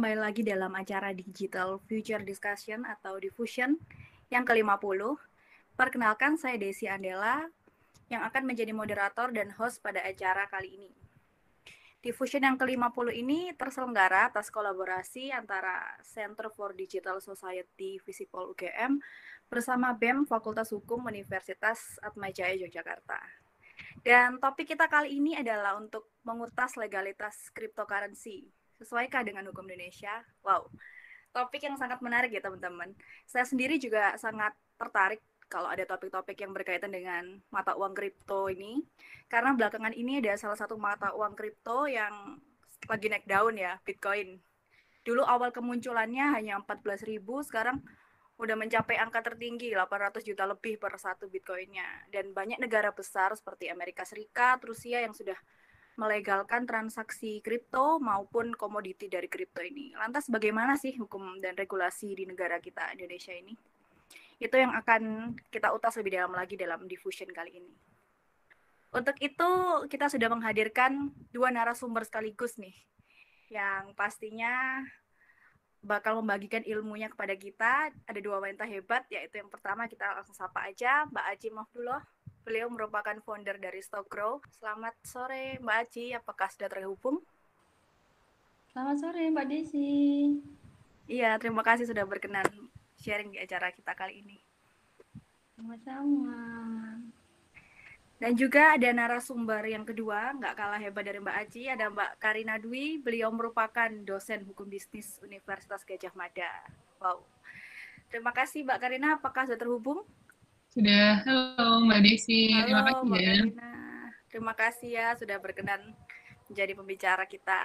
kembali lagi dalam acara Digital Future Discussion atau Diffusion yang ke-50. Perkenalkan, saya Desi Andela yang akan menjadi moderator dan host pada acara kali ini. Diffusion yang ke-50 ini terselenggara atas kolaborasi antara Center for Digital Society Visipol UGM bersama BEM Fakultas Hukum Universitas Atmajaya Yogyakarta. Dan topik kita kali ini adalah untuk mengutas legalitas cryptocurrency. Sesuaikah dengan hukum Indonesia? Wow, topik yang sangat menarik ya teman-teman. Saya sendiri juga sangat tertarik kalau ada topik-topik yang berkaitan dengan mata uang kripto ini. Karena belakangan ini ada salah satu mata uang kripto yang lagi naik daun ya, Bitcoin. Dulu awal kemunculannya hanya 14.000, sekarang udah mencapai angka tertinggi 800 juta lebih per satu Bitcoinnya. Dan banyak negara besar seperti Amerika Serikat, Rusia yang sudah melegalkan transaksi kripto maupun komoditi dari kripto ini. Lantas bagaimana sih hukum dan regulasi di negara kita Indonesia ini? Itu yang akan kita utas lebih dalam lagi dalam diffusion kali ini. Untuk itu kita sudah menghadirkan dua narasumber sekaligus nih, yang pastinya bakal membagikan ilmunya kepada kita. Ada dua wanita hebat, yaitu yang pertama kita langsung sapa aja Mbak Aji Mafdullah. Beliau merupakan founder dari Stockgrow. Selamat sore Mbak Aji, apakah sudah terhubung? Selamat sore Mbak Desi. Iya, terima kasih sudah berkenan sharing di acara kita kali ini. Sama-sama. Dan juga ada narasumber yang kedua, nggak kalah hebat dari Mbak Aji, ada Mbak Karina Dwi. Beliau merupakan dosen hukum bisnis Universitas Gajah Mada. Wow. Terima kasih Mbak Karina, apakah sudah terhubung? Sudah. Halo Mbak Desi, Halo terima kasih Mbak ya. Karina. Terima kasih ya sudah berkenan menjadi pembicara kita.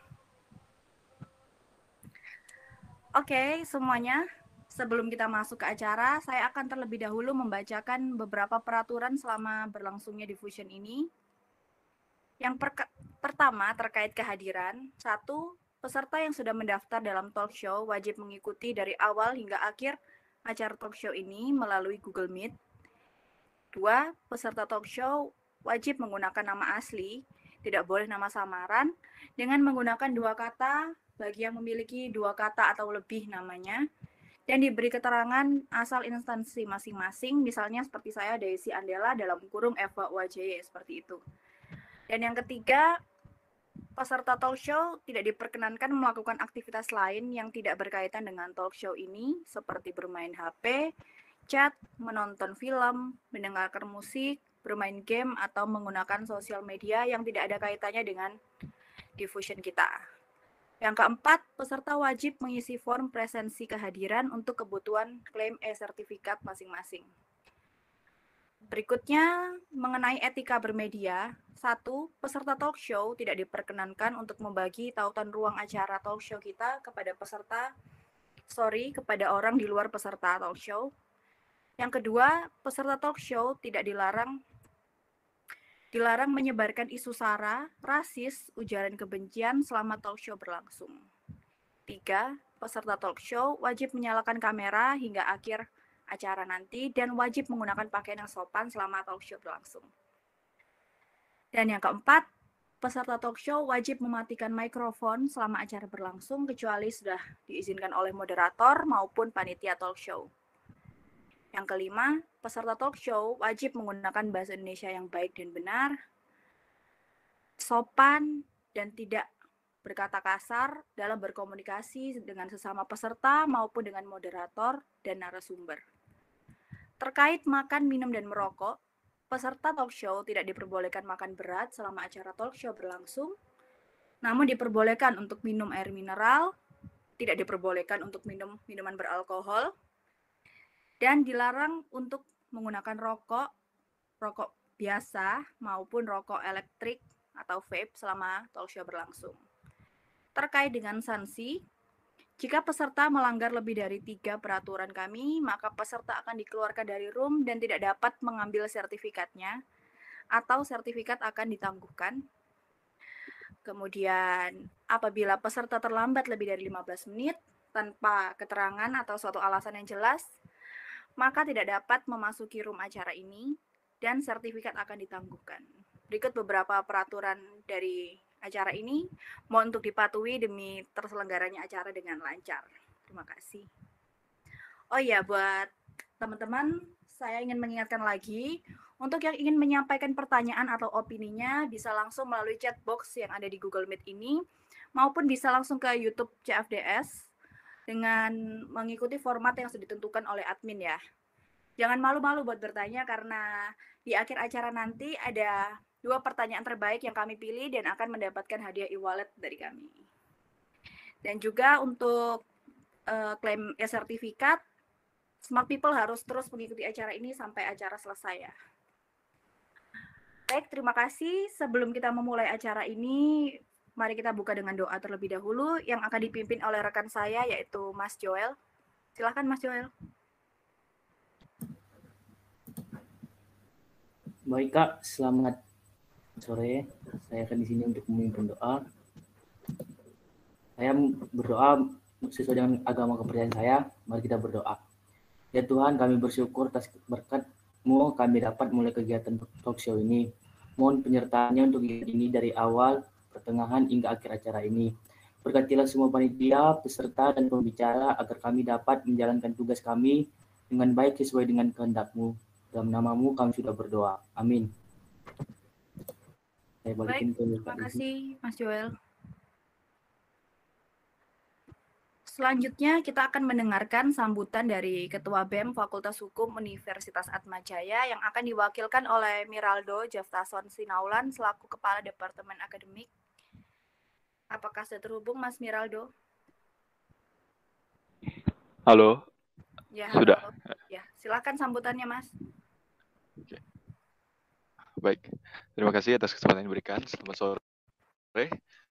Oke, semuanya. Sebelum kita masuk ke acara, saya akan terlebih dahulu membacakan beberapa peraturan selama berlangsungnya diffusion ini. Yang pertama terkait kehadiran. 1. Peserta yang sudah mendaftar dalam talk show wajib mengikuti dari awal hingga akhir acara talk show ini melalui Google Meet. 2. Peserta talk show wajib menggunakan nama asli, tidak boleh nama samaran, dengan menggunakan dua kata bagi yang memiliki dua kata atau lebih namanya, dan diberi keterangan asal instansi masing-masing, misalnya seperti saya Desi Andela dalam kurung Eva UAJY, seperti itu. Dan yang ketiga, peserta talk show tidak diperkenankan melakukan aktivitas lain yang tidak berkaitan dengan talk show ini, seperti bermain HP, chat, menonton film, mendengarkan musik, bermain game, atau menggunakan sosial media yang tidak ada kaitannya dengan diffusion kita. Yang keempat, peserta wajib mengisi form presensi kehadiran untuk kebutuhan klaim e-sertifikat masing-masing. Berikutnya, mengenai etika bermedia. 1. Peserta talk show tidak diperkenankan untuk membagi tautan ruang acara talk show kita kepada kepada orang di luar peserta talk show. Yang kedua, peserta talk show tidak dilarang menyebarkan isu sara, rasis, ujaran kebencian selama talk show berlangsung. 3. Peserta talk show wajib menyalakan kamera hingga akhir acara nanti dan wajib menggunakan pakaian yang sopan selama talk show berlangsung. Dan yang keempat, peserta talk show wajib mematikan mikrofon selama acara berlangsung kecuali sudah diizinkan oleh moderator maupun panitia talk show. Yang kelima, peserta talk show wajib menggunakan bahasa Indonesia yang baik dan benar, sopan, dan tidak berkata kasar dalam berkomunikasi dengan sesama peserta maupun dengan moderator dan narasumber. Terkait makan, minum, dan merokok, peserta talk show tidak diperbolehkan makan berat selama acara talk show berlangsung, namun diperbolehkan untuk minum air mineral, tidak diperbolehkan untuk minum minuman beralkohol, dan dilarang untuk menggunakan rokok biasa maupun rokok elektrik atau vape selama talk show berlangsung. Terkait dengan sanksi, jika peserta melanggar lebih dari 3 peraturan kami, maka peserta akan dikeluarkan dari room dan tidak dapat mengambil sertifikatnya, atau sertifikat akan ditangguhkan. Kemudian, apabila peserta terlambat lebih dari 15 menit tanpa keterangan atau suatu alasan yang jelas, maka tidak dapat memasuki room acara ini dan sertifikat akan ditangguhkan. Berikut beberapa peraturan dari acara ini. Mohon untuk dipatuhi demi terselenggaranya acara dengan lancar. Terima kasih. Oh iya, buat teman-teman, saya ingin mengingatkan lagi, untuk yang ingin menyampaikan pertanyaan atau opininya, bisa langsung melalui chat box yang ada di Google Meet ini, maupun bisa langsung ke YouTube CFDS dengan mengikuti format yang sudah ditentukan oleh admin ya. Jangan malu-malu buat bertanya, karena di akhir acara nanti ada 2 pertanyaan terbaik yang kami pilih dan akan mendapatkan hadiah e-wallet dari kami. Dan juga untuk klaim sertifikat, Smart People harus terus mengikuti acara ini sampai acara selesai ya. Baik, terima kasih. Sebelum kita memulai acara ini, mari kita buka dengan doa terlebih dahulu yang akan dipimpin oleh rekan saya, yaitu Mas Joel. Silakan Mas Joel. Baik Kak, selamat sore. Saya akan di sini untuk memimpin doa. Saya berdoa sesuai dengan agama kepercayaan saya. Mari kita berdoa. Ya Tuhan, kami bersyukur atas berkat-Mu kami dapat mulai kegiatan talk show ini. Mohon penyertaannya untuk ini dari awal, pertengahan hingga akhir acara ini. Berkatilah semua panitia, peserta, dan pembicara agar kami dapat menjalankan tugas kami dengan baik sesuai dengan kehendak-Mu. Dalam nama-Mu kami sudah berdoa. Amin. Saya balikin ke terima kasih Mas Joel. Selanjutnya kita akan mendengarkan sambutan dari Ketua BEM Fakultas Hukum Universitas Atmajaya yang akan diwakilkan oleh Miraldo Jaftason Sinaulan selaku Kepala Departemen Akademik. Apakah sudah terhubung Mas Miraldo? Halo. Ya, sudah. halo. Ya, silakan sambutannya Mas. Oke. Baik, terima kasih atas kesempatan yang diberikan. Selamat sore.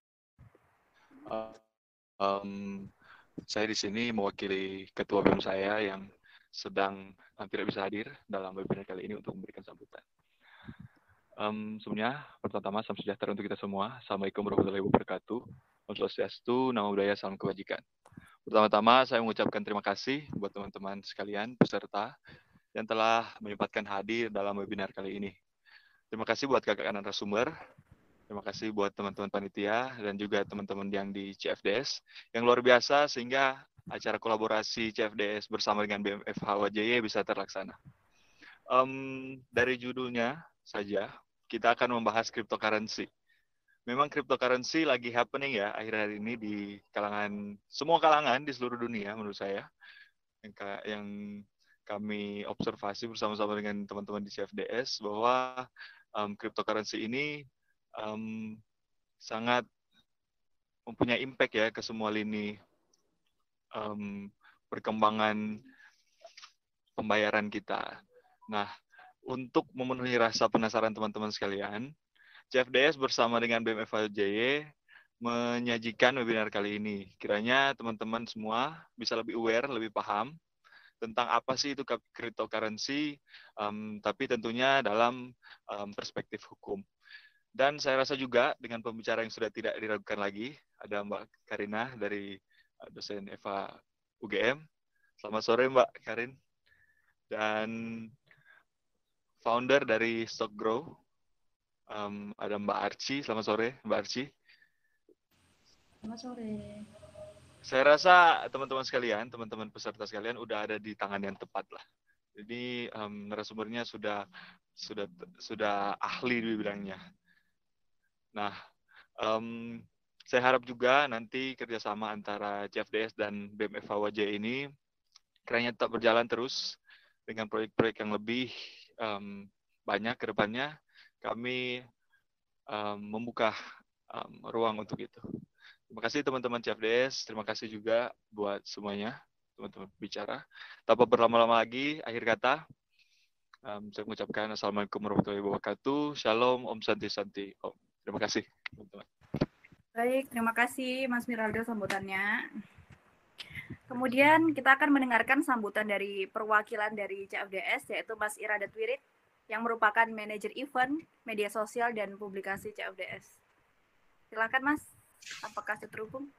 Saya di sini mewakili ketua BEM saya yang sedang tidak bisa hadir dalam webinar kali ini untuk memberikan sambutan. Sebelumnya, pertama-tama salam sejahtera untuk kita semua. Assalamualaikum warahmatullahi wabarakatuh. Om Swastiastu, Namo Buddhaya, salam kebajikan. Pertama-tama saya mengucapkan terima kasih buat teman-teman sekalian peserta yang telah menyempatkan hadir dalam webinar kali ini. Terima kasih buat kakak narasumber. Terima kasih buat teman-teman panitia dan juga teman-teman yang di CFDS yang luar biasa sehingga acara kolaborasi CFDS bersama dengan BMFHWJY bisa terlaksana. Dari judulnya saja, kita akan membahas cryptocurrency. Memang cryptocurrency lagi happening ya akhir-akhir ini di kalangan, semua kalangan di seluruh dunia menurut saya. Yang kami observasi bersama-sama dengan teman-teman di CFDS bahwa cryptocurrency ini sangat mempunyai impact ya ke semua lini perkembangan pembayaran kita. Nah, untuk memenuhi rasa penasaran teman-teman sekalian, CFDS bersama dengan BMFHJY menyajikan webinar kali ini. Kiranya teman-teman semua bisa lebih aware, lebih paham tentang apa sih itu cryptocurrency, tapi tentunya dalam perspektif hukum. Dan saya rasa juga dengan pembicara yang sudah tidak diragukan lagi, ada Mbak Karina dari dosen Eva UGM. Selamat sore Mbak Karin. Dan founder dari Stockgrow, ada Mbak Arci. Selamat sore Mbak Arci. Selamat sore. Saya rasa teman-teman sekalian, teman-teman peserta sekalian udah ada di tangan yang tepat lah. Jadi narasumbernya sudah ahli di bidangnya. Nah, saya harap juga nanti kerjasama antara CFDS dan BMFHWJ ini kiranya tetap berjalan terus dengan proyek-proyek yang lebih banyak ke depannya. Kami membuka ruang untuk itu. Terima kasih teman-teman CFDS, terima kasih juga buat semuanya, teman-teman bicara. Tanpa berlama-lama lagi, akhir kata, saya mengucapkan Assalamualaikum warahmatullahi wabarakatuh, Shalom, Om Santi Santi, Om. Terima kasih, teman-teman. Baik, terima kasih Mas Miraldo sambutannya. Kemudian kita akan mendengarkan sambutan dari perwakilan dari CFDS, yaitu Mas Iradat Wirid, yang merupakan manajer event, media sosial, dan publikasi CFDS. Silakan Mas, apakah sudah terhubung?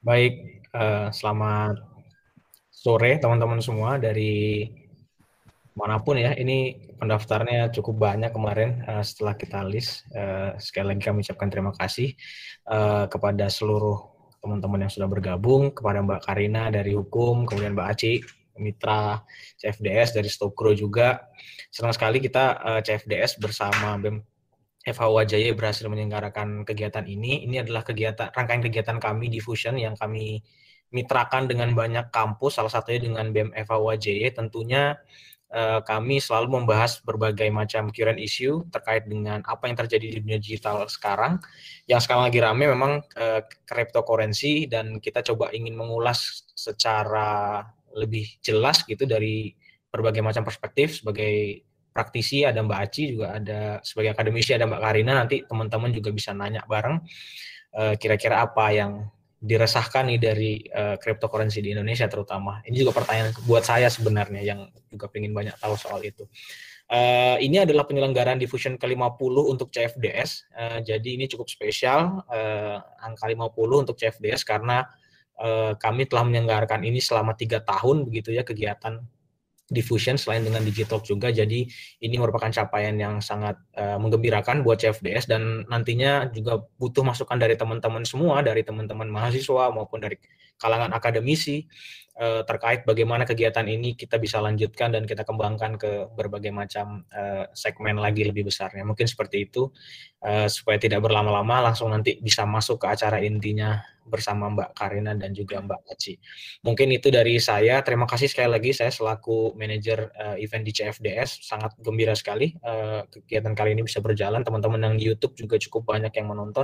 Baik, selamat sore teman-teman semua dari manapun ya. Ini pendaftarnya cukup banyak kemarin setelah kita list. Sekali lagi kami ucapkan terima kasih kepada seluruh teman-teman yang sudah bergabung, kepada Mbak Karina dari Hukum, kemudian Mbak Aci, Mitra CFDS dari Stokro juga. Senang sekali kita CFDS bersama BEM FHUAJY berhasil menyelenggarakan kegiatan ini. Ini adalah rangkaian kegiatan kami di Fusion yang kami mitrakan dengan banyak kampus, salah satunya dengan BEM FHUAJY. Tentunya kami selalu membahas berbagai macam current issue terkait dengan apa yang terjadi di dunia digital sekarang. Yang sekarang lagi rame memang cryptocurrency, dan kita coba ingin mengulas secara lebih jelas gitu dari berbagai macam perspektif. Sebagai praktisi ada Mbak Aci, juga ada sebagai akademisi ada Mbak Karina. Nanti teman-teman juga bisa nanya bareng kira-kira apa yang diresahkan nih dari cryptocurrency di Indonesia terutama. Ini juga pertanyaan buat saya sebenarnya yang juga pengen banyak tahu soal itu. Ini adalah penyelenggaraan Diffusion ke-50 untuk CFDS. Jadi ini cukup spesial, angka 50 untuk CFDS karena kami telah menyelenggarakan ini selama 3 tahun begitu ya, kegiatan Diffusion selain dengan Digitalk juga. Jadi ini merupakan capaian yang sangat menggembirakan buat CFDS, dan nantinya juga butuh masukan dari teman-teman semua, dari teman-teman mahasiswa maupun dari kalangan akademisi terkait bagaimana kegiatan ini kita bisa lanjutkan dan kita kembangkan ke berbagai macam segmen lagi lebih besarnya. Mungkin seperti itu, supaya tidak berlama-lama langsung nanti bisa masuk ke acara intinya bersama Mbak Karina dan juga Mbak Aci. Mungkin itu dari saya. Terima kasih sekali lagi, saya selaku manajer event di CFDS sangat gembira sekali kegiatan kali ini bisa berjalan. Teman-teman yang di YouTube juga cukup banyak yang menonton.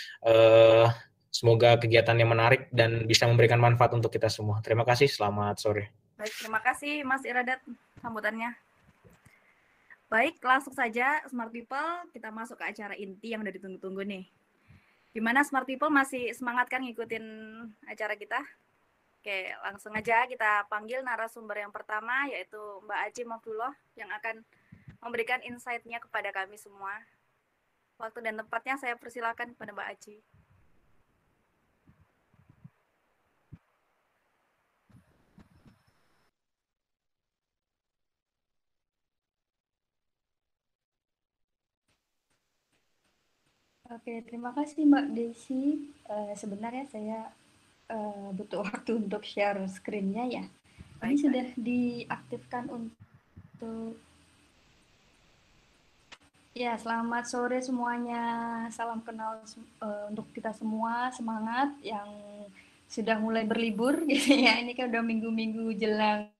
Semoga kegiatannya menarik dan bisa memberikan manfaat untuk kita semua. Terima kasih, selamat sore. Baik, terima kasih Mas Iradat sambutannya. Baik, langsung saja Smart People, kita masuk ke acara inti yang udah ditunggu-tunggu nih. Gimana Smart People, masih semangat kan ngikutin acara kita? Oke, langsung aja kita panggil narasumber yang pertama, yaitu Mbak Aci Mafdullah, yang akan memberikan insight-nya kepada kami semua. Waktu dan tempatnya saya persilakan kepada Mbak Aci. Oke, terima kasih Mbak Desi. Sebenarnya saya butuh waktu untuk share screen-nya ya. Ini sudah diaktifkan untuk... Ya, selamat sore semuanya. Salam kenal untuk kita semua. Semangat yang sudah mulai berlibur gitu ya. Ini kan udah minggu-minggu jelang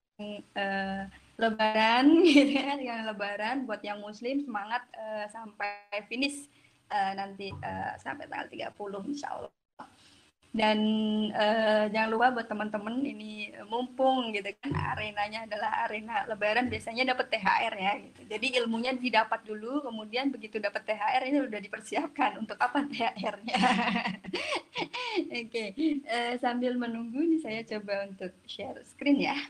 Lebaran gitu ya. Dengan Lebaran buat yang Muslim semangat sampai finish nanti sampai tanggal 30 insya Allah. Dan jangan lupa buat teman-teman ini mumpung gitu kan, arenanya adalah arena Lebaran, biasanya dapat THR ya gitu. Jadi ilmunya didapat dulu, kemudian begitu dapat THR ini udah dipersiapkan untuk apa THR-nya. Oke, sambil menunggu nih saya coba untuk share screen ya.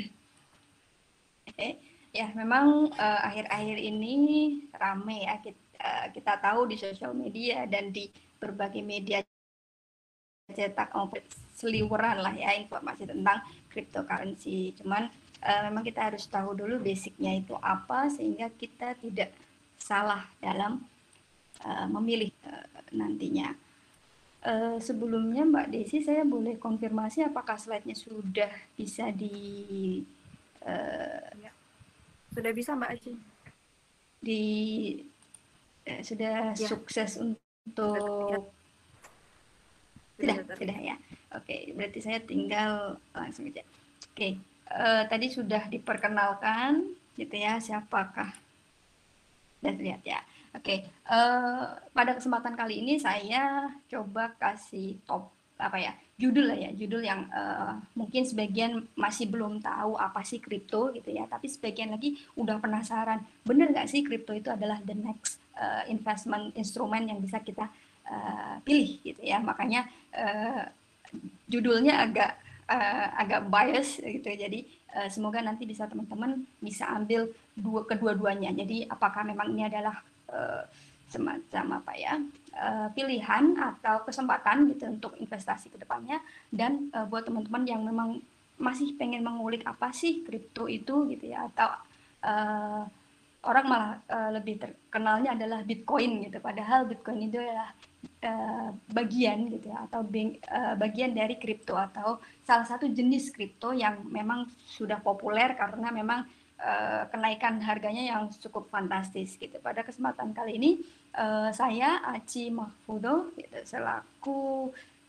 Oke. Ya memang akhir-akhir ini rame ya, kita tahu di sosial media dan di berbagai media cetak maupun seliweran lah ya informasi tentang cryptocurrency. Cuman memang kita harus tahu dulu basicnya itu apa sehingga kita tidak salah dalam memilih nantinya. Sebelumnya Mbak Desi, saya boleh konfirmasi apakah slide-nya sudah bisa ya. Sudah bisa Mbak Aci. Sudah ya. Sukses untuk sudah ya. Oke, berarti saya tinggal langsung aja. Oke, tadi sudah diperkenalkan gitu ya, siapakah? Dan lihat ya. Oke, pada kesempatan kali ini saya coba kasih judul lah ya, judul yang mungkin sebagian masih belum tahu apa sih kripto gitu ya, tapi sebagian lagi udah penasaran, bener nggak sih kripto itu adalah the next investment instrument yang bisa kita pilih gitu ya. Makanya judulnya agak bias gitu. Jadi semoga nanti bisa teman-teman bisa ambil kedua-duanya. Jadi apakah memang ini adalah semacam pilihan atau kesempatan gitu untuk investasi ke depannya, dan buat teman-teman yang memang masih pengen mengulik apa sih kripto itu gitu ya, atau orang malah lebih terkenalnya adalah Bitcoin gitu. Padahal Bitcoin itu adalah bagian gitu ya, atau bagian dari kripto atau salah satu jenis kripto yang memang sudah populer karena memang kenaikan harganya yang cukup fantastis gitu. Pada kesempatan kali ini saya Aci Mahfudo gitu, selaku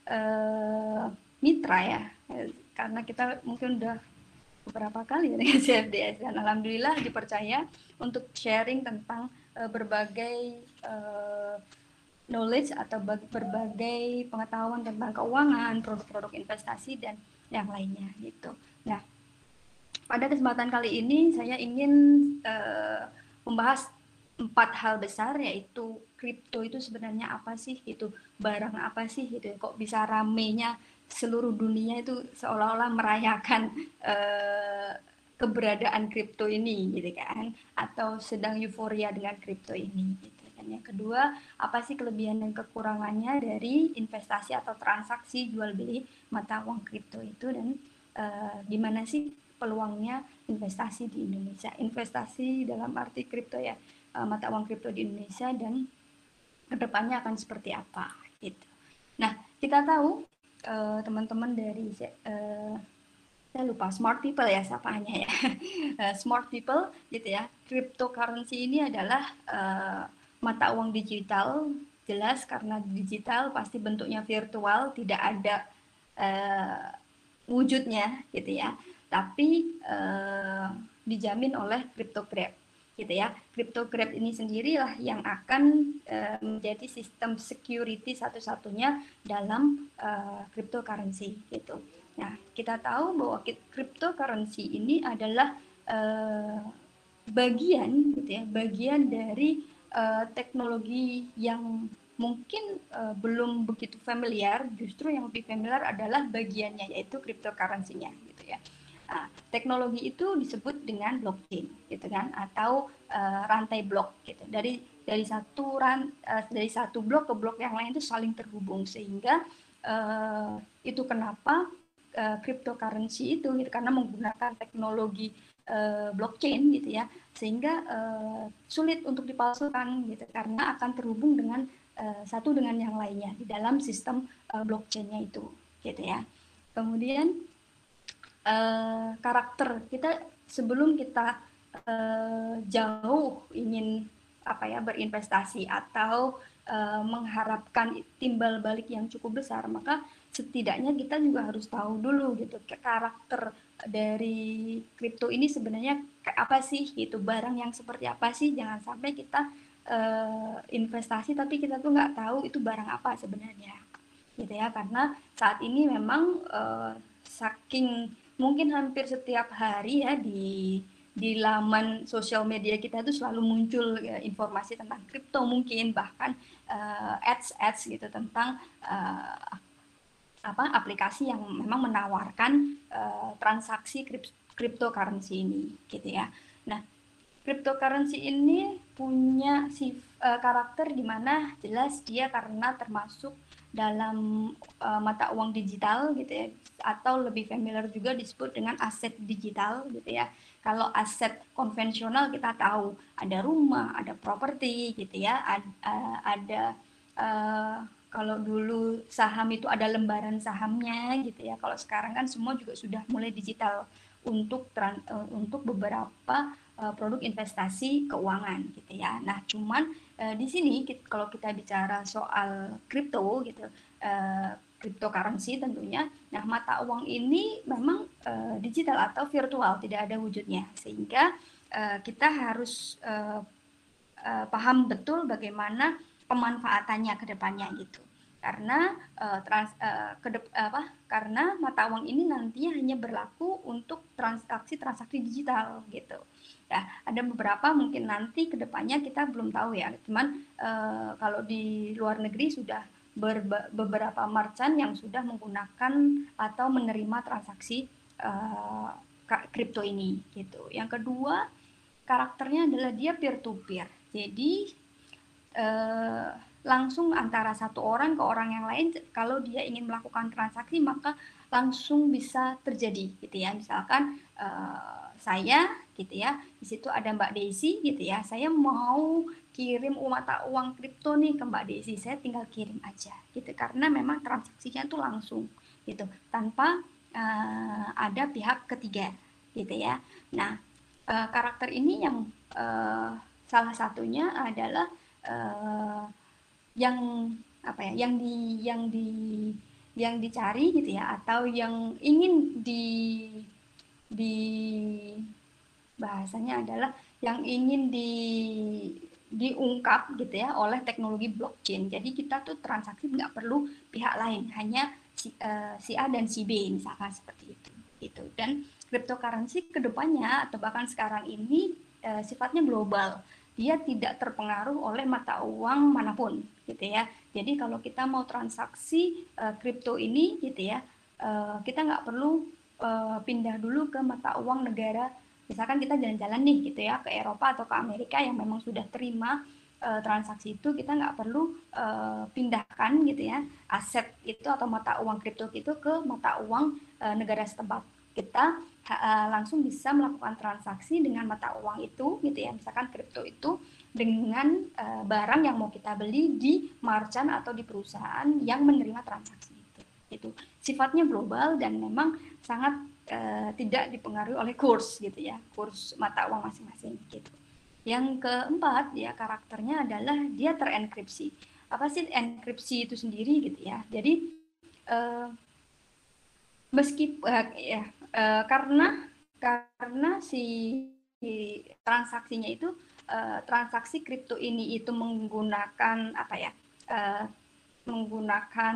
mitra ya, karena kita mungkin udah beberapa kali dengan CFDS dan alhamdulillah dipercaya untuk sharing tentang berbagai knowledge atau berbagai pengetahuan tentang keuangan, produk-produk investasi dan yang lainnya gitu. Nah, pada kesempatan kali ini saya ingin membahas 4 hal besar, yaitu kripto itu sebenarnya apa sih, itu barang apa sih gitu, kok bisa ramenya seluruh dunia itu seolah-olah merayakan keberadaan kripto ini gitu kan, atau sedang euforia dengan kripto ini gitu. Dan yang kedua, apa sih kelebihan dan kekurangannya dari investasi atau transaksi jual beli mata uang kripto itu, dan gimana sih peluangnya investasi di Indonesia, investasi dalam arti kripto ya, mata uang kripto di Indonesia, dan kedepannya akan seperti apa gitu. Nah, kita tahu teman-teman dari saya lupa, smart people ya sapaannya ya, smart people gitu ya. Cryptocurrency ini adalah mata uang digital, jelas karena digital pasti bentuknya virtual, tidak ada wujudnya gitu ya, tapi dijamin oleh cryptograph gitu ya. Cryptograph ini sendirilah yang akan menjadi sistem security satu-satunya dalam cryptocurrency gitu. Nah, kita tahu bahwa cryptocurrency ini adalah bagian gitu ya, bagian dari teknologi yang mungkin belum begitu familiar. Justru yang lebih familiar adalah bagiannya, yaitu cryptocurrency-nya gitu ya. Nah, teknologi itu disebut dengan blockchain gitu kan, atau rantai blok gitu. Dari satu blok ke blok yang lain itu saling terhubung, sehingga itu kenapa cryptocurrency itu gitu, karena menggunakan teknologi blockchain gitu ya, sehingga sulit untuk dipalsukan gitu, karena akan terhubung dengan satu dengan yang lainnya di dalam sistem blockchain-nya itu gitu ya. Kemudian karakter kita sebelum kita jauh ingin berinvestasi atau mengharapkan timbal balik yang cukup besar, maka setidaknya kita juga harus tahu dulu gitu karakter dari kripto ini sebenarnya apa sih gitu, barang yang seperti apa sih. Jangan sampai kita investasi tapi kita tuh nggak tahu itu barang apa sebenarnya gitu ya, karena saat ini memang saking mungkin hampir setiap hari ya di laman sosial media kita itu selalu muncul informasi tentang kripto, mungkin bahkan ads gitu tentang aplikasi yang memang menawarkan transaksi cryptocurrency ini gitu ya. Nah, cryptocurrency ini punya karakter di mana jelas dia karena termasuk dalam mata uang digital gitu ya, atau lebih familiar juga disebut dengan aset digital gitu ya. Kalau aset konvensional kita tahu ada rumah, ada properti gitu ya, ada kalau dulu saham itu ada lembaran sahamnya gitu ya. Kalau sekarang kan semua juga sudah mulai digital untuk beberapa produk investasi keuangan gitu ya. Nah, cuman di sini kalau kita bicara soal kripto gitu, cryptocurrency tentunya, nah mata uang ini memang digital atau virtual, tidak ada wujudnya, sehingga kita harus paham betul bagaimana pemanfaatannya ke depannya gitu. Karena karena mata uang ini nantinya hanya berlaku untuk transaksi digital gitu. Ya, ada beberapa mungkin nanti ke depannya kita belum tahu ya. Cuman kalau di luar negeri sudah beberapa merchant yang sudah menggunakan atau menerima transaksi kripto ini gitu. Yang kedua, karakternya adalah dia peer to peer. Jadi langsung antara satu orang ke orang yang lain, kalau dia ingin melakukan transaksi maka langsung bisa terjadi gitu ya. Misalkan saya gitu ya, di situ ada Mbak Desi gitu ya, saya mau kirim mata uang kripto nih ke Mbak Desi, saya tinggal kirim aja gitu, karena memang transaksinya tuh langsung gitu, tanpa ada pihak ketiga gitu ya. Nah, karakter ini yang salah satunya adalah yang apa ya, yang dicari gitu ya, atau yang ingin di bahasanya adalah yang ingin diungkap gitu ya oleh teknologi blockchain. Jadi kita tuh transaksi nggak perlu pihak lain, hanya si A dan si B misalkan seperti itu gitu. Dan cryptocurrency kedepannya atau bahkan sekarang ini sifatnya global, dia tidak terpengaruh oleh mata uang manapun gitu ya. Jadi kalau kita mau transaksi kripto ini gitu ya, kita nggak perlu pindah dulu ke mata uang negara. Misalkan kita jalan-jalan nih gitu ya ke Eropa atau ke Amerika yang memang sudah terima transaksi itu, kita nggak perlu pindahkan gitu ya aset itu atau mata uang kripto itu ke mata uang negara setempat. Kita langsung bisa melakukan transaksi dengan mata uang itu gitu ya, misalkan kripto itu dengan barang yang mau kita beli di merchant atau di perusahaan yang menerima transaksi itu. Sifatnya global dan memang sangat tidak dipengaruhi oleh kurs gitu ya, kurs mata uang masing-masing gitu. Yang keempat ya, karakternya adalah dia terenkripsi. Apa sih enkripsi itu sendiri gitu ya? Jadi karena si transaksinya itu transaksi kripto ini itu menggunakan apa ya? Menggunakan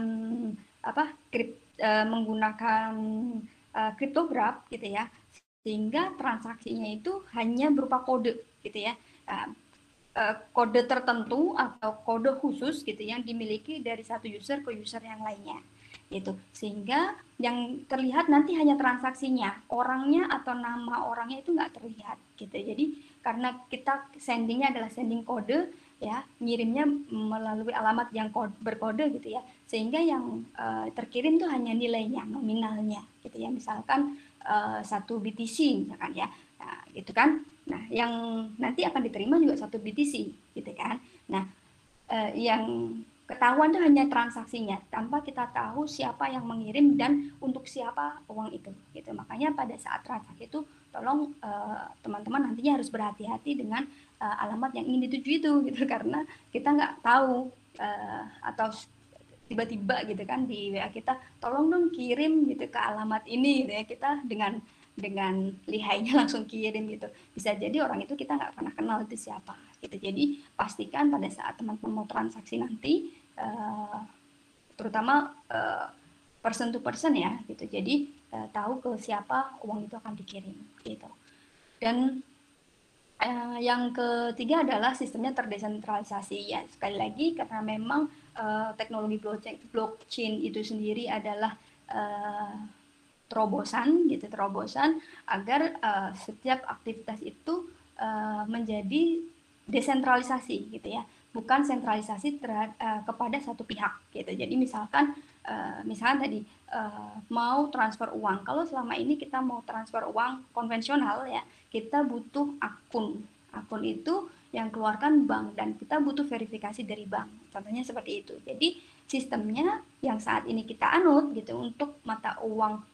kriptograf gitu ya, sehingga transaksinya itu hanya berupa kode gitu ya, kode tertentu atau kode khusus gitu yang dimiliki dari satu user ke user yang lainnya gitu, sehingga yang terlihat nanti hanya transaksinya, orangnya atau nama orangnya itu nggak terlihat gitu. Jadi karena kita sendingnya adalah sending kode ya, ngirimnya melalui alamat yang berkode gitu ya, sehingga yang terkirim tuh hanya nilainya, nominalnya gitu ya, misalkan 1 BTC misalkan ya, nah, gitu kan. Nah, yang nanti akan diterima juga 1 BTC gitu kan. Nah, yang ketahuan itu hanya transaksinya, tanpa kita tahu siapa yang mengirim dan untuk siapa uang itu gitu. Makanya pada saat transaksi itu tolong teman-teman nantinya harus berhati-hati dengan alamat yang ingin dituju itu gitu, karena kita nggak tahu atau tiba-tiba gitu kan di WA kita, tolong dong kirim gitu ke alamat ini gitu ya, kita dengan lihainya langsung kirim gitu. Bisa jadi orang itu kita nggak pernah kenal itu siapa gitu. Jadi pastikan pada saat teman-teman mau transaksi nanti, terutama person to person ya gitu. Jadi tahu ke siapa uang itu akan dikirim gitu. Dan yang ketiga adalah sistemnya terdesentralisasi ya. Sekali lagi karena memang teknologi blockchain itu sendiri adalah terobosan agar setiap aktivitas itu menjadi desentralisasi gitu ya, bukan sentralisasi kepada satu pihak gitu. Jadi misalkan tadi mau transfer uang, kalau selama ini kita mau transfer uang konvensional ya, kita butuh akun itu yang keluarkan bank dan kita butuh verifikasi dari bank, contohnya seperti itu. Jadi sistemnya yang saat ini kita anut gitu untuk mata uang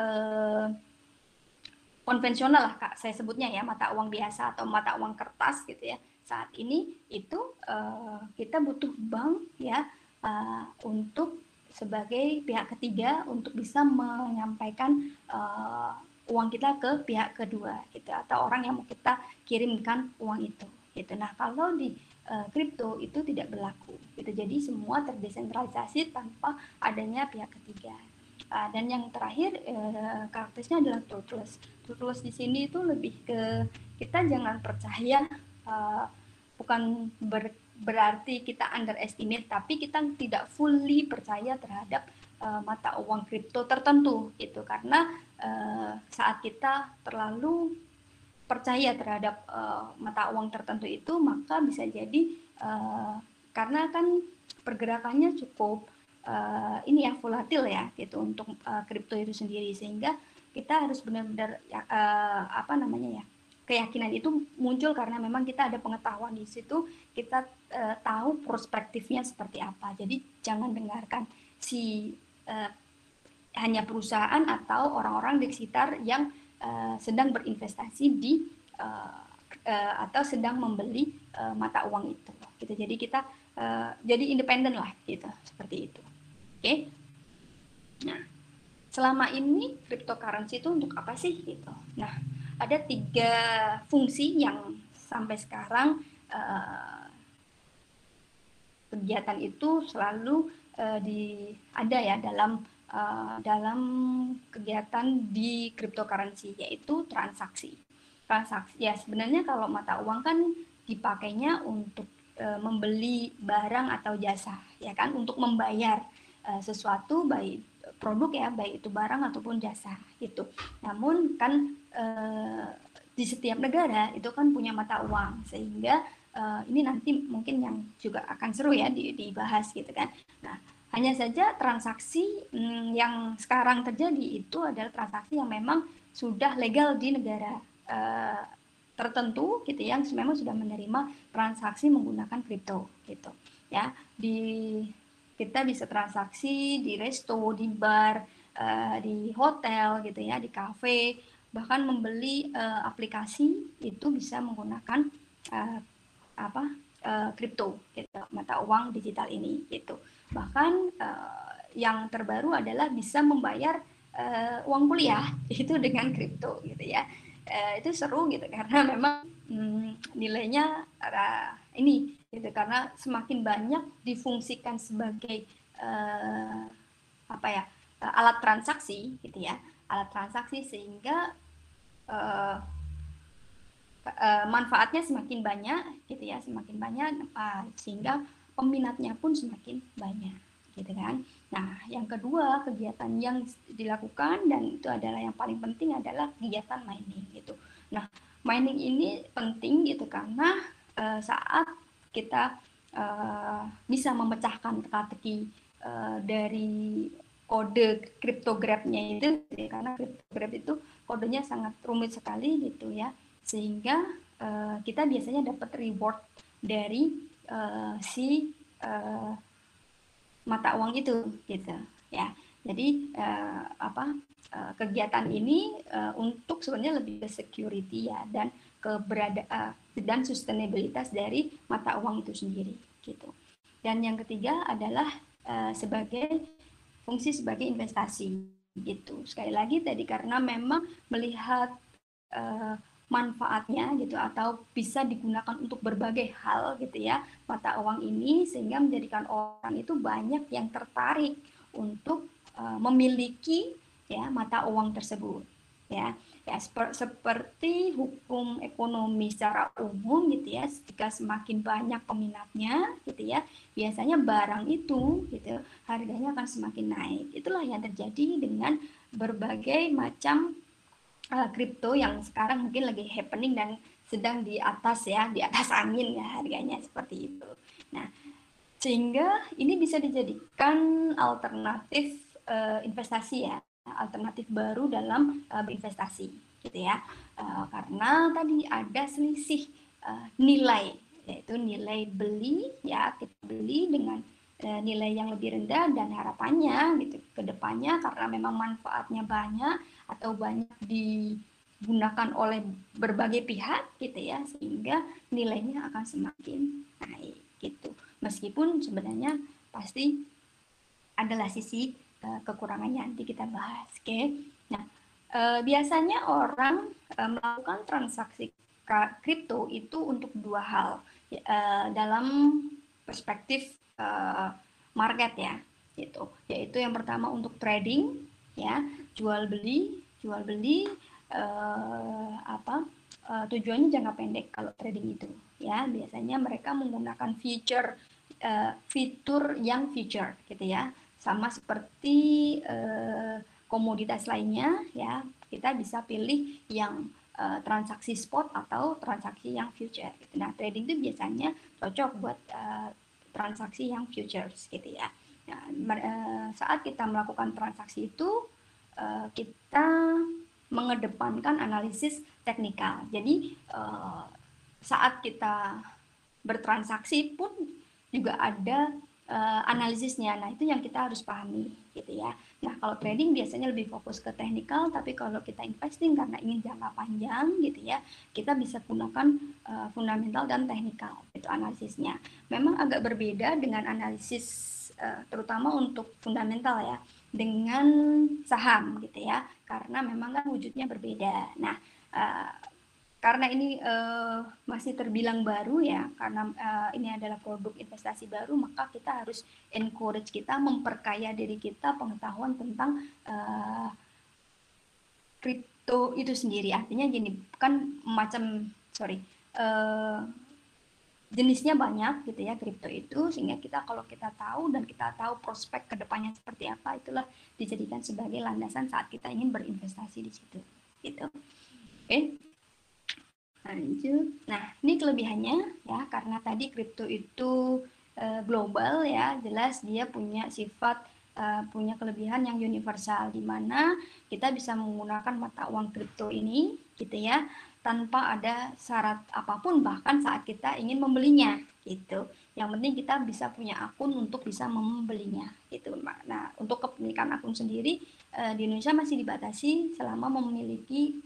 konvensional lah Kak, saya sebutnya ya, mata uang biasa atau mata uang kertas gitu ya. Saat ini itu kita butuh bank ya untuk sebagai pihak ketiga untuk bisa menyampaikan uang kita ke pihak kedua gitu, atau orang yang mau kita kirimkan uang itu gitu. Nah, kalau di kripto itu tidak berlaku gitu. Jadi semua terdesentralisasi tanpa adanya pihak ketiga. Dan yang terakhir karakteristiknya adalah truthless. Truthless di sini itu lebih ke kita jangan percaya, bukan berarti kita underestimate, tapi kita tidak fully percaya terhadap mata uang kripto tertentu itu, karena saat kita terlalu percaya terhadap mata uang tertentu itu, maka bisa jadi karena kan pergerakannya cukup ini ya volatil ya gitu untuk kripto itu sendiri, sehingga kita harus benar-benar apa namanya ya, keyakinan itu muncul karena memang kita ada pengetahuan di situ, kita tahu perspektifnya seperti apa. Jadi jangan dengarkan si hanya perusahaan atau orang-orang di sekitar yang sedang berinvestasi di atau sedang membeli mata uang itu gitu. Jadi kita jadi independen lah gitu, seperti itu. Oke. Nah, selama ini cryptocurrency itu untuk apa sih gitu. Nah, ada 3 fungsi yang sampai sekarang kegiatan itu selalu ada ya dalam kegiatan di cryptocurrency, yaitu transaksi ya. Sebenarnya kalau mata uang kan dipakainya untuk membeli barang atau jasa ya kan, untuk membayar sesuatu, baik produk ya, baik itu barang ataupun jasa gitu. Namun kan di setiap negara itu kan punya mata uang, sehingga ini nanti mungkin yang juga akan seru ya dibahas gitu kan. Nah, hanya saja transaksi yang sekarang terjadi itu adalah transaksi yang memang sudah legal di negara tertentu gitu, yang memang sudah menerima transaksi menggunakan kripto gitu ya. Kita bisa transaksi di resto, di bar, di hotel gitu ya, di kafe, bahkan membeli aplikasi itu bisa menggunakan kripto gitu, mata uang digital ini gitu. Bahkan yang terbaru adalah bisa membayar uang kuliah itu dengan kripto gitu ya. Itu seru gitu karena memang nilainya ini gitu, karena semakin banyak difungsikan sebagai alat transaksi gitu ya, alat transaksi, sehingga manfaatnya semakin banyak gitu ya, semakin banyak, sehingga peminatnya pun semakin banyak gitu kan. Nah, yang kedua, kegiatan yang dilakukan dan itu adalah yang paling penting adalah kegiatan mining gitu. Nah, mining ini penting gitu karena saat kita bisa memecahkan teka-teki dari kode cryptograph-nya itu, karena cryptograph itu kodenya sangat rumit sekali gitu ya, sehingga kita biasanya dapat reward dari si mata uang itu gitu ya. Jadi kegiatan ini untuk sebenarnya lebih ke security ya, dan dan sustainabilitas dari mata uang itu sendiri gitu. Dan yang ketiga adalah sebagai fungsi sebagai investasi gitu. Sekali lagi tadi karena memang melihat manfaatnya gitu, atau bisa digunakan untuk berbagai hal gitu ya mata uang ini, sehingga menjadikan orang itu banyak yang tertarik untuk memiliki ya mata uang tersebut ya. Seperti hukum ekonomi secara umum gitu ya, jika semakin banyak peminatnya gitu ya, biasanya barang itu gitu harganya akan semakin naik. Itulah yang terjadi dengan berbagai macam kripto yang sekarang mungkin lagi happening dan sedang di atas ya, di atas angin ya harganya, seperti itu. Nah, sehingga ini bisa dijadikan alternatif investasi ya, alternatif baru dalam berinvestasi gitu ya, karena tadi ada selisih nilai, yaitu nilai beli ya, kita beli dengan nilai yang lebih rendah, dan harapannya gitu ke depannya karena memang manfaatnya banyak atau banyak digunakan oleh berbagai pihak gitu ya, sehingga nilainya akan semakin naik gitu. Meskipun sebenarnya pasti adalah sisi kekurangannya, nanti kita bahas. Oke. Nah, biasanya orang melakukan transaksi kripto itu untuk 2 hal dalam perspektif market ya gitu, yaitu yang pertama untuk trading ya, jual beli tujuannya jangka pendek kalau trading itu ya. Biasanya mereka menggunakan fitur yang future gitu ya, sama seperti komoditas lainnya ya, kita bisa pilih yang transaksi spot atau transaksi yang future gitu. Nah, trading itu biasanya cocok buat transaksi yang futures gitu ya. Saat kita melakukan transaksi itu kita mengedepankan analisis teknikal. Jadi saat kita bertransaksi pun juga ada analisisnya. Nah, itu yang kita harus pahami gitu ya. Nah, kalau trading biasanya lebih fokus ke teknikal, tapi kalau kita investing karena ingin jangka panjang gitu ya, kita bisa gunakan fundamental dan teknikal itu analisisnya. Memang agak berbeda dengan analisis terutama untuk fundamental ya, dengan saham gitu ya, karena memang kan wujudnya berbeda. Nah, karena ini masih terbilang baru ya, karena ini adalah produk investasi baru, maka kita harus encourage kita, memperkaya diri kita pengetahuan tentang kripto itu sendiri. Artinya gini, kan jenisnya banyak gitu ya kripto itu, sehingga kalau kita tahu dan kita tahu prospek kedepannya seperti apa, itulah dijadikan sebagai landasan saat kita ingin berinvestasi di situ gitu. Oke. Lanjut. Nah, ini kelebihannya ya, karena tadi kripto itu global ya, jelas dia punya sifat punya kelebihan yang universal, di mana kita bisa menggunakan mata uang kripto ini gitu ya, tanpa ada syarat apapun, bahkan saat kita ingin membelinya gitu. Yang penting kita bisa punya akun untuk bisa membelinya gitu. Nah, untuk kepemilikan akun sendiri di Indonesia masih dibatasi selama memiliki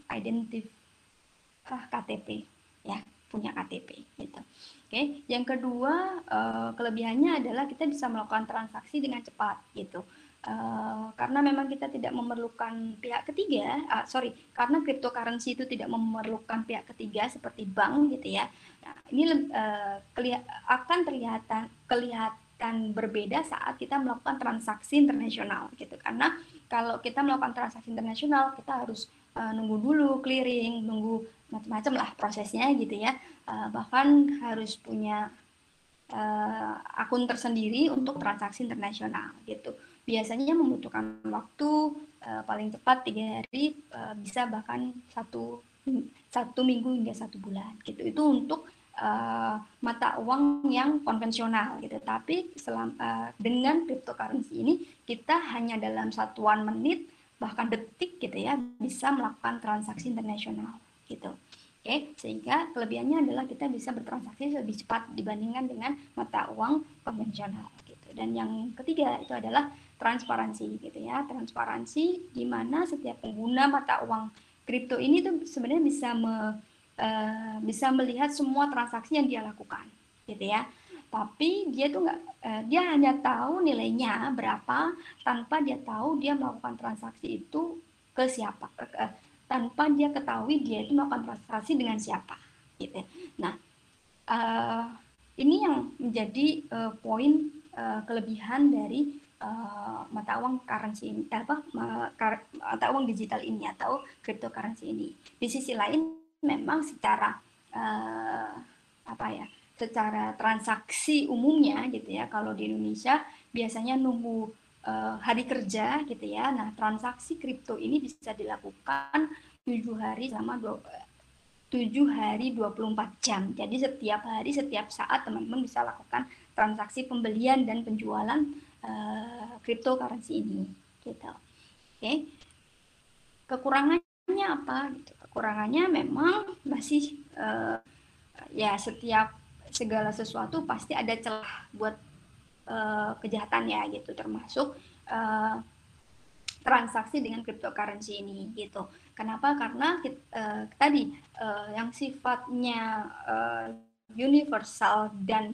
KTP ya, punya KTP gitu. Oke, yang kedua kelebihannya adalah kita bisa melakukan transaksi dengan cepat gitu. Karena memang kita tidak memerlukan pihak ketiga, karena cryptocurrency itu tidak memerlukan pihak ketiga seperti bank gitu ya. Nah, ini akan kelihatan berbeda saat kita melakukan transaksi internasional gitu. Karena kalau kita melakukan transaksi internasional, kita harus nunggu dulu clearing, nunggu macam-macam lah prosesnya gitu ya, bahkan harus punya akun tersendiri untuk transaksi internasional gitu. Biasanya membutuhkan waktu paling cepat 3 hari, bisa bahkan satu minggu hingga 1 bulan gitu. Itu untuk mata uang yang konvensional gitu. Tapi dengan cryptocurrency ini kita hanya dalam satuan menit bahkan detik gitu ya bisa melakukan transaksi internasional gitu. Oke, sehingga kelebihannya adalah kita bisa bertransaksi lebih cepat dibandingkan dengan mata uang konvensional gitu. Dan yang ketiga itu adalah transparansi gitu ya. Transparansi di mana setiap pengguna mata uang kripto ini tuh sebenarnya bisa melihat semua transaksi yang dia lakukan gitu ya. Tapi dia tuh dia hanya tahu nilainya berapa tanpa dia tahu dia melakukan transaksi itu ke siapa, tanpa dia ketahui dia itu melakukan transaksi dengan siapa gitu. Nah, ini yang menjadi poin kelebihan dari mata uang currency ini, mata uang digital ini atau cryptocurrency ini. Di sisi lain memang secara secara transaksi umumnya gitu ya, kalau di Indonesia biasanya nunggu hari kerja gitu ya. Nah, transaksi kripto ini bisa dilakukan 7 hari selama 7 hari 24 jam. Jadi setiap hari, setiap saat teman-teman bisa lakukan transaksi pembelian dan penjualan cryptocurrency ini gitu. Oke. Kekurangannya apa gitu? Kekurangannya memang masih ya segala sesuatu pasti ada celah buat kejahatan ya gitu, termasuk transaksi dengan cryptocurrency ini gitu. Kenapa? Karena tadi yang sifatnya universal dan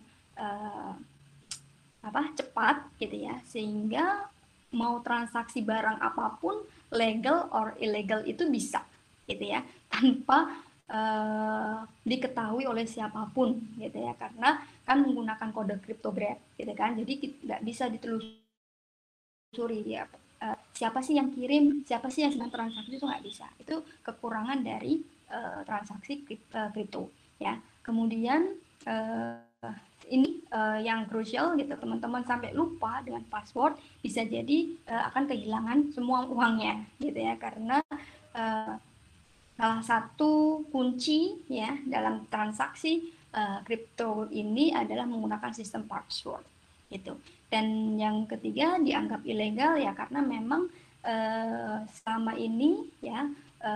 cepat gitu ya, sehingga mau transaksi barang apapun legal or illegal itu bisa gitu ya, tanpa diketahui oleh siapapun gitu ya, karena kan menggunakan kode cryptograph gitu kan, jadi nggak bisa ditelusuri ya siapa sih yang kirim, siapa sih yang sedang transaksi, itu nggak bisa. Itu kekurangan dari transaksi kripto ya. Kemudian ini yang krusial gitu, teman-teman sampai lupa dengan password, bisa jadi akan kehilangan semua uangnya gitu ya, karena salah satu kunci ya dalam transaksi kripto ini adalah menggunakan sistem password gitu. Dan yang ketiga dianggap ilegal ya karena memang selama ini ya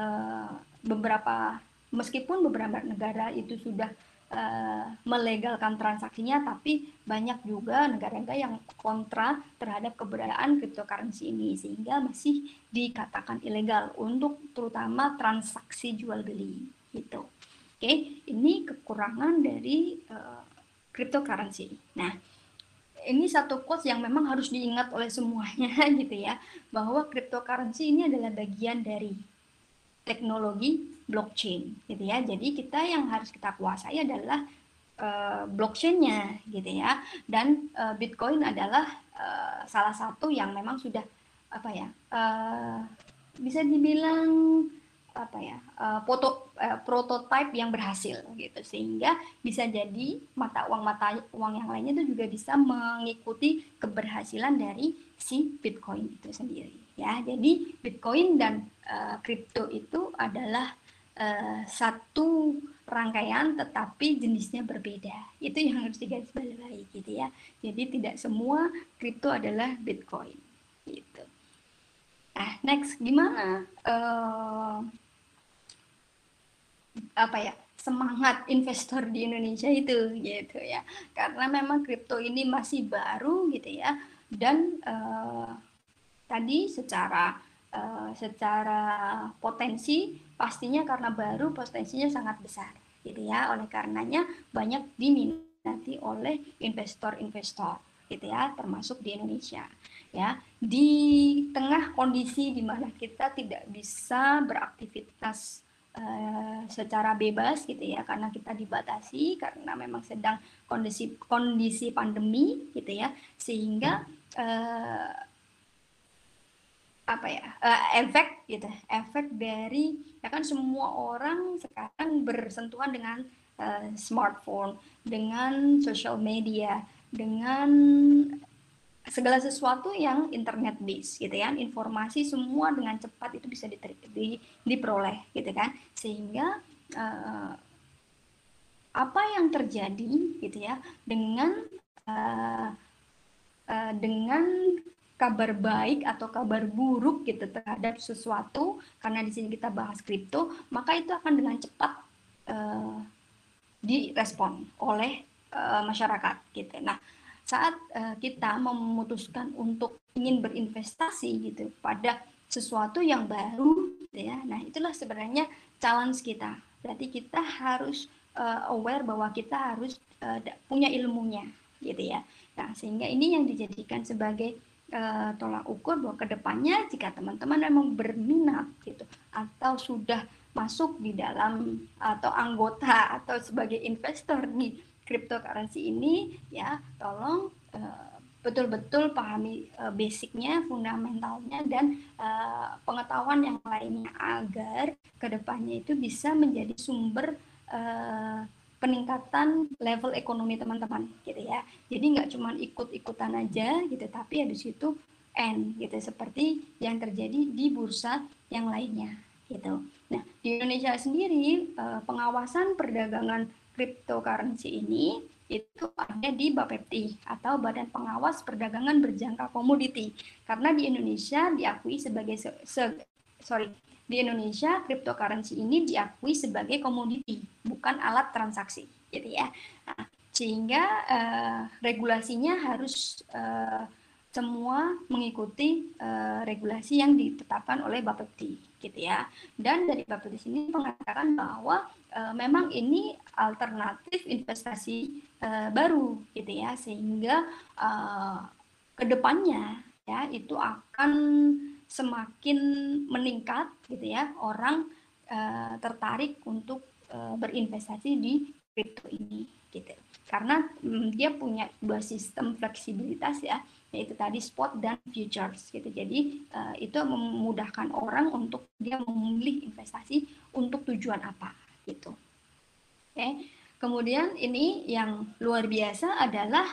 meskipun beberapa negara itu sudah melegalkan transaksinya, tapi banyak juga negara-negara yang kontra terhadap keberadaan cryptocurrency ini sehingga masih dikatakan ilegal untuk terutama transaksi jual beli gitu. Oke, ini kekurangan dari cryptocurrency. Nah, ini satu quotes yang memang harus diingat oleh semuanya gitu ya, bahwa cryptocurrency ini adalah bagian dari teknologi blockchain gitu ya. Jadi kita yang harus kita kuasai adalah blockchain-nya gitu ya. Dan Bitcoin adalah salah satu yang memang sudah bisa dibilang prototipe yang berhasil gitu, sehingga bisa jadi mata uang yang lainnya itu juga bisa mengikuti keberhasilan dari si Bitcoin itu sendiri ya. Jadi Bitcoin dan kripto itu adalah satu rangkaian tetapi jenisnya berbeda. Itu yang harus digarisbawahi gitu ya. Jadi tidak semua kripto adalah Bitcoin gitu. Nah, next gimana semangat investor di Indonesia itu gitu ya, karena memang kripto ini masih baru gitu ya, dan tadi secara potensi pastinya karena baru potensinya sangat besar gitu ya, oleh karenanya banyak diminati oleh investor-investor gitu ya, termasuk di Indonesia ya, di tengah kondisi di mana kita tidak bisa beraktivitas secara bebas gitu ya, karena kita dibatasi karena memang sedang kondisi pandemi gitu ya, sehingga efek dari ya kan semua orang sekarang bersentuhan dengan smartphone, dengan social media, dengan segala sesuatu yang internet based gitu ya, informasi semua dengan cepat itu bisa diperoleh gitu kan, sehingga apa yang terjadi gitu ya dengan kabar baik atau kabar buruk gitu terhadap sesuatu, karena di sini kita bahas kripto, maka itu akan dengan cepat direspon oleh masyarakat gitu. Nah, saat kita memutuskan untuk ingin berinvestasi gitu pada sesuatu yang baru gitu ya, nah itulah sebenarnya challenge kita. Berarti kita harus aware bahwa kita harus punya ilmunya gitu ya. Nah, sehingga ini yang dijadikan sebagai tolak ukur bahwa kedepannya jika teman-teman memang berminat gitu atau sudah masuk di dalam atau anggota atau sebagai investor di cryptocurrency ini ya, tolong betul-betul pahami basicnya, fundamentalnya, dan pengetahuan yang lainnya agar kedepannya itu bisa menjadi sumber peningkatan level ekonomi teman-teman gitu ya. Jadi nggak cuma ikut-ikutan aja gitu, tapi habis itu end gitu, seperti yang terjadi di bursa yang lainnya gitu. Nah, di Indonesia sendiri pengawasan perdagangan cryptocurrency ini itu ada di Bapepti atau Badan Pengawas Perdagangan Berjangka Komoditi, karena di Indonesia diakui sebagai di Indonesia cryptocurrency ini diakui sebagai komoditi, bukan alat transaksi gitu ya. Nah, sehingga regulasinya harus semua mengikuti regulasi yang ditetapkan oleh Bapepti gitu ya. Dan dari Bapepti sini mengatakan bahwa memang ini alternatif investasi baru gitu ya, sehingga kedepannya ya itu akan semakin meningkat gitu ya, orang tertarik untuk berinvestasi di kripto ini gitu, karena dia punya dua sistem fleksibilitas ya, yaitu tadi spot dan futures gitu. Jadi itu memudahkan orang untuk dia memilih investasi untuk tujuan apa gitu. Oke. Kemudian ini yang luar biasa adalah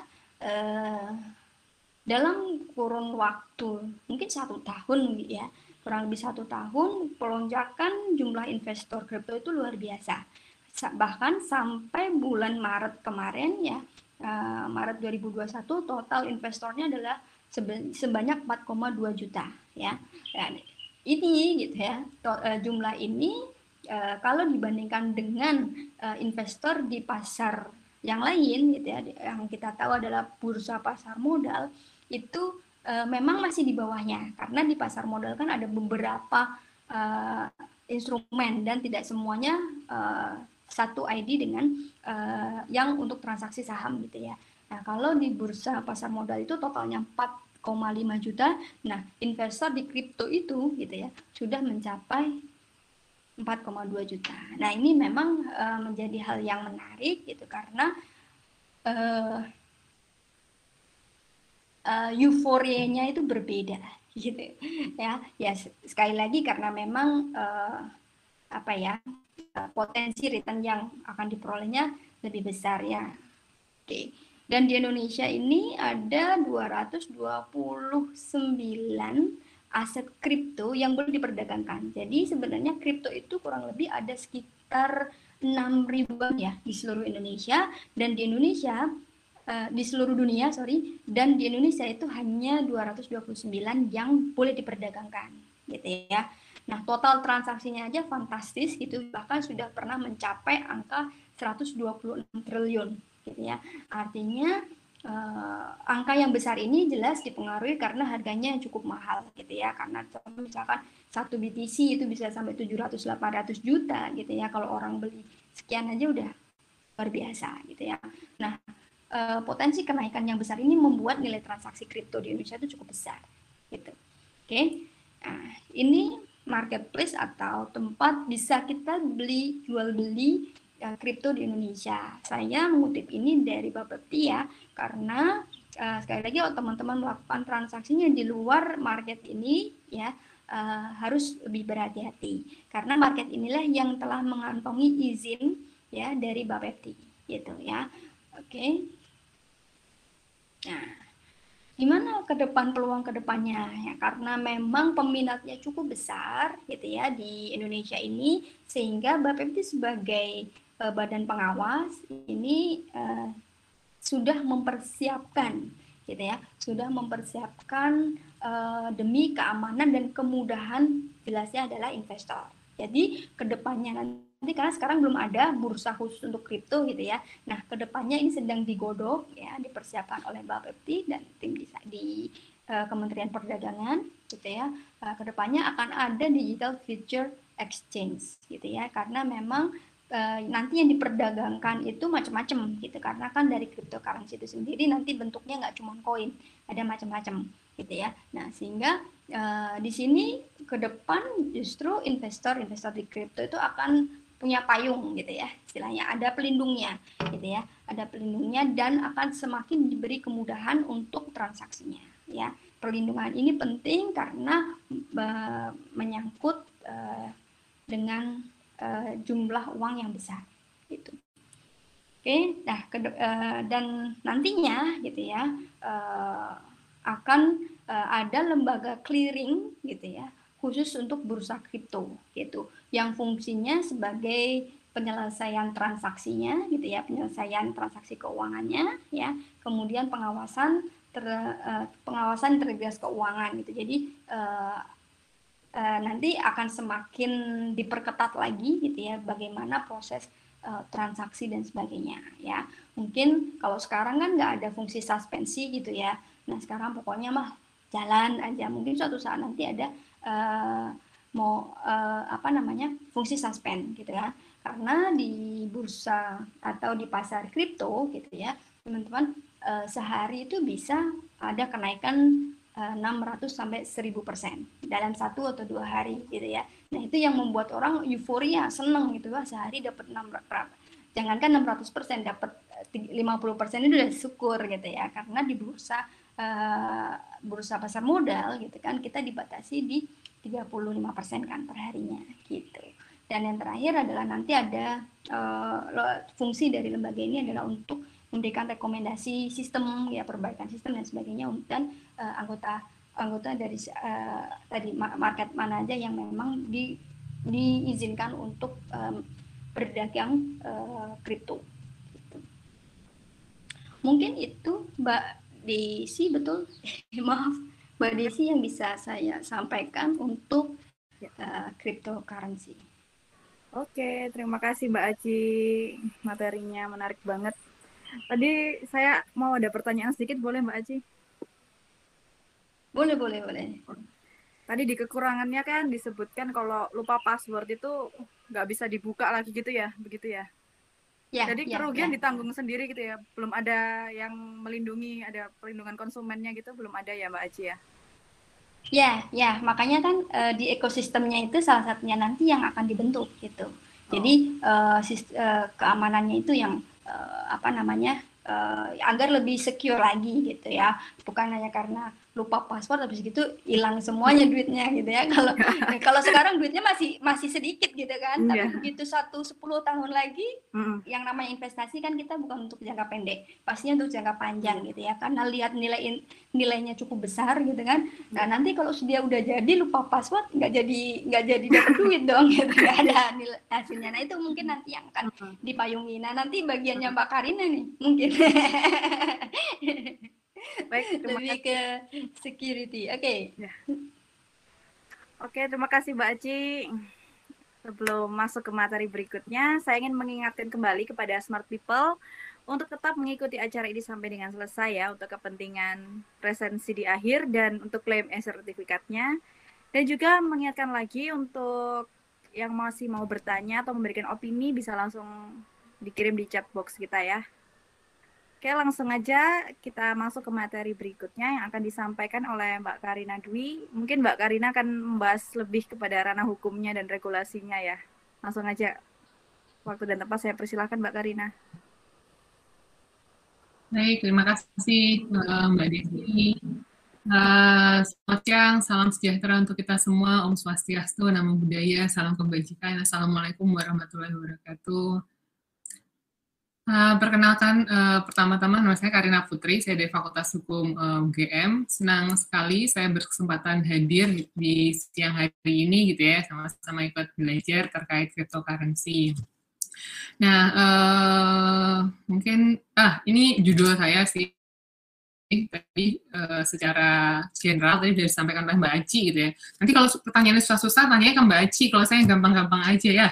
dalam kurun waktu mungkin 1 tahun ya, kurang lebih 1 tahun, pelonjakan jumlah investor kripto itu luar biasa. Bahkan sampai bulan Maret kemarin ya, Maret 2021 total investornya adalah sebanyak 4,2 juta ya. Dan ini gitu ya, jumlah ini kalau dibandingkan dengan investor di pasar yang lain gitu ya, yang kita tahu adalah bursa pasar modal, itu memang masih di bawahnya, karena di pasar modal kan ada beberapa instrumen dan tidak semuanya satu ID dengan yang untuk transaksi saham gitu ya. Nah, kalau di bursa pasar modal itu totalnya 4,5 juta. Nah, investor di kripto itu gitu ya sudah mencapai 4,2 juta. Nah, ini memang menjadi hal yang menarik gitu, karena euforianya itu berbeda gitu ya. Ya sekali lagi karena memang potensi return yang akan diperolehnya lebih besar ya. Oke. Dan di Indonesia ini ada 229 aset kripto yang boleh diperdagangkan. Jadi sebenarnya kripto itu kurang lebih ada sekitar 6.000-an ya di seluruh Indonesia, dan di Indonesia di seluruh dunia, dan di Indonesia itu hanya 229 yang boleh diperdagangkan gitu ya. Nah, total transaksinya aja fantastis gitu, bahkan sudah pernah mencapai angka 126 triliun gitu ya. Artinya angka yang besar ini jelas dipengaruhi karena harganya cukup mahal gitu ya, karena misalkan satu BTC itu bisa sampai 700-800 juta gitu ya, kalau orang beli sekian aja udah luar biasa gitu ya. Nah, potensi kenaikan yang besar ini membuat nilai transaksi kripto di Indonesia itu cukup besar gitu. Oke. Nah, ini marketplace atau tempat bisa kita beli jual beli kripto di Indonesia. Saya mengutip ini dari Bapepti ya, karena sekali lagi kalau teman-teman melakukan transaksinya di luar market ini ya, harus lebih berhati-hati, karena market inilah yang telah mengantongi izin ya dari Bapepti gitu ya. Oke. Nah, gimana ke depan, peluang ke depannya ya, karena memang peminatnya cukup besar gitu ya di Indonesia ini, sehingga Bapepti sebagai badan pengawas ini sudah mempersiapkan gitu ya, sudah mempersiapkan demi keamanan dan kemudahan jelasnya adalah investor. Jadi kedepannya nanti, karena sekarang belum ada bursa khusus untuk kripto gitu ya, nah kedepannya ini sedang digodok ya, dipersiapkan oleh Bapepti dan tim di Kementerian Perdagangan gitu ya. Kedepannya akan ada digital future exchange gitu ya, karena memang nanti yang diperdagangkan itu macam-macam gitu, karena kan dari cryptocurrency itu sendiri nanti bentuknya nggak cuma koin, ada macam-macam gitu ya. Nah, sehingga di sini ke depan justru investor di kripto itu akan punya payung gitu ya, istilahnya ada pelindungnya gitu ya, ada pelindungnya, dan akan semakin diberi kemudahan untuk transaksinya ya. Perlindungan ini penting karena menyangkut dengan jumlah uang yang besar gitu. Oke, nah dan nantinya gitu ya akan ada lembaga clearing gitu ya, khusus untuk bursa kripto gitu, yang fungsinya sebagai penyelesaian transaksinya gitu ya, penyelesaian transaksi keuangannya ya, kemudian pengawasan integritas keuangan gitu. Jadi nanti akan semakin diperketat lagi gitu ya, bagaimana proses transaksi dan sebagainya ya. Mungkin kalau sekarang kan nggak ada fungsi suspensi gitu ya, nah sekarang pokoknya mah jalan aja. Mungkin suatu saat nanti ada fungsi suspend gitu ya, karena di bursa atau di pasar kripto gitu ya teman-teman, sehari itu bisa ada kenaikan 600 sampai 1000% dalam 1 atau 2 hari gitu ya. Nah, itu yang membuat orang euforia, seneng gitu, wah sehari dapat 600, jangankan 600%, dapat 50% itu udah syukur gitu ya. Karena di bursa pasar modal gitu kan, kita dibatasi di 35% kan per harinya gitu. Dan yang terakhir adalah nanti ada fungsi dari lembaga ini adalah untuk memberikan rekomendasi sistem ya, perbaikan sistem dan sebagainya, dan anggota dari tadi market mana aja yang memang diizinkan untuk berdagang kripto. Mungkin itu Mbak Desi, betul? Maaf, Mbak Desi yang bisa saya sampaikan untuk cryptocurrency. Oke, terima kasih Mbak Aci. Materinya menarik banget. Tadi saya mau ada pertanyaan sedikit, boleh Mbak Aci? Boleh. Tadi di kekurangannya kan disebutkan kalau lupa password itu nggak bisa dibuka lagi gitu ya, begitu ya? Ya, jadi kerugian ditanggung sendiri gitu ya, belum ada yang melindungi, ada perlindungan konsumennya gitu, belum ada ya Mbak Aci ya? Ya, makanya kan di ekosistemnya itu salah satunya nanti yang akan dibentuk gitu. Jadi keamanannya itu yang agar lebih secure lagi gitu ya, bukan hanya karena lupa password habis gitu hilang semuanya duitnya gitu ya. Kalau sekarang duitnya masih sedikit gitu kan, tapi begitu 10 tahun lagi yang namanya investasi kan kita bukan untuk jangka pendek, pastinya untuk jangka panjang gitu ya, karena lihat nilainya cukup besar gitu kan. Nah nanti kalau dia udah jadi lupa password nggak jadi dapat duit dong gitu, nggak ada nilai hasilnya. Nah itu mungkin nanti yang akan dipayungi. Nah nanti bagiannya Mbak Karina nih mungkin baik, lebih ke security. Oke, terima kasih Mbak Aci. Sebelum masuk ke materi berikutnya, saya ingin mengingatkan kembali kepada smart people untuk tetap mengikuti acara ini sampai dengan selesai ya, untuk kepentingan resensi di akhir dan untuk klaim sertifikatnya. Dan juga mengingatkan lagi untuk yang masih mau bertanya atau memberikan opini bisa langsung dikirim di chat box kita ya. Oke, langsung aja kita masuk ke materi berikutnya yang akan disampaikan oleh Mbak Karina Dwi. Mungkin Mbak Karina akan membahas lebih kepada ranah hukumnya dan regulasinya ya. Langsung aja, waktu dan tempat saya persilahkan Mbak Karina. Baik, terima kasih Mbak Desi. Selamat siang, salam sejahtera untuk kita semua. Om Swastiastu, Namo Buddhaya, salam kebajikan. Assalamualaikum warahmatullahi wabarakatuh. Perkenalkan, pertama-tama nama saya Karina Putri, saya dari Fakultas Hukum UGM. Senang sekali saya berkesempatan hadir di siang hari ini gitu ya, sama-sama ikut belajar terkait cryptocurrency. Nah, mungkin ini judul saya sih tadi secara general tadi sudah disampaikan oleh Mbak Aci gitu ya. Nanti kalau pertanyaannya susah-susah tanya ke Mbak Aci, kalau saya gampang-gampang aja ya.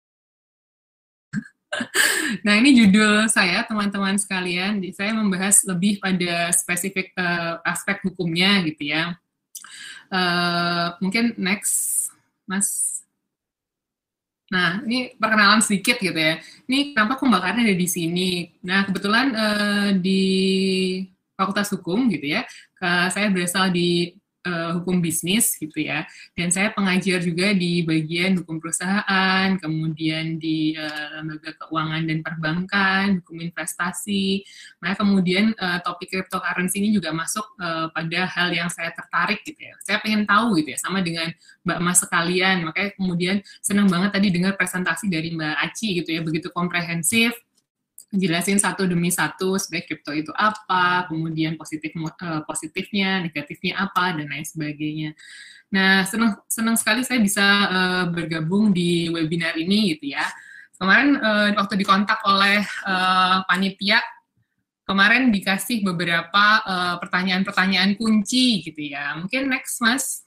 Nah, ini judul saya, teman-teman sekalian. Saya membahas lebih pada spesifik aspek hukumnya, gitu ya. Mungkin next, Mas. Nah, ini perkenalan sedikit, gitu ya. Ini kenapa kok Mbak Karina ada di sini? Nah, kebetulan di Fakultas Hukum, gitu ya, saya berasal di hukum bisnis gitu ya, dan saya pengajar juga di bagian hukum perusahaan, kemudian di lembaga keuangan dan perbankan, hukum investasi. Nah kemudian topik cryptocurrency ini juga masuk pada hal yang saya tertarik gitu ya. Saya pengen tahu gitu ya, sama dengan Mbak Mas sekalian, makanya kemudian senang banget tadi dengar presentasi dari Mbak Aci gitu ya, begitu komprehensif, jelasin satu demi satu sebenarnya kripto itu apa, kemudian positifnya, negatifnya apa, dan lain sebagainya. Nah, senang sekali saya bisa bergabung di webinar ini gitu ya. Kemarin waktu dikontak oleh panitia, kemarin dikasih beberapa pertanyaan-pertanyaan kunci gitu ya. Mungkin next, Mas.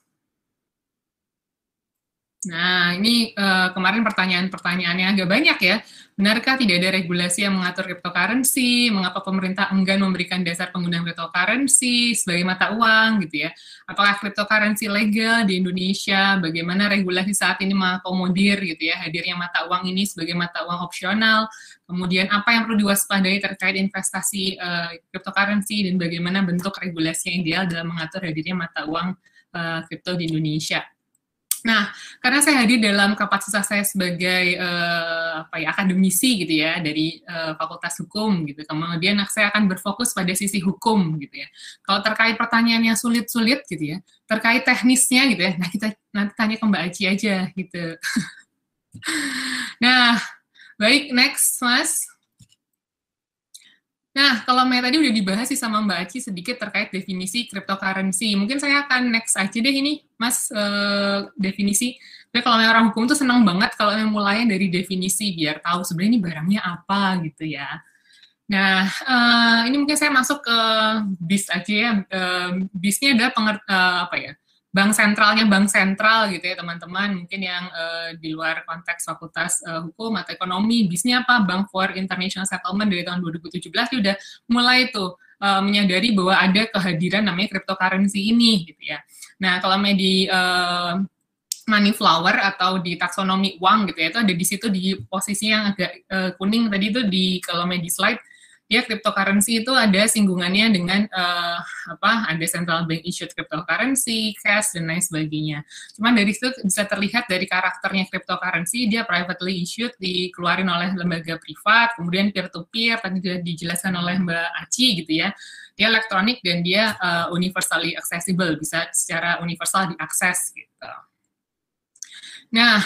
Nah, ini kemarin pertanyaan-pertanyaannya agak banyak ya. Benarkah tidak ada regulasi yang mengatur cryptocurrency? Mengapa pemerintah enggan memberikan dasar penggunaan cryptocurrency sebagai mata uang gitu ya? Apakah cryptocurrency legal di Indonesia? Bagaimana regulasi saat ini mengakomodir gitu ya hadirnya mata uang ini sebagai mata uang opsional? Kemudian apa yang perlu diwaspadai terkait investasi cryptocurrency dan bagaimana bentuk regulasi yang ideal dalam mengatur hadirnya mata uang kripto di Indonesia? Nah, karena saya hadir dalam kapasitas saya sebagai akademisi gitu ya dari Fakultas Hukum gitu, kemudian saya akan berfokus pada sisi hukum gitu ya. Kalau terkait pertanyaan yang sulit-sulit gitu ya, terkait teknisnya gitu ya, nah kita nanti tanya ke Mbak Aci aja gitu. Nah, baik, next Mas. Nah, kalau tadi udah dibahas sih sama Mbak Aci sedikit terkait definisi cryptocurrency. Mungkin saya akan next aja deh ini, Mas, definisi. Tapi kalau orang hukum tuh senang banget kalau mulainya dari definisi, biar tahu sebenarnya ini barangnya apa gitu ya. Nah, ini mungkin saya masuk ke BIS aja ya. BIS-nya adalah apa ya, bank sentralnya bank sentral gitu ya teman-teman. Mungkin yang di luar konteks fakultas hukum atau ekonomi, BIS-nya apa? Bank for International Settlement dari tahun 2017 dia udah mulai tuh menyadari bahwa ada kehadiran namanya cryptocurrency ini gitu ya. Nah, kalau di money flower atau di taksonomi uang gitu ya, itu ada di situ di posisi yang agak kuning tadi itu kalau di slide ya, cryptocurrency itu ada singgungannya dengan ada central bank issued cryptocurrency, cash dan lain sebagainya. Cuman dari situ bisa terlihat dari karakternya cryptocurrency, dia privately issued, dikeluarin oleh lembaga privat, kemudian peer to peer, tadi sudah dijelaskan oleh Mbak Aci gitu ya. Dia elektronik dan dia universally accessible, bisa secara universal diakses gitu. Nah,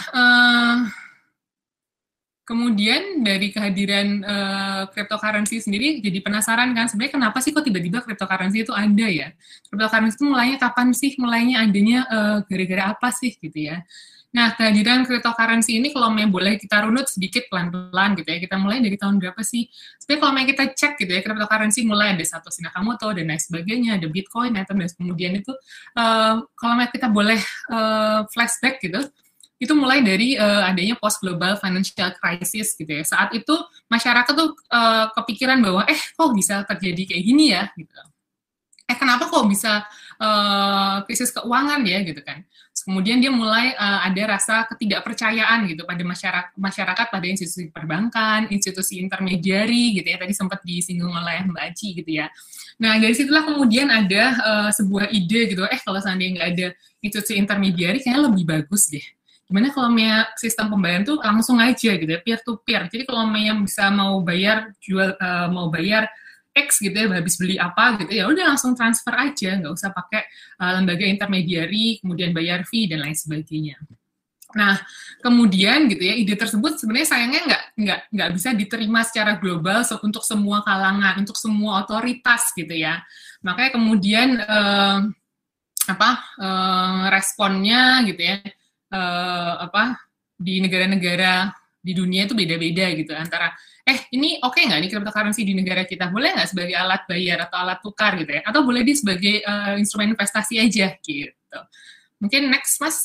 kemudian dari kehadiran cryptocurrency sendiri jadi penasaran kan, sebenarnya kenapa sih kok tiba-tiba cryptocurrency itu ada ya? Cryptocurrency itu mulainya kapan sih? Mulainya adanya gara-gara apa sih gitu ya? Nah, kehadiran cryptocurrency ini kalau boleh kita runut sedikit pelan-pelan gitu ya, kita mulai dari tahun berapa sih? Sebenarnya kalau kita cek gitu ya, cryptocurrency mulai ada Satoshi Nakamoto dan lain sebagainya, ada Bitcoin, dan kemudian itu kalau kita boleh flashback gitu, itu mulai dari adanya post global financial crisis gitu ya. Saat itu masyarakat tuh kepikiran bahwa kok bisa terjadi kayak gini ya gitu. Kenapa kok bisa krisis keuangan ya gitu kan. Kemudian dia mulai ada rasa ketidakpercayaan gitu pada masyarakat pada institusi perbankan, institusi intermediari gitu ya. Tadi sempat disinggung oleh Mbak Aci gitu ya. Nah, dari situlah kemudian ada sebuah ide gitu, kalau seandainya nggak ada institusi intermediari kayaknya lebih bagus deh. Gimana kalau sistem pembayaran tuh langsung aja gitu ya, peer to peer. Jadi kalau bisa mau bayar X gitu ya, habis beli apa gitu ya, udah langsung transfer aja, nggak usah pakai lembaga intermediari, kemudian bayar fee dan lain sebagainya. Nah, kemudian gitu ya, ide tersebut sebenarnya sayangnya nggak bisa diterima secara global untuk semua kalangan, untuk semua otoritas gitu ya. Makanya kemudian responnya gitu ya. Di negara-negara di dunia itu beda-beda gitu, antara ini oke nggak nih cryptocurrency di negara kita, boleh nggak sebagai alat bayar atau alat tukar gitu ya, atau boleh sebagai instrumen investasi aja gitu. Mungkin next Mas.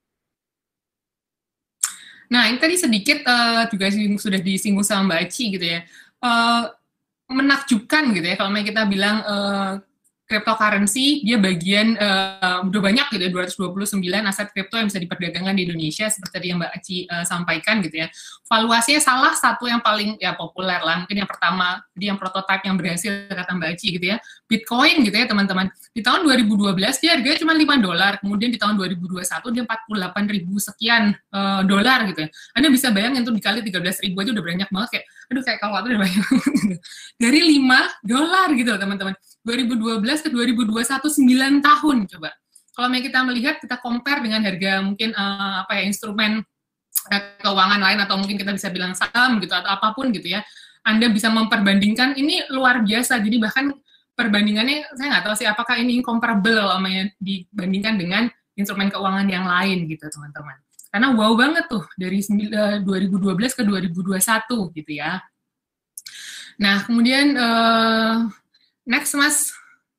Nah, ini tadi sedikit juga sudah disinggung sama Mbak Aci gitu ya, menakjubkan gitu ya kalau kita bilang cryptocurrency, dia bagian udah banyak gitu ya, 229 aset kripto yang bisa diperdagangkan di Indonesia, seperti yang Mbak Aci sampaikan gitu ya. Valuasinya salah satu yang paling populer lah, mungkin yang pertama, jadi yang prototipe yang berhasil kata Mbak Aci gitu ya, Bitcoin gitu ya teman-teman. Di tahun 2012 dia harganya cuma $5, kemudian di tahun 2021 dia 48.000 sekian dolar gitu ya. Anda bisa bayangin tuh dikali 13.000 aja udah banyak banget, kayak kalkulator udah banyak banget. Dari $5 gitu loh teman-teman. 2012 ke 2021 9 tahun coba. Kalau kita melihat, kita compare dengan harga mungkin instrumen keuangan lain, atau mungkin kita bisa bilang saham gitu atau apapun gitu ya. Anda bisa memperbandingkan, ini luar biasa. Jadi bahkan perbandingannya saya nggak tahu sih apakah ini incomparable dibandingkan dengan instrumen keuangan yang lain gitu teman-teman. Karena wow banget tuh dari 2012 ke 2021 gitu ya. Nah, kemudian next, Mas.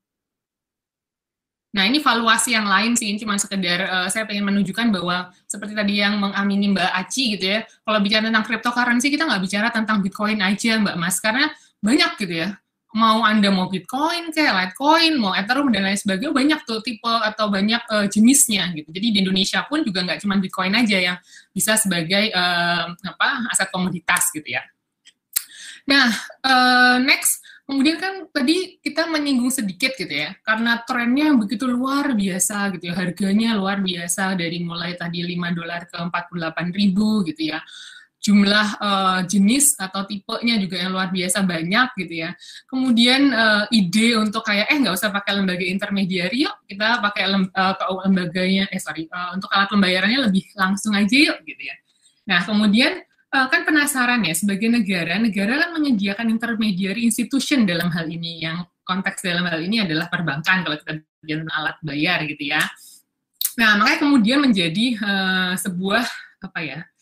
Nah, ini valuasi yang lain sih, ini cuma sekedar saya pengen menunjukkan bahwa seperti tadi yang mengamini Mbak Aci gitu ya, kalau bicara tentang cryptocurrency, kita nggak bicara tentang Bitcoin aja, Mbak Mas, karena banyak gitu ya, mau Anda mau Bitcoin, kayak Litecoin, mau Ethereum, dan lain sebagainya, banyak tuh tipe atau banyak jenisnya gitu. Jadi di Indonesia pun juga nggak cuma Bitcoin aja yang bisa sebagai aset komoditas gitu ya. Nah, next, kemudian kan tadi kita menyinggung sedikit gitu ya, karena trennya begitu luar biasa gitu ya, harganya luar biasa dari mulai tadi $5 ke 48.000 gitu ya. Jumlah jenis atau tipenya juga yang luar biasa banyak gitu ya. Kemudian ide untuk nggak usah pakai lembaga intermediari, yuk kita pakai lembaganya, untuk alat pembayarannya lebih langsung aja yuk gitu ya. Nah, kemudian kan penasaran ya, sebagai negara kan menyediakan intermediary institution dalam hal ini, yang konteks dalam hal ini adalah perbankan kalau kita bicara alat bayar gitu ya. Nah, makanya kemudian menjadi sebuah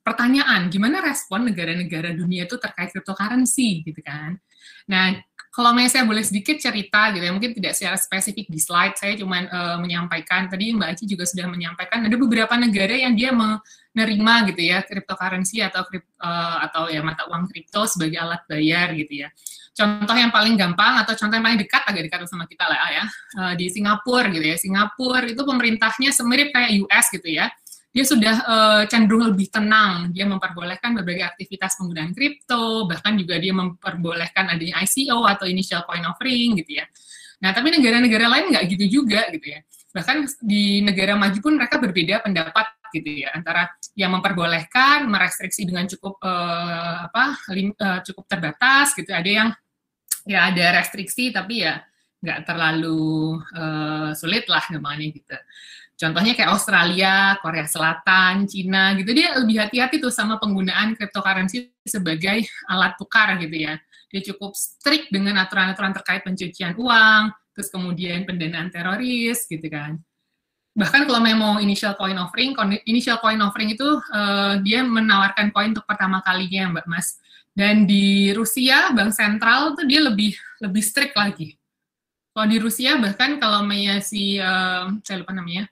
pertanyaan, gimana respon negara-negara dunia itu terkait cryptocurrency gitu kan. Nah, kalau saya boleh sedikit cerita gitu ya, mungkin tidak secara spesifik di slide, saya cuma menyampaikan, tadi Mbak Aci juga sudah menyampaikan, ada beberapa negara yang dia menerima gitu ya, cryptocurrency atau ya mata uang kripto sebagai alat bayar gitu ya. Contoh yang paling gampang atau contoh yang paling dekat, agak dekat sama kita lah ya, di Singapura gitu ya. Singapura itu pemerintahnya semirip kayak US gitu ya. Dia sudah cenderung lebih tenang, dia memperbolehkan berbagai aktivitas penggunaan kripto, bahkan juga dia memperbolehkan adanya ICO atau initial coin offering gitu ya. Nah, tapi negara-negara lain nggak gitu juga gitu ya. Bahkan di negara maju pun mereka berbeda pendapat gitu ya, antara yang memperbolehkan, merestriksi dengan cukup cukup terbatas gitu, ada yang ya ada restriksi tapi ya nggak terlalu sulit lah namanya gitu. Contohnya kayak Australia, Korea Selatan, Cina gitu, dia lebih hati-hati tuh sama penggunaan cryptocurrency sebagai alat tukar gitu ya. Dia cukup strict dengan aturan-aturan terkait pencucian uang, terus kemudian pendanaan teroris gitu kan. Bahkan kalau mau initial coin offering itu dia menawarkan koin untuk pertama kalinya Mbak Mas. Dan di Rusia, bank sentral tuh dia lebih strict lagi. Kalau di Rusia bahkan kalau saya lupa namanya,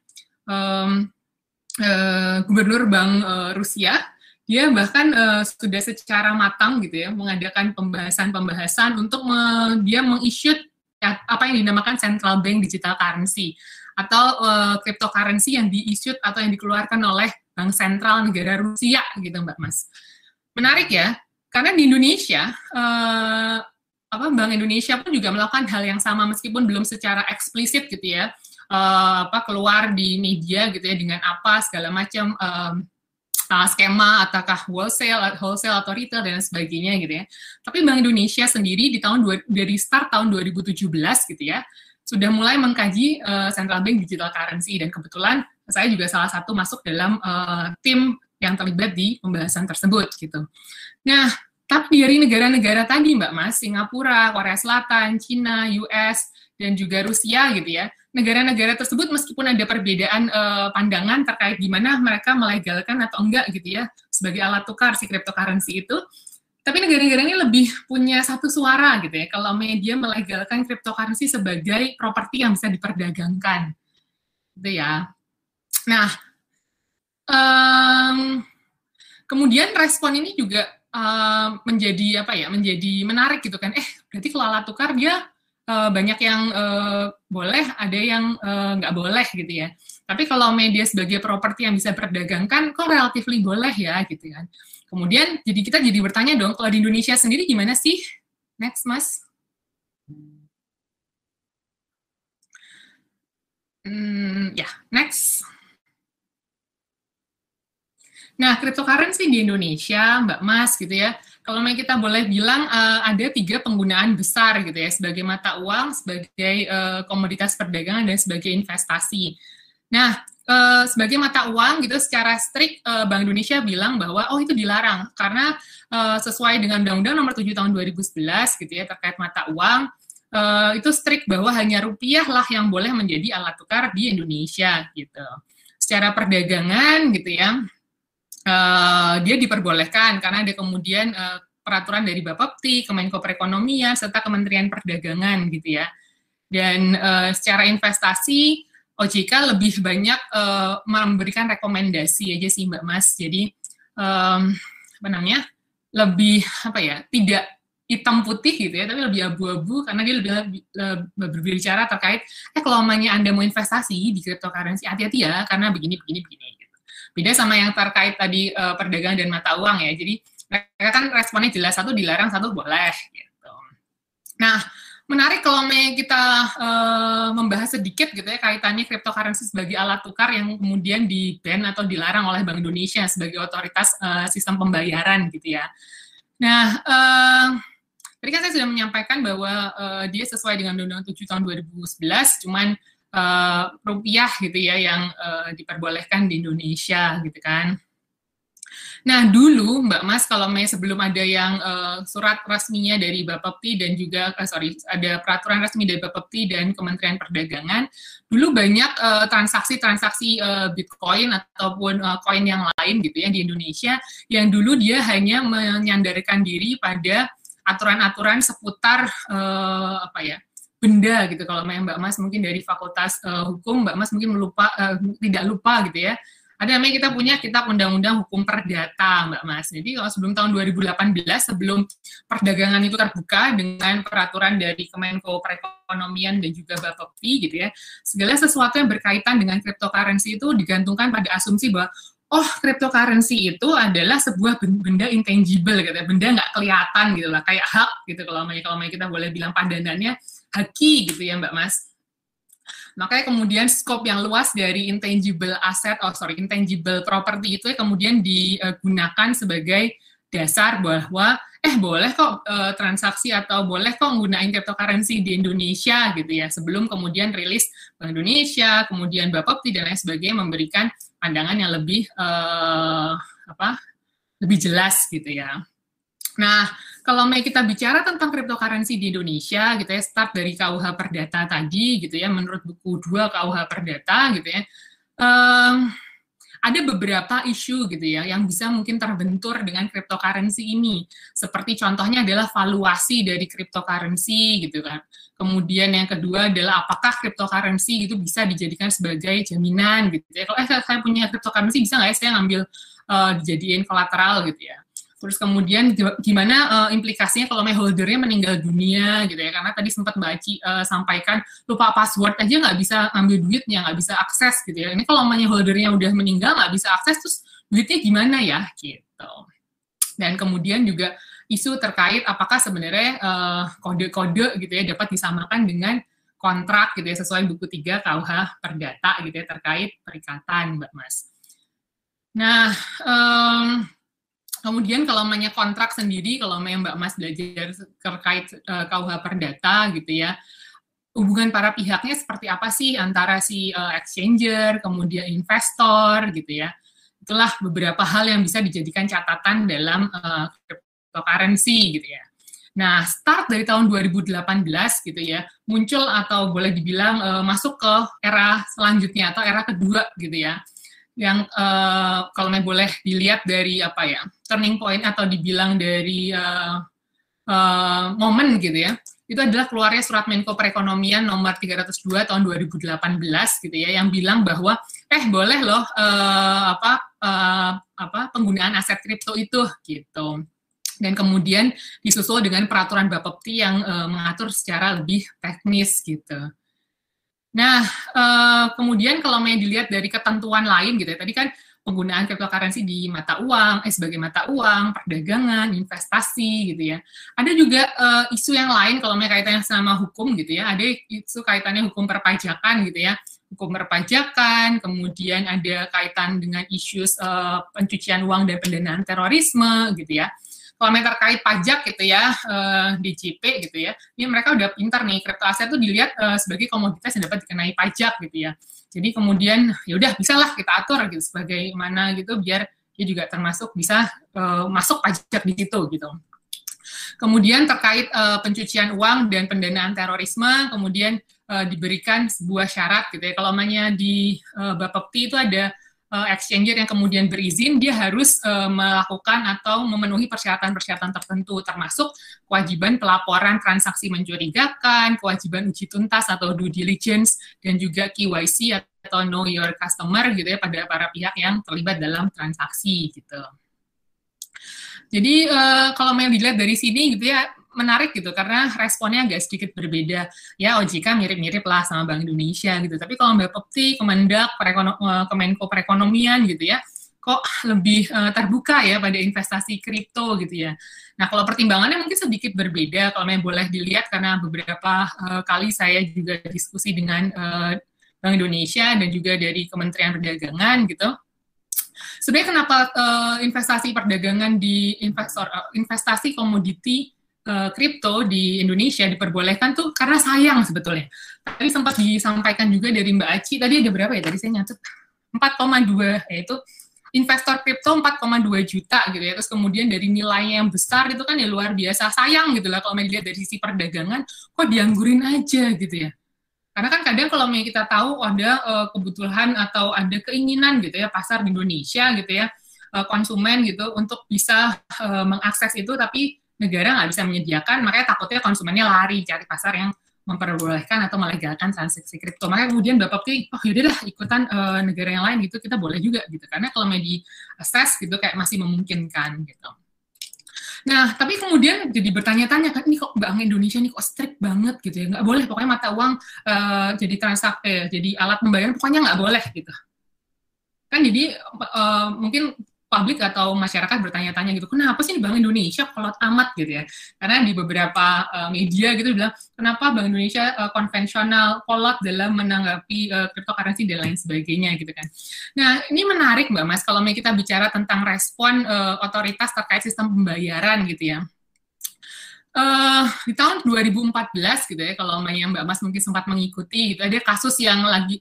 gubernur Bank Rusia, dia bahkan sudah secara matang gitu ya mengadakan pembahasan untuk dia meng-issue apa yang dinamakan central bank digital currency atau cryptocurrency yang di-issue atau yang dikeluarkan oleh bank sentral negara Rusia gitu Mbak Mas. Menarik ya, karena di Indonesia Bank Indonesia pun juga melakukan hal yang sama meskipun belum secara eksplisit gitu ya. Keluar di media gitu ya dengan segala macam skema ataukah wholesale atau retail dan sebagainya gitu ya. Tapi Bank Indonesia sendiri dari start tahun 2017 gitu ya sudah mulai mengkaji central bank digital currency dan kebetulan saya juga salah satu masuk dalam tim yang terlibat di pembahasan tersebut gitu. Nah, tapi dari negara-negara tadi Mbak Mas, Singapura, Korea Selatan, Cina, US dan juga Rusia gitu ya. Negara-negara tersebut meskipun ada perbedaan pandangan terkait gimana mereka melegalkan atau enggak gitu ya sebagai alat tukar si cryptocurrency itu, tapi negara-negara ini lebih punya satu suara gitu ya kalau media melegalkan cryptocurrency sebagai properti yang bisa diperdagangkan gitu ya. Nah, kemudian respon ini juga menjadi menarik gitu kan. Berarti kalau alat tukar dia banyak yang boleh, ada yang nggak boleh gitu ya. Tapi kalau media sebagai properti yang bisa berdagangkan, kok relatively boleh ya gitu kan. Kemudian kita jadi bertanya dong, kalau di Indonesia sendiri gimana sih? Next, Mas. Next. Nah, cryptocurrency di Indonesia, Mbak Mas gitu ya, kalau kita boleh bilang ada 3 penggunaan besar gitu ya, sebagai mata uang, sebagai komoditas perdagangan, dan sebagai investasi. Nah, sebagai mata uang gitu secara strict Bank Indonesia bilang bahwa itu dilarang karena sesuai dengan Undang-Undang Nomor 7 Tahun 2011 gitu ya terkait mata uang itu strict bahwa hanya rupiah lah yang boleh menjadi alat tukar di Indonesia gitu. Secara perdagangan gitu ya. Dia diperbolehkan karena ada kemudian peraturan dari Bapepti, Kemenko Perekonomian, serta Kementerian Perdagangan gitu ya. Dan secara investasi, OJK lebih banyak memberikan rekomendasi aja sih Mbak Mas. Jadi lebih tidak hitam putih gitu ya, tapi lebih abu-abu karena dia lebih berbicara terkait kalau Anda mau investasi di cryptocurrency hati-hati ya karena begini gitu. Beda sama yang terkait tadi perdagangan dan mata uang ya. Jadi mereka kan responnya jelas, satu dilarang, satu boleh gitu. Nah, menarik kalau kita membahas sedikit gitu ya kaitannya cryptocurrency sebagai alat tukar yang kemudian di-ban atau dilarang oleh Bank Indonesia sebagai otoritas sistem pembayaran gitu ya. Nah, tadi kan saya sudah menyampaikan bahwa dia sesuai dengan Undang-Undang 7 tahun 2011, cuman rupiah gitu ya yang diperbolehkan di Indonesia gitu kan. Nah, dulu Mbak Mas, kalau sebelum ada yang surat resminya dari Bapepti dan juga, ada peraturan resmi dari Bapepti dan Kementerian Perdagangan, dulu banyak transaksi-transaksi Bitcoin ataupun koin yang lain gitu ya di Indonesia, yang dulu dia hanya menyandarkan diri pada aturan-aturan seputar benda gitu. Kalau Mbak Mas mungkin dari Fakultas Hukum, Mbak Mas mungkin tidak lupa gitu ya. Ada namanya kita punya Kitab Undang-Undang Hukum Perdata, Mbak Mas. Jadi kalau sebelum tahun 2018, sebelum perdagangan itu terbuka dengan peraturan dari Kemenko Perekonomian dan juga Bapepti gitu ya, segala sesuatu yang berkaitan dengan cryptocurrency itu digantungkan pada asumsi bahwa cryptocurrency itu adalah sebuah benda intangible gitu ya, benda nggak kelihatan gitu lah, kayak hak gitu kalau kita boleh bilang padanannya haki gitu ya Mbak Mas. Makanya kemudian scope yang luas dari intangible property itu kemudian digunakan sebagai dasar bahwa boleh kok transaksi atau boleh kok menggunakan cryptocurrency di Indonesia gitu ya, sebelum kemudian rilis Bank Indonesia, kemudian Bapepti dan lain sebagainya memberikan pandangan yang lebih lebih jelas gitu ya. Nah, kalau kita bicara tentang cryptocurrency di Indonesia gitu ya, start dari KUH Perdata tadi gitu ya, menurut buku 2 KUH Perdata gitu ya, ada beberapa isu gitu ya yang bisa mungkin terbentur dengan cryptocurrency ini. Seperti contohnya adalah valuasi dari cryptocurrency gitu kan. Kemudian yang kedua adalah apakah cryptocurrency itu bisa dijadikan sebagai jaminan gitu ya. Kalau saya punya cryptocurrency bisa nggak ya saya ngambil dijadiin kolateral gitu ya. Terus kemudian gimana implikasinya kalau holdernya meninggal dunia gitu ya, karena tadi sempat Mbak Aci sampaikan lupa password aja nggak bisa ambil duitnya, nggak bisa akses gitu ya. Ini kalau holdernya udah meninggal nggak bisa akses, terus duitnya gimana ya gitu. Dan kemudian juga isu terkait apakah sebenarnya kode-kode gitu ya dapat disamakan dengan kontrak gitu ya sesuai buku 3 KUH Perdata gitu ya terkait perikatan Mbak Mas. Nah, kemudian kalau kontrak sendiri, kalau Mbak Mas belajar terkait KUH Perdata gitu ya, hubungan para pihaknya seperti apa sih antara si exchanger, kemudian investor gitu ya. Itulah beberapa hal yang bisa dijadikan catatan dalam cryptocurrency gitu ya. Nah, start dari tahun 2018 gitu ya, muncul atau boleh dibilang masuk ke era selanjutnya atau era kedua gitu ya. Yang kalau boleh dilihat dari turning point atau dibilang dari momen gitu ya, itu adalah keluarnya surat Menko Perekonomian nomor 302 tahun 2018 gitu ya, yang bilang bahwa boleh loh penggunaan aset kripto itu gitu. Dan kemudian disusul dengan peraturan Bapepti yang mengatur secara lebih teknis gitu. Nah, kemudian kalau dilihat dari ketentuan lain gitu ya, tadi kan penggunaan cryptocurrency di mata uang, sebagai mata uang, perdagangan, investasi gitu ya. Ada juga isu yang lain kalau kaitannya sama hukum gitu ya, ada isu kaitannya hukum perpajakan gitu ya, hukum perpajakan, kemudian ada kaitan dengan isu pencucian uang dan pendanaan terorisme gitu ya. Kalau terkait pajak gitu ya, DJP gitu ya, ini mereka udah pintar nih, kripto aset itu dilihat sebagai komoditas yang dapat dikenai pajak gitu ya. Jadi kemudian ya udah bisalah kita atur gitu sebagaimana gitu biar dia juga termasuk bisa masuk pajak di situ gitu. Kemudian terkait pencucian uang dan pendanaan terorisme, kemudian diberikan sebuah syarat gitu ya. Kalau di Bapepti itu ada exchanger yang kemudian berizin, dia harus melakukan atau memenuhi persyaratan-persyaratan tertentu, termasuk kewajiban pelaporan transaksi mencurigakan, kewajiban uji tuntas atau due diligence, dan juga KYC atau know your customer gitu ya pada para pihak yang terlibat dalam transaksi gitu. Jadi kalau dilihat dari sini gitu ya, menarik gitu karena responnya agak sedikit berbeda ya. OJK mirip-mirip lah sama Bank Indonesia gitu, tapi kalau Bapepti, Kemendak, Kemenko Perekonomian gitu ya kok lebih terbuka ya pada investasi kripto gitu ya. Nah kalau pertimbangannya mungkin sedikit berbeda kalau boleh dilihat karena beberapa kali saya juga diskusi dengan Bank Indonesia dan juga dari Kementerian Perdagangan gitu. Sebenarnya kenapa investasi perdagangan di investasi komoditi kripto di Indonesia diperbolehkan tuh karena sayang sebetulnya. Tadi sempat disampaikan juga dari Mbak Aci, tadi ada berapa ya? Tadi saya nyatet 4,2, yaitu investor kripto 4,2 juta gitu ya, terus kemudian dari nilainya yang besar itu kan ya luar biasa, sayang gitu lah kalau dilihat dari sisi perdagangan, kok dianggurin aja gitu ya. Karena kan kadang kalau kita tahu ada kebutuhan atau ada keinginan gitu ya pasar di Indonesia gitu ya, konsumen gitu untuk bisa mengakses itu, tapi negara nggak bisa menyediakan, makanya takutnya konsumennya lari cari pasar yang memperbolehkan atau melegalkan transaksi kripto. Makanya kemudian Bapak pilih, oh yaudah lah ikutan negara yang lain gitu, kita boleh juga gitu. Karena kalau mau di-assess gitu kayak masih memungkinkan gitu. Nah, tapi kemudian jadi bertanya-tanya kan, ini kok Bank Indonesia ini kok strict banget gitu ya, nggak boleh pokoknya mata uang jadi transaksi, jadi alat pembayaran pokoknya nggak boleh gitu. Kan jadi mungkin publik atau masyarakat bertanya-tanya gitu, kenapa sih Bank Indonesia kolot amat gitu ya? Karena di beberapa media gitu bilang, kenapa Bank Indonesia konvensional kolot dalam menanggapi cryptocurrency dan lain sebagainya gitu kan. Nah, ini menarik Mbak Mas, kalau kita bicara tentang respon otoritas terkait sistem pembayaran gitu ya. Di tahun 2014 gitu ya, kalau Mbak Mas mungkin sempat mengikuti gitu, ada kasus yang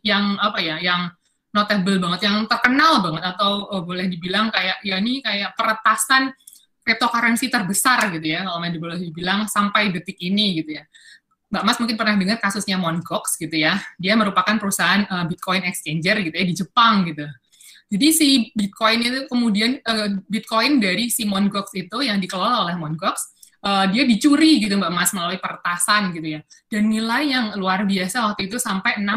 notable banget, yang terkenal banget, atau boleh dibilang kayak ya ini kayak peretasan cryptocurrency terbesar gitu ya, kalau boleh dibilang sampai detik ini gitu ya. Mbak Mas mungkin pernah dengar kasusnya Mt. Gox gitu ya, dia merupakan perusahaan Bitcoin exchanger gitu ya di Jepang gitu. Jadi si Bitcoin itu kemudian Bitcoin dari si Mt. Gox itu yang dikelola oleh Mt. Gox, dia dicuri gitu Mbak Mas melalui peretasan gitu ya. Dan nilai yang luar biasa waktu itu sampai 6,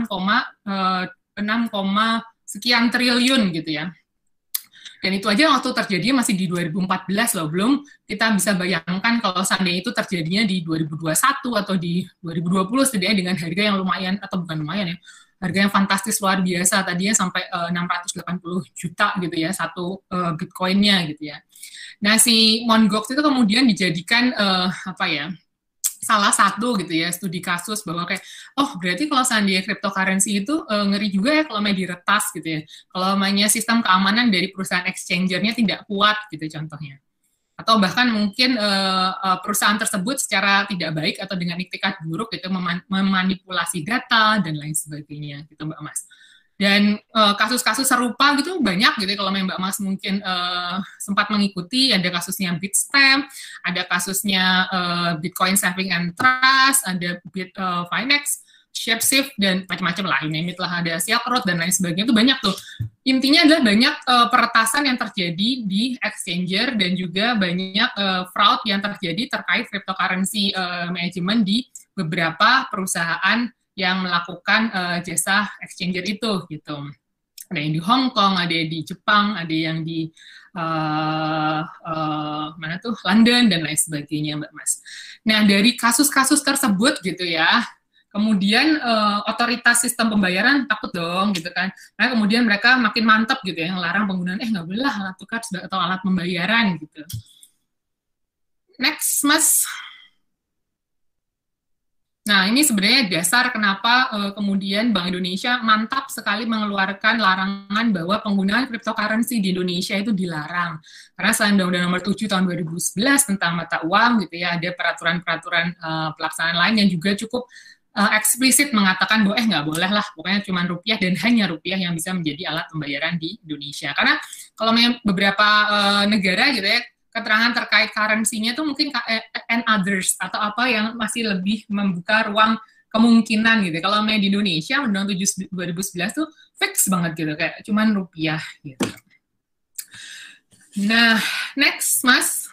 sekian triliun gitu ya. Dan itu aja waktu terjadi masih di 2014 loh, belum kita bisa bayangkan kalau seandainya itu terjadinya di 2021 atau di 2020 setidaknya dengan harga yang lumayan, atau bukan lumayan ya, harga yang fantastis luar biasa, tadinya sampai 680 juta gitu ya, satu Bitcoin-nya gitu ya. Nah si Mt. Gox itu kemudian dijadikan salah satu gitu ya studi kasus bahwa kayak berarti kalau seandainya cryptocurrency itu ngeri juga ya kalau diretas gitu ya, kalau sistem keamanan dari perusahaan exchangernya tidak kuat gitu contohnya, atau bahkan mungkin perusahaan tersebut secara tidak baik atau dengan iktikat buruk gitu memanipulasi data dan lain sebagainya gitu Mbak Mas. Dan kasus-kasus serupa gitu banyak gitu kalau Mbak Mas mungkin sempat mengikuti, ada kasusnya Bitstamp, ada kasusnya Bitcoin Saving and Trust, ada Bitfinex, ShapeShift, dan macam-macam lainnya, ada Silk Road dan lain sebagainya, itu banyak tuh. Intinya adalah banyak peretasan yang terjadi di exchanger dan juga banyak fraud yang terjadi terkait cryptocurrency management di beberapa perusahaan yang melakukan jasa exchanger itu gitu. Ada yang di Hong Kong, ada yang di Jepang, ada yang di London dan lain sebagainya Mbak Mas. Nah dari kasus-kasus tersebut gitu ya, kemudian otoritas sistem pembayaran takut dong gitu kan. Nah kemudian mereka makin mantap gitu ya, ngelarang penggunaan nggak boleh lah alat tukar atau alat pembayaran gitu. Next Mas. Nah, ini sebenarnya dasar kenapa kemudian Bank Indonesia mantap sekali mengeluarkan larangan bahwa penggunaan cryptocurrency di Indonesia itu dilarang. Karena selain Undang-Undang Nomor 7 Tahun 2011 tentang mata uang gitu ya, ada peraturan-peraturan pelaksanaan lain yang juga cukup eksplisit mengatakan bahwa nggak boleh lah, pokoknya cuma rupiah dan hanya rupiah yang bisa menjadi alat pembayaran di Indonesia. Karena kalau beberapa negara gitu ya, keterangan terkait currency-nya tuh mungkin and others atau apa yang masih lebih membuka ruang kemungkinan gitu. Kalau di Indonesia Undang-Undang 7 2011 tuh fix banget gitu, kayak cuman rupiah gitu. Nah, next Mas.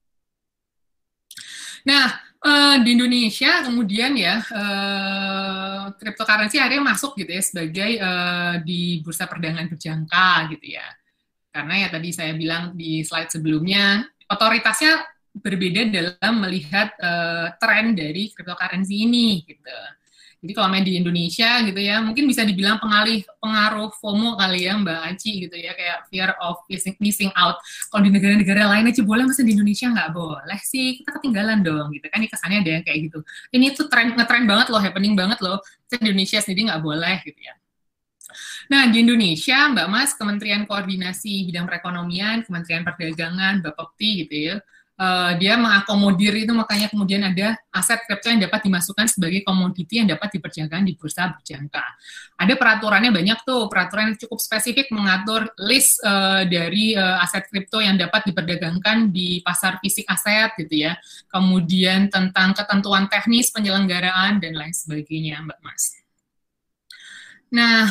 Nah, di Indonesia kemudian ya cryptocurrency akhirnya masuk gitu ya sebagai di bursa perdagangan berjangka gitu ya. Karena ya tadi saya bilang di slide sebelumnya, otoritasnya berbeda dalam melihat tren dari cryptocurrency ini gitu. Jadi kalau di Indonesia gitu ya, mungkin bisa dibilang pengaruh FOMO kali ya Mbak Aci gitu ya, kayak fear of missing out. Kalau di negara-negara lain aja boleh, masa di Indonesia nggak boleh sih, kita ketinggalan dong gitu kan, kesannya ada yang kayak gitu. Ini tuh ngetrend banget loh, happening banget loh, di Indonesia sendiri nggak boleh gitu ya. Nah, di Indonesia, Mbak Mas, Kementerian Koordinasi Bidang Perekonomian, Kementerian Perdagangan, Bapepti gitu ya, dia mengakomodir itu, makanya kemudian ada aset kripto yang dapat dimasukkan sebagai komoditi yang dapat diperdagangkan di bursa berjangka. Ada peraturannya banyak tuh, peraturan yang cukup spesifik mengatur list dari aset kripto yang dapat diperdagangkan di pasar fisik aset gitu ya. Kemudian tentang ketentuan teknis penyelenggaraan dan lain sebagainya, Mbak Mas. Nah,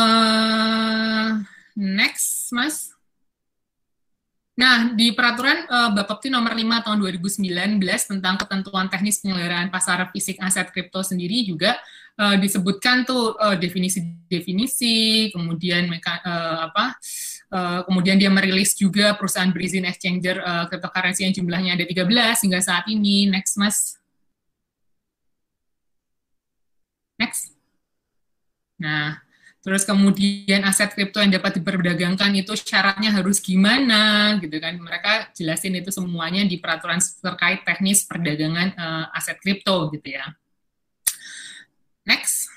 next, Mas. Nah, di peraturan Bapepti nomor 5 tahun 2019 tentang ketentuan teknis penyelenggaraan pasar fisik aset kripto sendiri juga disebutkan tuh definisi-definisi, kemudian kemudian dia merilis juga perusahaan berizin exchanger cryptocurrency yang jumlahnya ada 13 hingga saat ini. Next, Mas. Next. Nah, terus kemudian aset kripto yang dapat diperdagangkan itu syaratnya harus gimana gitu kan. Mereka jelasin itu semuanya di peraturan terkait teknis perdagangan aset kripto gitu ya. Next.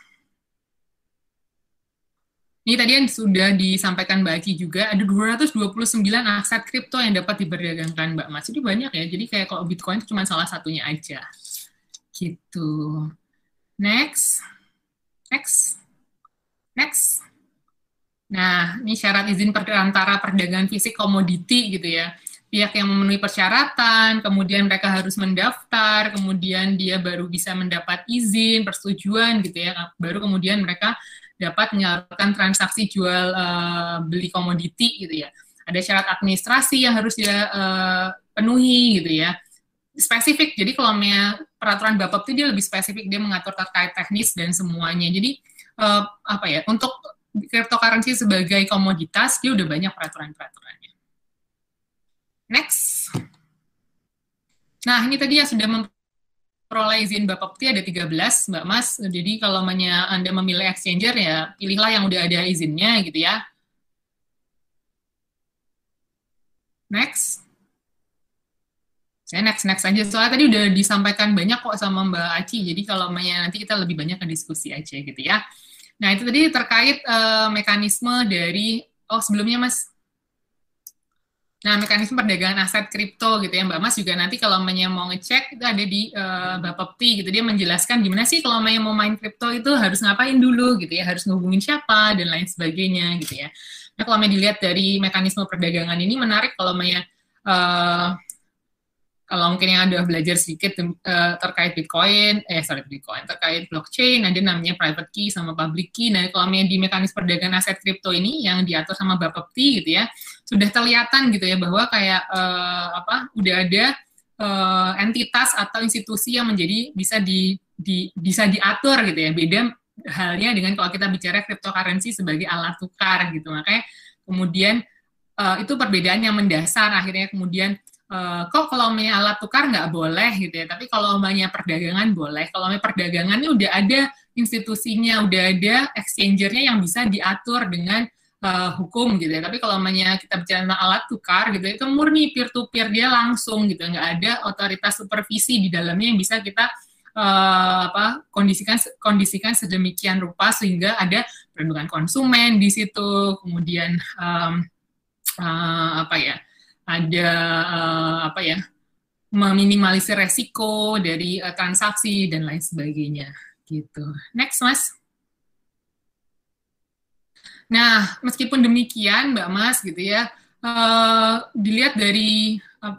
Ini tadi yang sudah disampaikan Mbak Aki juga, ada 229 aset kripto yang dapat diperdagangkan Mbak Mas. Itu banyak ya, jadi kayak kalau Bitcoin itu cuma salah satunya aja. Gitu. Next. Next. Next. Nah, ini syarat izin perantara perdagangan fisik komoditi gitu ya. Pihak yang memenuhi persyaratan, kemudian mereka harus mendaftar, kemudian dia baru bisa mendapat izin, persetujuan gitu ya. Baru kemudian mereka dapat menyalurkan transaksi jual beli komoditi gitu ya. Ada syarat administrasi yang harus dia penuhi gitu ya. Spesifik. Jadi kalau peraturan Bapepti dia lebih spesifik, dia mengatur terkait teknis dan semuanya. Jadi untuk cryptocurrency sebagai komoditas, dia udah banyak peraturan-peraturannya. Next. Nah, ini tadi yang sudah memperoleh izin Bapepti ada 13, Mbak Mas. Jadi kalau Anda memilih exchanger, ya pilihlah yang udah ada izinnya gitu ya. Next. Saya next aja, soalnya tadi udah disampaikan banyak kok sama Mbak Aci, jadi kalau nanti kita lebih banyak ke diskusi aja gitu ya. Nah, itu tadi terkait mekanisme dari, sebelumnya Mas. Nah, mekanisme perdagangan aset kripto gitu ya, Mbak Mas juga nanti kalau mau ngecek, itu ada di Bapepti gitu, dia menjelaskan gimana sih kalau mau main kripto itu harus ngapain dulu gitu ya, harus ngehubungin siapa, dan lain sebagainya gitu ya. Nah, kalau dilihat dari mekanisme perdagangan ini menarik kalau kalau mungkin yang ada belajar sedikit terkait Bitcoin, terkait blockchain, ada namanya private key sama public key. Nah, kalau di mekanisme perdagangan aset kripto ini yang diatur sama Bapepti gitu ya, sudah kelihatan gitu ya bahwa kayak udah ada entitas atau institusi yang menjadi bisa diatur gitu ya. Beda halnya dengan kalau kita bicara cryptocurrency sebagai alat tukar gitu. Makanya kemudian itu perbedaan yang mendasar, akhirnya kemudian kok kalau alat tukar nggak boleh gitu ya, tapi kalau perdagangan boleh. Kalau perdagangan ini udah ada institusinya, udah ada exchangernya yang bisa diatur dengan hukum gitu ya. Tapi kalau kita bicara tentang alat tukar gitu, itu murni peer-to-peer, dia langsung gitu, nggak ada otoritas supervisi di dalamnya yang bisa kita kondisikan sedemikian rupa sehingga ada perlindungan konsumen di situ, kemudian ada meminimalisir resiko dari transaksi dan lain sebagainya gitu. Next, Mas. Nah, meskipun demikian, Mbak Mas gitu ya, dilihat dari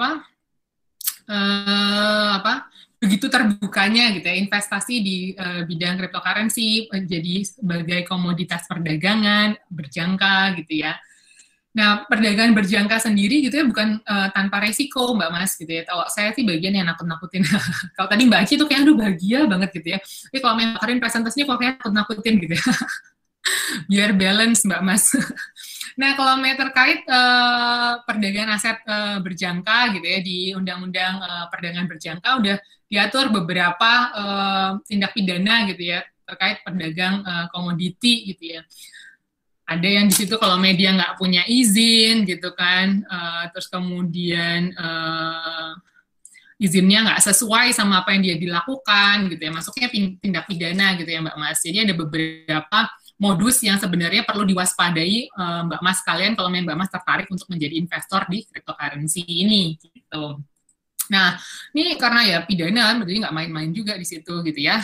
begitu terbukanya gitu ya investasi di bidang cryptocurrency jadi sebagai komoditas perdagangan berjangka gitu ya. Nah, perdagangan berjangka sendiri gitu ya bukan tanpa resiko, Mbak Mas gitu ya. Kalau saya sih bagian yang nakut-nakutin. Kalau tadi Mbak Aci tuh kayak aduh bahagia banget gitu ya. Tapi kalau kemarin presentasinya kok kayak nakut-nakutin gitu ya. Biar balance, Mbak Mas. Nah, kalau terkait perdagangan aset berjangka gitu ya di Undang-Undang Perdagangan Berjangka udah diatur beberapa tindak pidana gitu ya terkait pedagang komoditi gitu ya. Ada yang di situ kalau media nggak punya izin gitu kan, terus kemudian izinnya nggak sesuai sama apa yang dia dilakukan gitu ya, masuknya tindak pidana gitu ya Mbak Mas. Jadi ada beberapa modus yang sebenarnya perlu diwaspadai Mbak Mas kalian kalau Mbak Mas tertarik untuk menjadi investor di cryptocurrency ini gitu. Nah, ini karena ya pidana, berarti nggak main-main juga di situ gitu ya.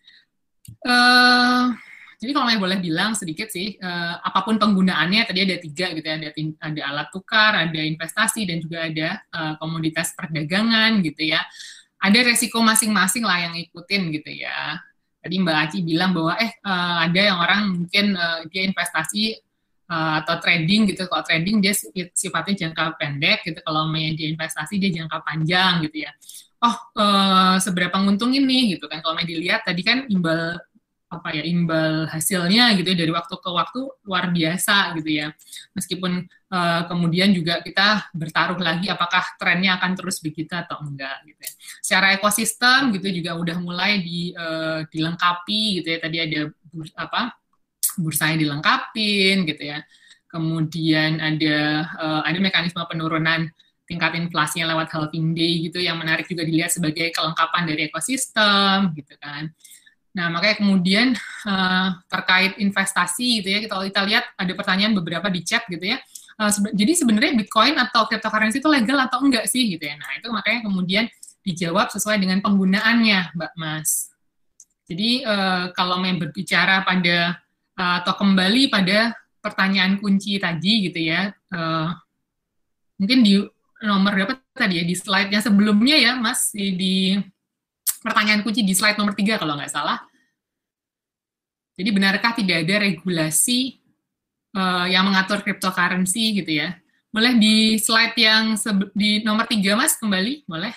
Jadi kalau saya boleh bilang sedikit sih, apapun penggunaannya, tadi ada 3 gitu ya, ada alat tukar, ada investasi, dan juga ada komoditas perdagangan gitu ya. Ada resiko masing-masing lah yang ikutin gitu ya. Tadi Mbak Aci bilang bahwa ada yang orang mungkin dia investasi atau trading gitu. Kalau trading dia sifatnya jangka pendek gitu, kalau dia investasi dia jangka panjang gitu ya. Seberapa nguntungin nih gitu kan. Kalau dilihat tadi kan imbal hasilnya gitu ya, dari waktu ke waktu luar biasa gitu ya. Meskipun kemudian juga kita bertaruh lagi apakah trennya akan terus begitu atau enggak gitu ya. Secara ekosistem gitu juga udah mulai dilengkapi gitu ya. Tadi ada bursanya dilengkapin gitu ya. Kemudian ada mekanisme penurunan tingkat inflasinya lewat halving day gitu yang menarik juga dilihat sebagai kelengkapan dari ekosistem gitu kan. Nah, makanya kemudian terkait investasi gitu ya, kalau kita lihat ada pertanyaan beberapa di chat gitu ya. Jadi sebenarnya Bitcoin atau cryptocurrency itu legal atau enggak sih gitu ya. Nah, itu makanya kemudian dijawab sesuai dengan penggunaannya, Mbak Mas. Jadi kalau mau berbicara pada atau kembali pada pertanyaan kunci tadi gitu ya, mungkin di nomor berapa tadi ya, di slide-nya sebelumnya ya, Mas, di pertanyaan kunci di slide nomor 3 kalau nggak salah. Jadi benarkah tidak ada regulasi yang mengatur cryptocurrency gitu ya? Boleh di slide yang di nomor 3 Mas kembali, boleh?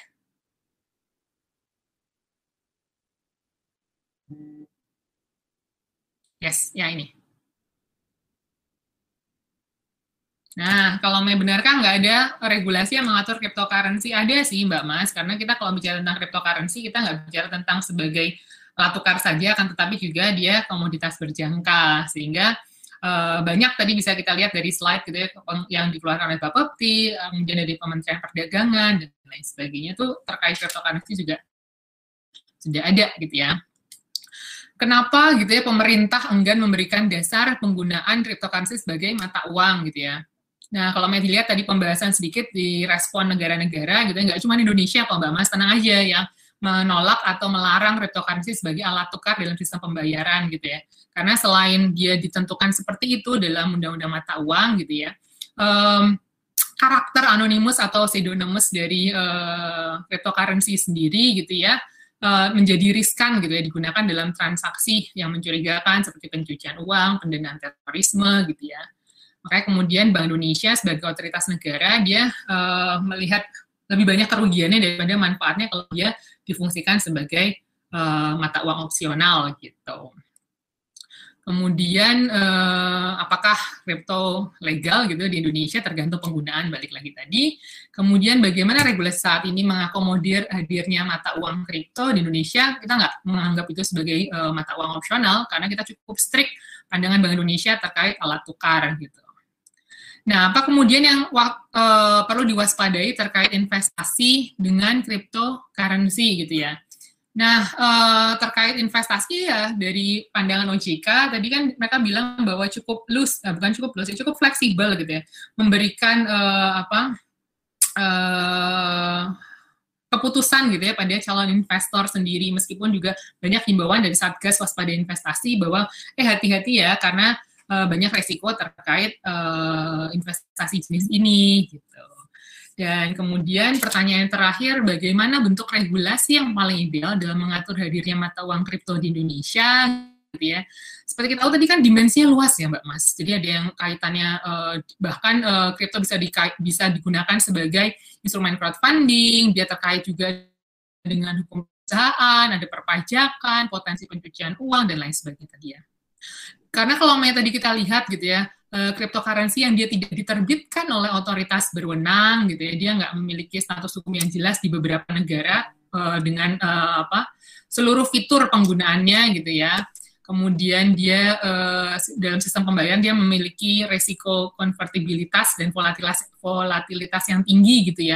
Yes, ya ini. Nah, kalau benarkah nggak ada regulasi yang mengatur cryptocurrency? Ada sih, Mbak Mas, karena kita kalau bicara tentang cryptocurrency, kita nggak bicara tentang sebagai alat tukar saja, akan tetapi juga dia komoditas berjangka, sehingga banyak tadi bisa kita lihat dari slide gitu ya, yang dikeluarkan oleh Bapepti, kemudian dari Kementerian Perdagangan, dan lain sebagainya, itu terkait cryptocurrency juga sudah ada gitu ya. Kenapa gitu ya pemerintah enggan memberikan dasar penggunaan cryptocurrency sebagai mata uang gitu ya? Nah, kalau mau dilihat tadi pembahasan sedikit di respon negara-negara gitu, nggak cuma Indonesia kok Mbak Mas, tenang aja, yang menolak atau melarang cryptocurrency sebagai alat tukar dalam sistem pembayaran gitu ya. Karena selain dia ditentukan seperti itu dalam undang-undang mata uang gitu ya, karakter anonymous atau pseudonymous dari cryptocurrency sendiri gitu ya, menjadi riskan gitu ya, digunakan dalam transaksi yang mencurigakan seperti pencucian uang, pendanaan terorisme gitu ya. Makanya kemudian Bank Indonesia sebagai otoritas negara, dia melihat lebih banyak kerugiannya daripada manfaatnya kalau dia difungsikan sebagai mata uang opsional gitu. Kemudian apakah kripto legal gitu di Indonesia, tergantung penggunaan, balik lagi tadi. Kemudian bagaimana regulasi saat ini mengakomodir hadirnya mata uang kripto di Indonesia? Kita nggak menganggap itu sebagai mata uang opsional karena kita cukup strict pandangan Bank Indonesia terkait alat tukar gitu. Nah, apa kemudian yang perlu diwaspadai terkait investasi dengan cryptocurrency gitu ya? Nah, terkait investasi ya, dari pandangan OJK, tadi kan mereka bilang bahwa cukup loose, bukan cukup loose, cukup fleksibel gitu ya, memberikan keputusan gitu ya pada calon investor sendiri, meskipun juga banyak himbauan dari Satgas Waspada Investasi bahwa hati-hati ya, karena banyak resiko terkait investasi jenis ini gitu. Dan kemudian pertanyaan terakhir, bagaimana bentuk regulasi yang paling ideal dalam mengatur hadirnya mata uang kripto di Indonesia gitu ya. Seperti kita tahu tadi kan dimensinya luas ya Mbak Mas. Jadi ada yang kaitannya bahkan kripto bisa digunakan sebagai instrumen crowdfunding, dia terkait juga dengan hukum perusahaan, ada perpajakan, potensi pencucian uang dan lain sebagainya tadi ya. Karena kalau tadi kita lihat gitu ya, cryptocurrency yang dia tidak diterbitkan oleh otoritas berwenang gitu ya, dia nggak memiliki status hukum yang jelas di beberapa negara dengan seluruh fitur penggunaannya gitu ya. Kemudian dia dalam sistem pembayaran dia memiliki resiko konvertibilitas dan volatilitas yang tinggi gitu ya.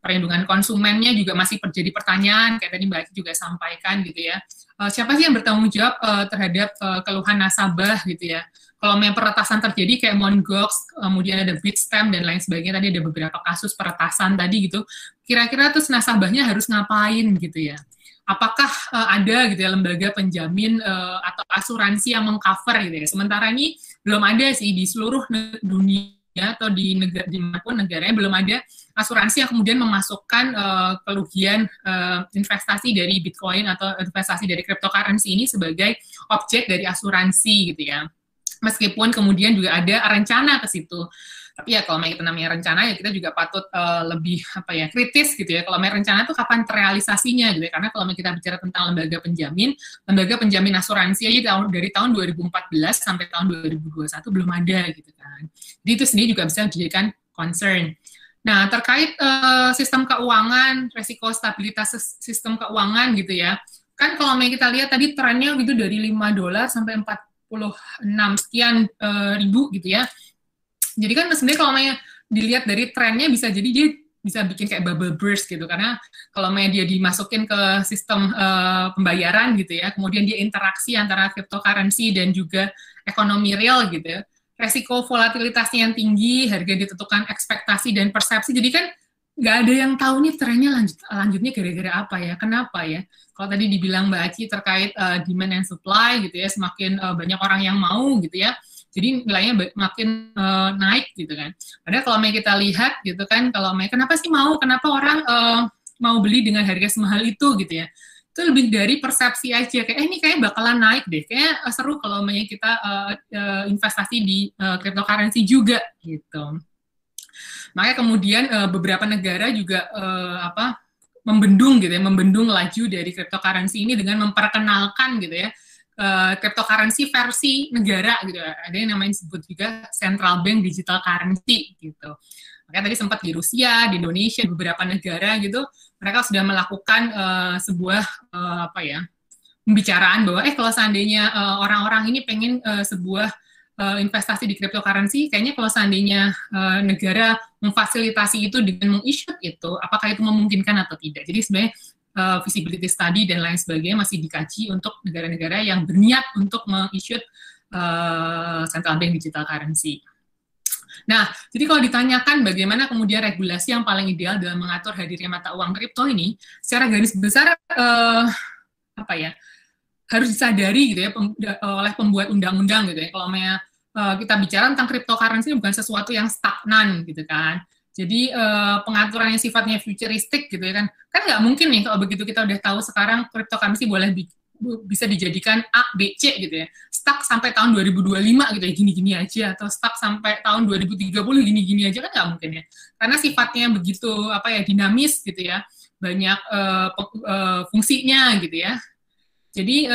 perlindungan konsumennya juga masih jadi pertanyaan, kayak tadi Mbak Aki juga sampaikan gitu ya. Siapa sih yang bertanggung jawab terhadap keluhan nasabah gitu ya? Kalau memang peretasan terjadi kayak Mongox, kemudian ada Bitstamp dan lain sebagainya, tadi ada beberapa kasus peretasan tadi gitu, kira-kira terus nasabahnya harus ngapain gitu ya? Apakah ada gitu ya lembaga penjamin atau asuransi yang mengcover gitu ya? Sementara ini belum ada sih di seluruh dunia atau di negara dimanapun negaranya belum ada asuransi yang kemudian memasukkan kerugian investasi dari Bitcoin atau investasi dari cryptocurrency ini sebagai objek dari asuransi gitu ya. Meskipun kemudian juga ada rencana ke situ. Tapi ya kalau kita namanya rencana ya kita juga patut lebih kritis gitu ya. Kalau rencana itu kapan terrealisasinya gitu ya. Karena kalau kita bicara tentang lembaga penjamin asuransi aja dari tahun 2014 sampai tahun 2021 belum ada gitu kan. Jadi itu sendiri juga bisa dijadikan concern. Nah, terkait sistem keuangan, resiko stabilitas sistem keuangan gitu ya. Kan kalau kita lihat tadi trennya gitu dari $5 sampai 46 sekian ribu gitu ya. Jadi kan sebenarnya kalau dilihat dari trennya bisa jadi dia bisa bikin kayak bubble burst gitu, karena kalau dia dimasukin ke sistem pembayaran gitu ya, kemudian dia interaksi antara cryptocurrency dan juga ekonomi real gitu ya, resiko volatilitasnya yang tinggi, harga ditentukan ekspektasi dan persepsi, jadi kan nggak ada yang tahu nih trennya lanjutnya gara-gara apa ya, kenapa ya. Kalau tadi dibilang Mbak Aki terkait demand and supply gitu ya, semakin banyak orang yang mau gitu ya, jadi nilainya makin naik gitu kan. Padahal kalau kita lihat gitu kan, kalau kenapa sih kenapa orang mau beli dengan harga semahal itu gitu ya, itu lebih dari persepsi aja, kayak ini kayak bakalan naik deh, kayak seru kalau kita investasi di cryptocurrency juga gitu. Makanya kemudian beberapa negara juga membendung gitu ya, membendung laju dari cryptocurrency ini dengan memperkenalkan gitu ya cryptocurrency versi negara gitu. Ada yang namanya disebut juga central bank digital currency gitu. Makanya tadi sempat di Rusia, di Indonesia, beberapa negara gitu, mereka sudah melakukan sebuah pembicaraan bahwa kalau seandainya orang-orang ini pengen sebuah investasi di cryptocurrency, kayaknya kalau seandainya negara memfasilitasi itu dengan meng-issue itu, apakah itu memungkinkan atau tidak. Jadi sebenarnya feasibility study dan lain sebagainya masih dikaji untuk negara-negara yang berniat untuk meng-issue central bank digital currency. Nah, jadi kalau ditanyakan bagaimana kemudian regulasi yang paling ideal dalam mengatur hadirnya mata uang kripto ini, secara garis besar harus disadari gitu ya oleh pembuat undang-undang gitu ya. Kalau kita bicara tentang cryptocurrency bukan sesuatu yang stagnan gitu kan. Jadi pengaturan yang sifatnya futuristik gitu ya kan nggak mungkin nih kalau begitu kita udah tahu sekarang cryptocurrency bisa dijadikan A, B, C gitu ya. Stuck sampai tahun 2025 gitu ya, gini-gini aja, atau stuck sampai tahun 2030 gini-gini aja kan nggak mungkin ya. Karena sifatnya begitu dinamis gitu ya, banyak fungsinya gitu ya. Jadi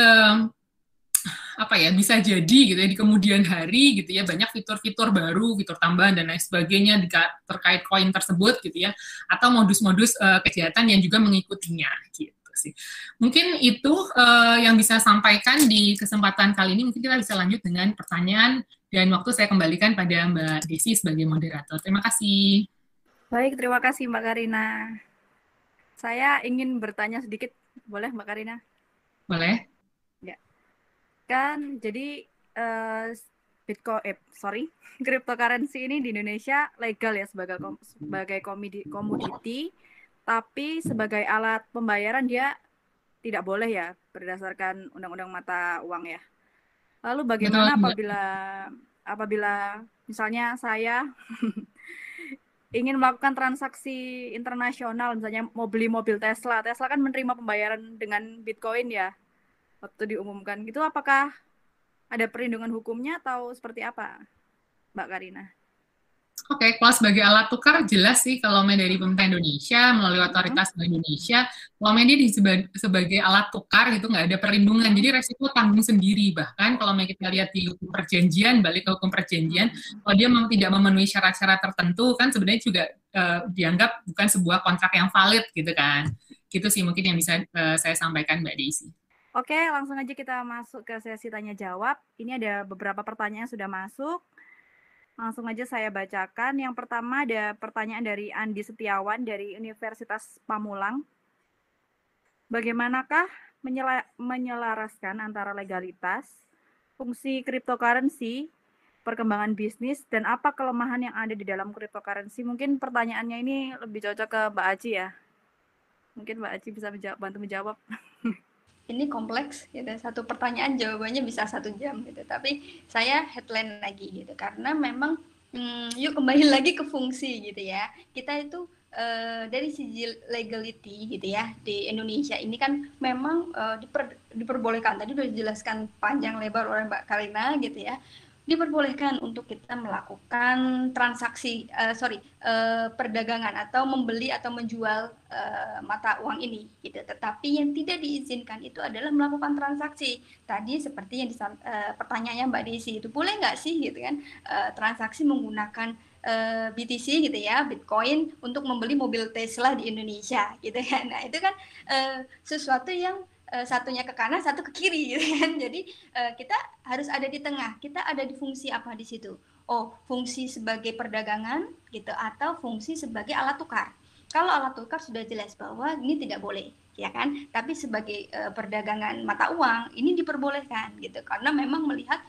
bisa jadi gitu ya di kemudian hari gitu ya banyak fitur-fitur baru, fitur tambahan dan lain sebagainya terkait koin tersebut gitu ya, atau modus-modus kejahatan yang juga mengikutinya gitu sih. Mungkin itu yang bisa sampaikan di kesempatan kali ini. Mungkin kita bisa lanjut dengan pertanyaan dan waktu saya kembalikan pada Mbak Desi sebagai moderator. Terima kasih. Baik, terima kasih Mbak Karina. Saya ingin bertanya sedikit, boleh Mbak Karina? Boleh. Ya. Kan jadi cryptocurrency ini di Indonesia legal ya sebagai komoditi, tapi sebagai alat pembayaran dia tidak boleh ya berdasarkan undang-undang mata uang ya. Lalu bagaimana apabila misalnya saya ingin melakukan transaksi internasional, misalnya mau beli mobil Tesla kan menerima pembayaran dengan Bitcoin ya, waktu diumumkan gitu, apakah ada perlindungan hukumnya atau seperti apa, Mbak Karina? Oke, kalau sebagai alat tukar jelas sih kalau dari pemerintah Indonesia melalui otoritas Bank Indonesia, kalau dia sebagai alat tukar itu nggak ada perlindungan, jadi resiko tanggung sendiri. Bahkan kalau kita lihat di hukum perjanjian, balik ke hukum perjanjian, kalau dia memang tidak memenuhi syarat-syarat tertentu kan sebenarnya juga dianggap bukan sebuah kontrak yang valid gitu kan. Gitu sih mungkin yang bisa saya sampaikan Mbak Desi. Oke, langsung aja kita masuk ke sesi tanya jawab. Ini ada beberapa pertanyaan yang sudah masuk. Langsung aja saya bacakan. Yang pertama ada pertanyaan dari Andi Setiawan dari Universitas Pamulang. Bagaimanakah menyelaraskan antara legalitas, fungsi cryptocurrency, perkembangan bisnis, dan apa kelemahan yang ada di dalam cryptocurrency? Mungkin pertanyaannya ini lebih cocok ke Mbak Aci ya. Mungkin Mbak Aci bisa bantu menjawab. Ini kompleks, gitu. Satu pertanyaan jawabannya bisa 1 jam, gitu. Tapi saya headline lagi, gitu. Karena memang, yuk kembali lagi ke fungsi, gitu ya. Kita itu dari sisi legality, gitu ya, di Indonesia ini kan memang diperbolehkan. Tadi sudah dijelaskan panjang lebar oleh Mbak Karina, gitu ya. Diperbolehkan untuk kita melakukan transaksi, perdagangan atau membeli atau menjual mata uang ini, gitu. Tetapi yang tidak diizinkan itu adalah melakukan transaksi. Tadi seperti yang pertanyaannya Mbak Desi itu boleh nggak sih, gitu kan, transaksi menggunakan BTC, gitu ya, Bitcoin untuk membeli mobil Tesla di Indonesia, gitu kan. Nah itu kan sesuatu yang satunya ke kanan, satu ke kiri, gitu kan. Jadi kita harus ada di tengah. Kita ada di fungsi apa di situ? Oh, fungsi sebagai perdagangan, gitu, atau fungsi sebagai alat tukar. Kalau alat tukar sudah jelas bahwa ini tidak boleh, ya kan? Tapi sebagai perdagangan mata uang ini diperbolehkan, gitu, karena memang melihat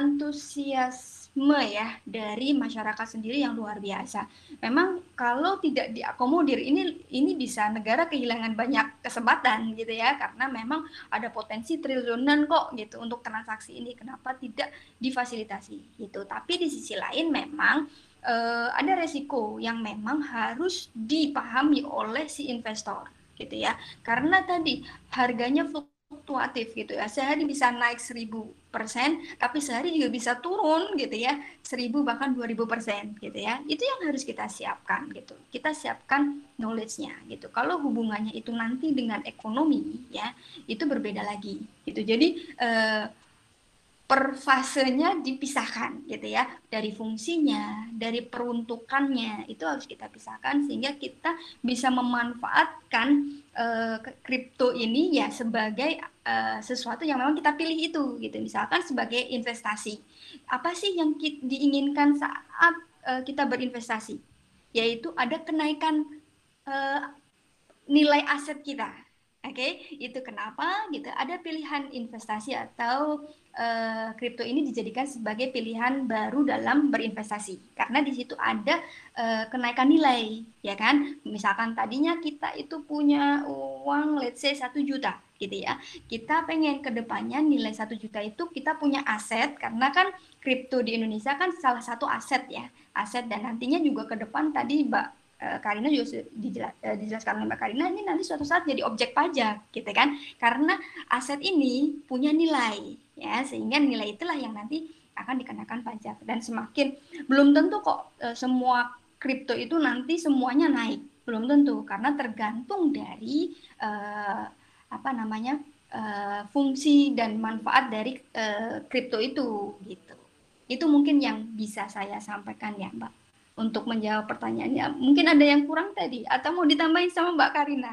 antusiasme ya dari masyarakat sendiri yang luar biasa. Memang kalau tidak diakomodir ini bisa negara kehilangan banyak kesempatan, gitu ya, karena memang ada potensi triliunan kok, gitu, untuk transaksi ini. Kenapa tidak difasilitasi, gitu. Tapi di sisi lain memang ada resiko yang memang harus dipahami oleh si investor, gitu ya, karena tadi harganya fluktuatif, gitu ya, sehari bisa naik 1000%, tapi sehari juga bisa turun, gitu ya, 1000 bahkan 2000%, gitu ya. Itu yang harus kita siapkan, gitu. Kita siapkan knowledge-nya, gitu. Kalau hubungannya itu nanti dengan ekonomi, ya, itu berbeda lagi, gitu. Jadi per fasenya dipisahkan, gitu ya, dari fungsinya, dari peruntukannya, itu harus kita pisahkan sehingga kita bisa memanfaatkan kripto ini ya sebagai sesuatu yang memang kita pilih itu, gitu. Misalkan sebagai investasi. Apa sih yang diinginkan saat kita berinvestasi? Yaitu ada kenaikan nilai aset kita. Oke, itu kenapa, gitu. Ada pilihan investasi atau kripto ini dijadikan sebagai pilihan baru dalam berinvestasi karena di situ ada kenaikan nilai, ya kan. Misalkan tadinya kita itu punya uang let's say 1 juta, gitu ya, kita pengen ke depannya nilai 1 juta itu kita punya aset, karena kan kripto di Indonesia kan salah satu aset ya, aset, dan nantinya juga ke depan tadi Mbak Karina juga dijelaskan oleh Mbak Karina, ini nanti suatu saat jadi objek pajak, gitu kan, karena aset ini punya nilai, ya, sehingga nilai itulah yang nanti akan dikenakan pajak. Dan semakin, belum tentu kok semua kripto itu nanti semuanya naik, belum tentu, karena tergantung dari fungsi dan manfaat dari kripto itu, gitu. Itu mungkin yang bisa saya sampaikan ya Mbak, untuk menjawab pertanyaannya. Mungkin ada yang kurang tadi, atau mau ditambahin sama Mbak Karina?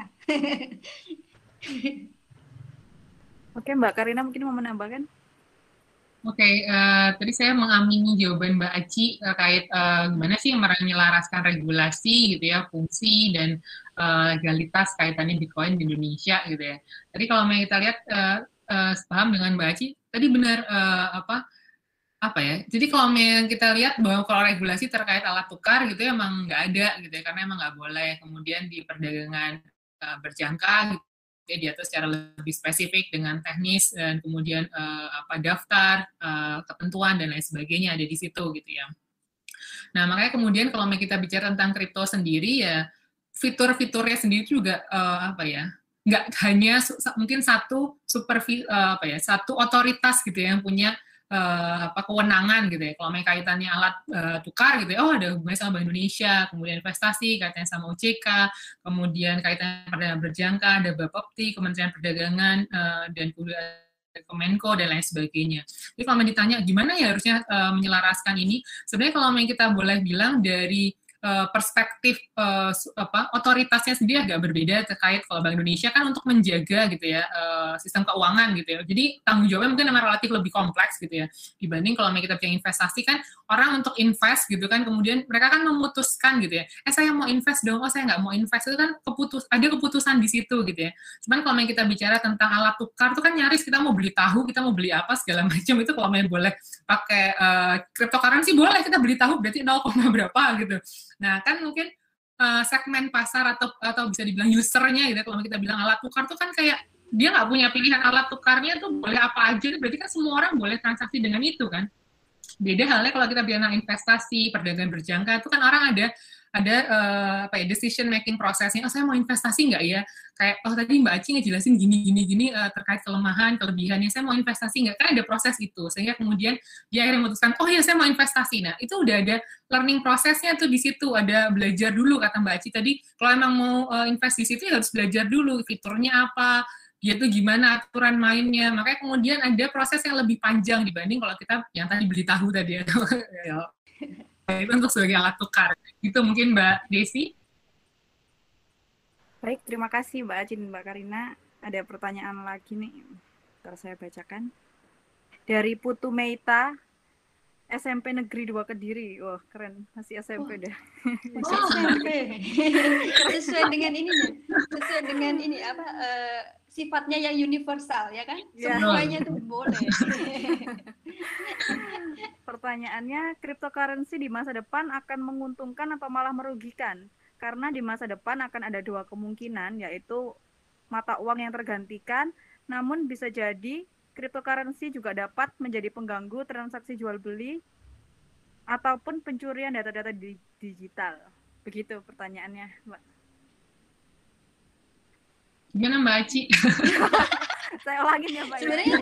Oke, Mbak Karina mungkin mau menambahkan? Oke, tadi saya mengamini jawaban Mbak Aci terkait gimana sih menyelaraskan regulasi, gitu ya, fungsi dan legalitas kaitannya Bitcoin di Indonesia, gitu ya. Tadi kalau kita lihat, sepaham dengan Mbak Aci, tadi benar apa ya, jadi kalau kita lihat bahwa kalau regulasi terkait alat tukar gitu ya emang nggak ada gitu ya, karena emang nggak boleh. Kemudian di perdagangan berjangka gitu ya, diatur secara lebih spesifik dengan teknis, dan kemudian daftar, ketentuan dan lain sebagainya ada di situ, gitu ya. Nah, makanya kemudian kalau kita bicara tentang kripto sendiri ya, fitur-fiturnya sendiri juga nggak hanya mungkin satu satu otoritas gitu ya yang punya kewenangan, gitu ya. Kalau kaitannya alat tukar gitu ya, ada hubungannya sama Bank Indonesia, kemudian investasi kaitannya sama OJK, kemudian kaitannya perdagangan berjangka ada Bapepti, Kementerian Perdagangan, dan kemudian Kemenko dan lain sebagainya. Jadi kalau ditanya gimana ya harusnya menyelaraskan ini, sebenarnya kalau kita boleh bilang dari perspektif otoritasnya sendiri agak berbeda terkait kalau Bank Indonesia kan untuk menjaga gitu ya sistem keuangan gitu ya. Jadi tanggung jawabnya mungkin memang relatif lebih kompleks gitu ya dibanding kalau kita bicara investasi kan orang untuk invest gitu kan kemudian mereka kan memutuskan gitu ya. Saya mau invest dong, saya nggak mau invest itu kan ada keputusan di situ gitu ya. Cuman kalau kita bicara tentang alat tukar itu kan nyaris kita mau beli tahu, kita mau beli apa segala macam itu kalau boleh pakai cryptocurrency boleh kita beli tahu berarti 0, berapa gitu. Nah, kan mungkin segmen pasar atau bisa dibilang usernya gitu, kalau kita bilang alat tukar tuh kan kayak dia nggak punya pilihan alat tukarnya tuh boleh apa aja, berarti kan semua orang boleh transaksi dengan itu kan. Beda halnya kalau kita bilang investasi, perdagangan berjangka, itu kan orang ada decision making prosesnya. Saya mau investasi nggak ya? Kayak tadi Mbak Aci ngejelasin gini terkait kelemahan, kelebihannya. Saya mau investasi nggak? Kan ada proses itu. Sehingga kemudian dia akhirnya memutuskan, saya mau investasi. Nah, itu udah ada learning prosesnya tuh di situ. Ada belajar dulu kata Mbak Aci tadi. Kalau emang mau invest di situ ya harus belajar dulu fiturnya apa, dia tuh gimana aturan mainnya. Makanya kemudian ada proses yang lebih panjang dibanding kalau kita yang tadi beli tahu tadi ya. Itu untuk sebagai alat tukar. Itu mungkin Mbak Desi. Baik, terima kasih Mbak Aci dan Mbak Karina. Ada pertanyaan lagi nih, ntar saya bacakan. Dari Putu Meita, SMP Negeri 2 Kediri. Wah, keren. Masih SMP dah. SMP. Sesuai dengan ini nih. Sesuai dengan ini sifatnya yang universal ya kan? Ya. Semuanya tuh boleh. Pertanyaannya, cryptocurrency di masa depan akan menguntungkan atau malah merugikan? Karena di masa depan akan ada 2 kemungkinan, yaitu mata uang yang tergantikan, namun bisa jadi cryptocurrency juga dapat menjadi pengganggu transaksi jual beli ataupun pencurian data-data digital. Begitu pertanyaannya, Mbak. Gimana Mbak Aci? Saya ulangin ya Pak. Sebenarnya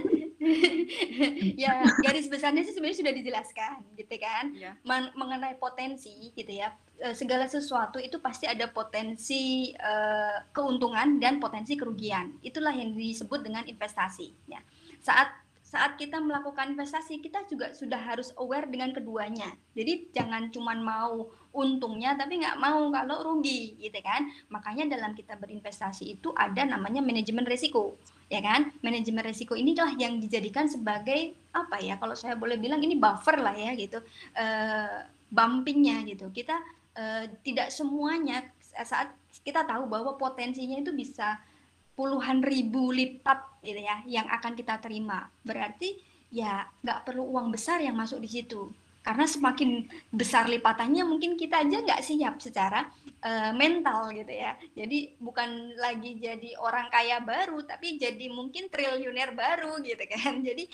ya garis besarnya sih sebenarnya sudah dijelaskan gitu kan ya. Mengenai potensi gitu ya, segala sesuatu itu pasti ada potensi keuntungan dan potensi kerugian. Itulah yang disebut dengan investasi ya. Saat kita melakukan investasi, kita juga sudah harus aware dengan keduanya. Jadi jangan cuma mau untungnya tapi nggak mau kalau rugi gitu kan. Makanya dalam kita berinvestasi itu ada namanya manajemen risiko. Ya kan, manajemen risiko inilah yang dijadikan sebagai apa ya, kalau saya boleh bilang ini buffer lah ya gitu, bumpingnya gitu. Kita tidak semuanya, saat kita tahu bahwa potensinya itu bisa puluhan ribu lipat gitu ya yang akan kita terima, berarti ya nggak perlu uang besar yang masuk di situ, karena semakin besar lipatannya mungkin kita aja nggak siap secara mental gitu ya. Jadi bukan lagi jadi orang kaya baru, tapi jadi mungkin triliuner baru gitu kan. Jadi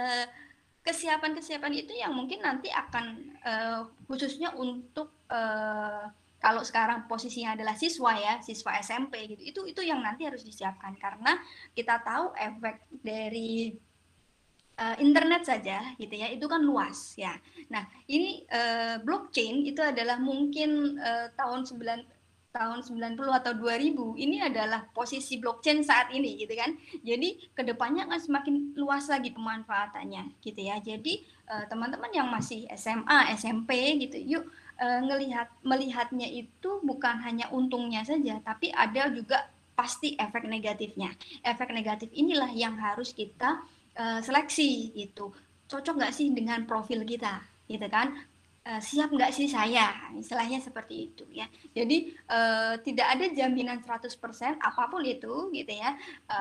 kesiapan itu yang mungkin nanti akan khususnya untuk kalau sekarang posisinya adalah siswa SMP gitu, itu yang nanti harus disiapkan, karena kita tahu efek dari internet saja gitu ya, itu kan luas ya. Nah ini blockchain itu adalah mungkin tahun 90 atau 2000 ini adalah posisi blockchain saat ini gitu kan. Jadi kedepannya akan semakin luas lagi pemanfaatannya gitu ya. Jadi teman-teman yang masih SMA, SMP gitu, yuk melihatnya itu bukan hanya untungnya saja, tapi ada juga pasti efek negatifnya. Efek negatif inilah yang harus kita seleksi itu. Cocok nggak sih dengan profil kita, gitu kan? Siap nggak sih saya, istilahnya seperti itu ya. Jadi tidak ada jaminan 100% apapun itu gitu ya.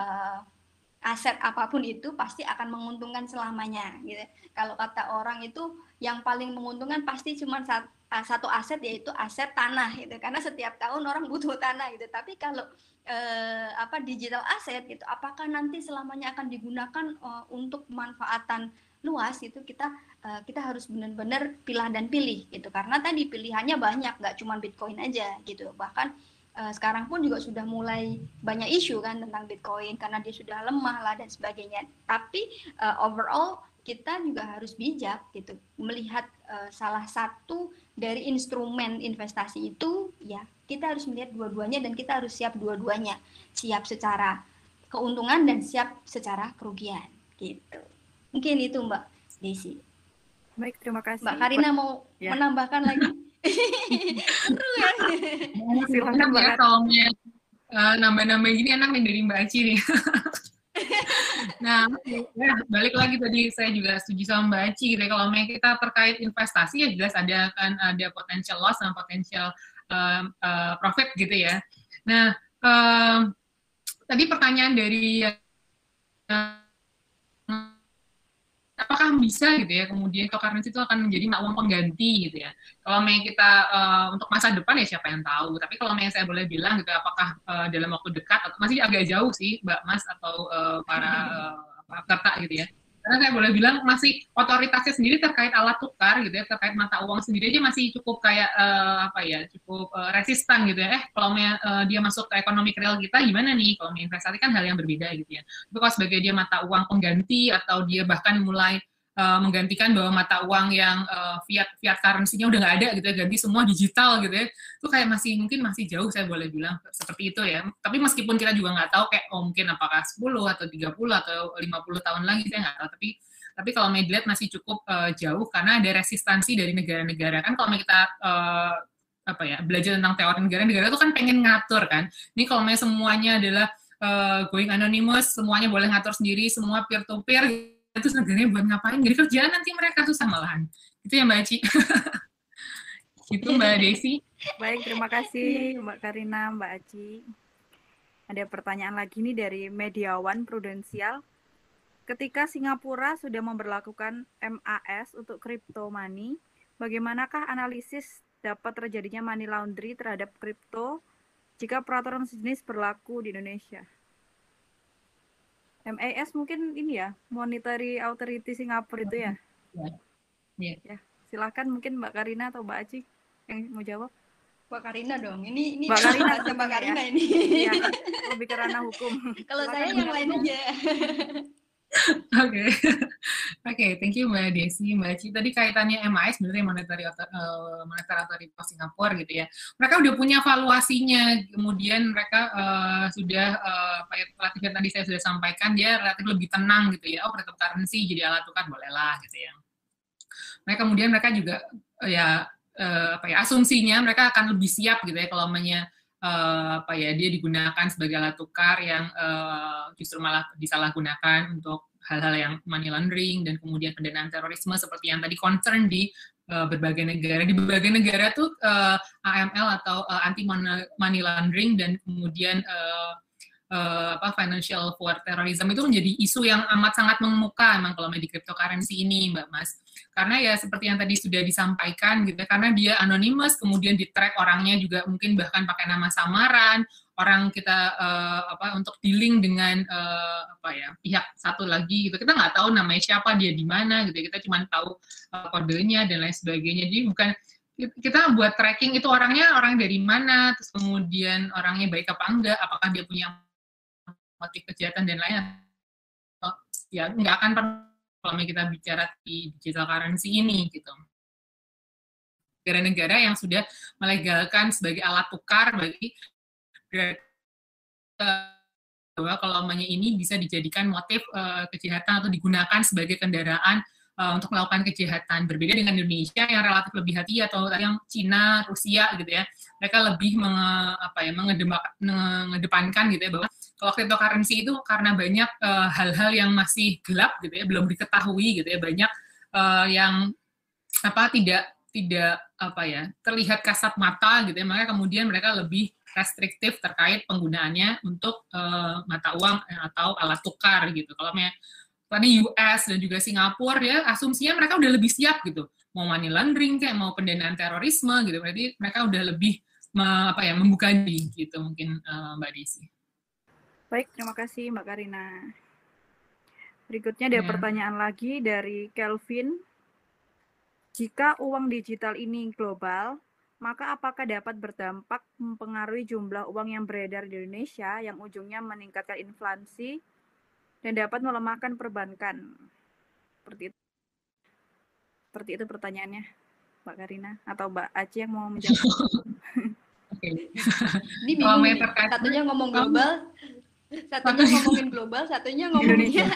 Aset apapun itu pasti akan menguntungkan selamanya gitu. Kalau kata orang itu yang paling menguntungkan pasti cuma satu aset, yaitu aset tanah gitu, karena setiap tahun orang butuh tanah gitu. Tapi kalau digital aset gitu, apakah nanti selamanya akan digunakan untuk pemanfaatan luas itu, kita harus benar-benar pilih dan pilih gitu, karena tadi pilihannya banyak, nggak cuma Bitcoin aja gitu. Bahkan sekarang pun juga sudah mulai banyak isu kan tentang Bitcoin karena dia sudah lemah lah dan sebagainya. Tapi overall kita juga harus bijak gitu, melihat salah satu dari instrumen investasi itu ya, kita harus melihat dua-duanya dan kita harus siap dua-duanya, siap secara keuntungan dan siap secara kerugian gitu. Mungkin itu Mbak Desi. Baik, terima kasih. Mbak Karina mau menambahkan lagi? Seru kan? Silakan Mbak ya Kat. kalau nambah-nambah gini enak nih dari Mbak Aci nih. Nah, ya, balik lagi tadi saya juga setuju sama Mbak Aci gitu ya. Kalau kita terkait investasi ya jelas ada potential loss sama potential profit gitu ya. Nah, tadi pertanyaan dari apakah bisa gitu ya kemudian cryptocurrency itu akan menjadi uang pengganti gitu ya. Kalau kita untuk masa depan ya siapa yang tahu. Tapi kalau saya boleh bilang gitu apakah dalam waktu dekat atau masih agak jauh sih Mbak Mas atau para peserta gitu ya. Karena saya boleh bilang masih otoritasnya sendiri terkait alat tukar gitu ya, terkait mata uang sendiri aja masih cukup kayak cukup resistan gitu ya. Kalau dia masuk ke ekonomi real kita gimana nih? Kalau investasi kan hal yang berbeda gitu ya. Tapi kalau sebagai dia mata uang pengganti atau dia bahkan mulai menggantikan bahwa mata uang yang fiat currency-nya udah nggak ada gitu ya, ganti semua digital gitu ya, itu kayak mungkin masih jauh saya boleh bilang seperti itu ya. Tapi meskipun kita juga nggak tahu kayak mungkin apakah 10 atau 30 atau 50 tahun lagi saya nggak tahu, tapi kalau dilihat masih cukup jauh karena ada resistansi dari negara-negara. Kan kalau kita belajar tentang teori negara itu kan pengen ngatur kan. Ini kalau semuanya adalah going anonymous, semuanya boleh ngatur sendiri, semua peer to peer, itu negaranya buat ngapain? Jadi kerjaan nanti mereka susah malahan. Itu ya Mbak Aci. Itu Mbak Desi. Baik, terima kasih Mbak Karina, Mbak Aci. Ada pertanyaan lagi nih dari Mediawan Prudensial. Ketika Singapura sudah memberlakukan MAS untuk crypto money, bagaimanakah analisis dapat terjadinya money laundry terhadap kripto jika peraturan sejenis berlaku di Indonesia? MAS mungkin ini ya, Monetary Authority Singapura itu ya? Iya. Ya, silakan mungkin Mbak Karina atau Mbak Aci yang mau jawab. Mbak Karina dong. Ini Mbak Karina, Mbak Karina ya? Ini. Iya, lebih ke ranah hukum. Kalau saya yang lain aja. Oke, thank you Mbak Desi, Mbak Aci. Tadi kaitannya MAS sebenarnya Monetary Authority Singapura gitu ya. Mereka udah punya valuasinya, kemudian mereka sudah relatif yang tadi saya sudah sampaikan dia relatif lebih tenang gitu ya. Oh, cryptocurrency jadi alat tukar bolehlah gitu ya. Kemudian mereka juga asumsinya mereka akan lebih siap gitu ya kalau dia digunakan sebagai alat tukar yang justru malah disalahgunakan untuk hal-hal yang money laundering dan kemudian pendanaan terorisme seperti yang tadi concern di berbagai negara. Di berbagai negara tuh AML atau anti money laundering dan kemudian financial for terrorism itu menjadi isu yang amat sangat mengemuka emang kalau di cryptocurrency ini Mbak Mas. Karena ya seperti yang tadi sudah disampaikan gitu ya, karena dia anonymous, kemudian di-track orangnya juga mungkin bahkan pakai nama samaran, orang kita untuk dealing dengan pihak satu lagi gitu. Kita nggak tahu namanya siapa, dia di mana gitu. Kita cuma tahu kodenya dan lain sebagainya. Jadi bukan kita buat tracking itu orangnya orang dari mana, terus kemudian orangnya baik apa enggak, apakah dia punya motif kejahatan dan lain, ya nggak akan pernah kalau kita bicara di digital currency ini gitu. Negara-negara yang sudah melegalkan sebagai alat tukar bagi bahwa kalau ini bisa dijadikan motif kejahatan atau digunakan sebagai kendaraan untuk melakukan kejahatan. Berbeda dengan Indonesia yang relatif lebih hati atau yang Cina, Rusia gitu ya, mereka lebih mengedepankan gitu ya bahwa kalau cryptocurrency itu karena banyak hal-hal yang masih gelap gitu ya, belum diketahui gitu ya, banyak yang tidak terlihat kasat mata gitu ya, maka kemudian mereka lebih restriktif terkait penggunaannya untuk mata uang atau alat tukar gitu. Kalau tadi US dan juga Singapura ya asumsinya mereka udah lebih siap gitu, mau money laundering kayak mau pendanaan terorisme gitu, berarti mereka udah lebih membuka diri gitu mungkin Mbak Desi. Baik, terima kasih Mbak Karina. Berikutnya ada pertanyaan lagi dari Kelvin. Jika uang digital ini global, maka apakah dapat berdampak mempengaruhi jumlah uang yang beredar di Indonesia yang ujungnya meningkatkan inflasi dan dapat melemahkan perbankan? Seperti itu pertanyaannya, Mbak Karina atau Mbak Aci yang mau menjawab. Ini bingung nih. Satunya ngomong global, satunya ngomongin global, satunya ngomongnya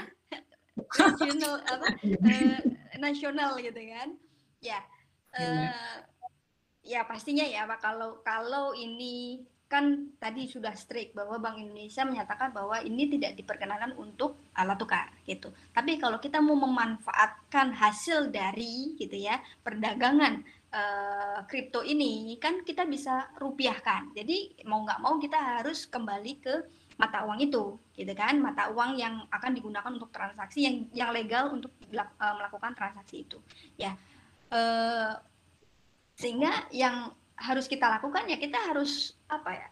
nasional gitu kan? Ya, ya pastinya ya Pak, kalau ini kan tadi sudah strict bahwa Bank Indonesia menyatakan bahwa ini tidak diperkenankan untuk alat tukar gitu. Tapi kalau kita mau memanfaatkan hasil dari gitu ya perdagangan kripto ini kan kita bisa rupiahkan. Jadi mau nggak mau kita harus kembali ke mata uang itu, gitu kan, mata uang yang akan digunakan untuk transaksi yang legal untuk melakukan transaksi itu, ya. Sehingga yang harus kita lakukan ya kita harus apa ya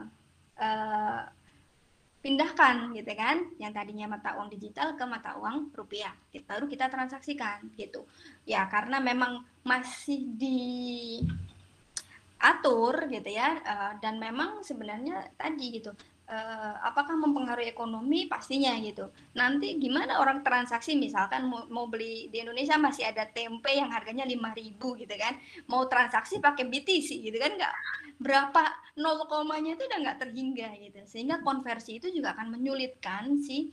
pindahkan gitu kan yang tadinya mata uang digital ke mata uang rupiah, baru kita transaksikan gitu ya, karena memang masih diatur gitu ya, dan memang sebenarnya tadi gitu apakah mempengaruhi ekonomi, pastinya gitu. Nanti gimana orang transaksi, misalkan mau beli di Indonesia masih ada tempe yang harganya 5.000 gitu kan, mau transaksi pakai BTC gitu kan, nggak berapa 0,-nya itu udah nggak terhingga gitu, sehingga konversi itu juga akan menyulitkan si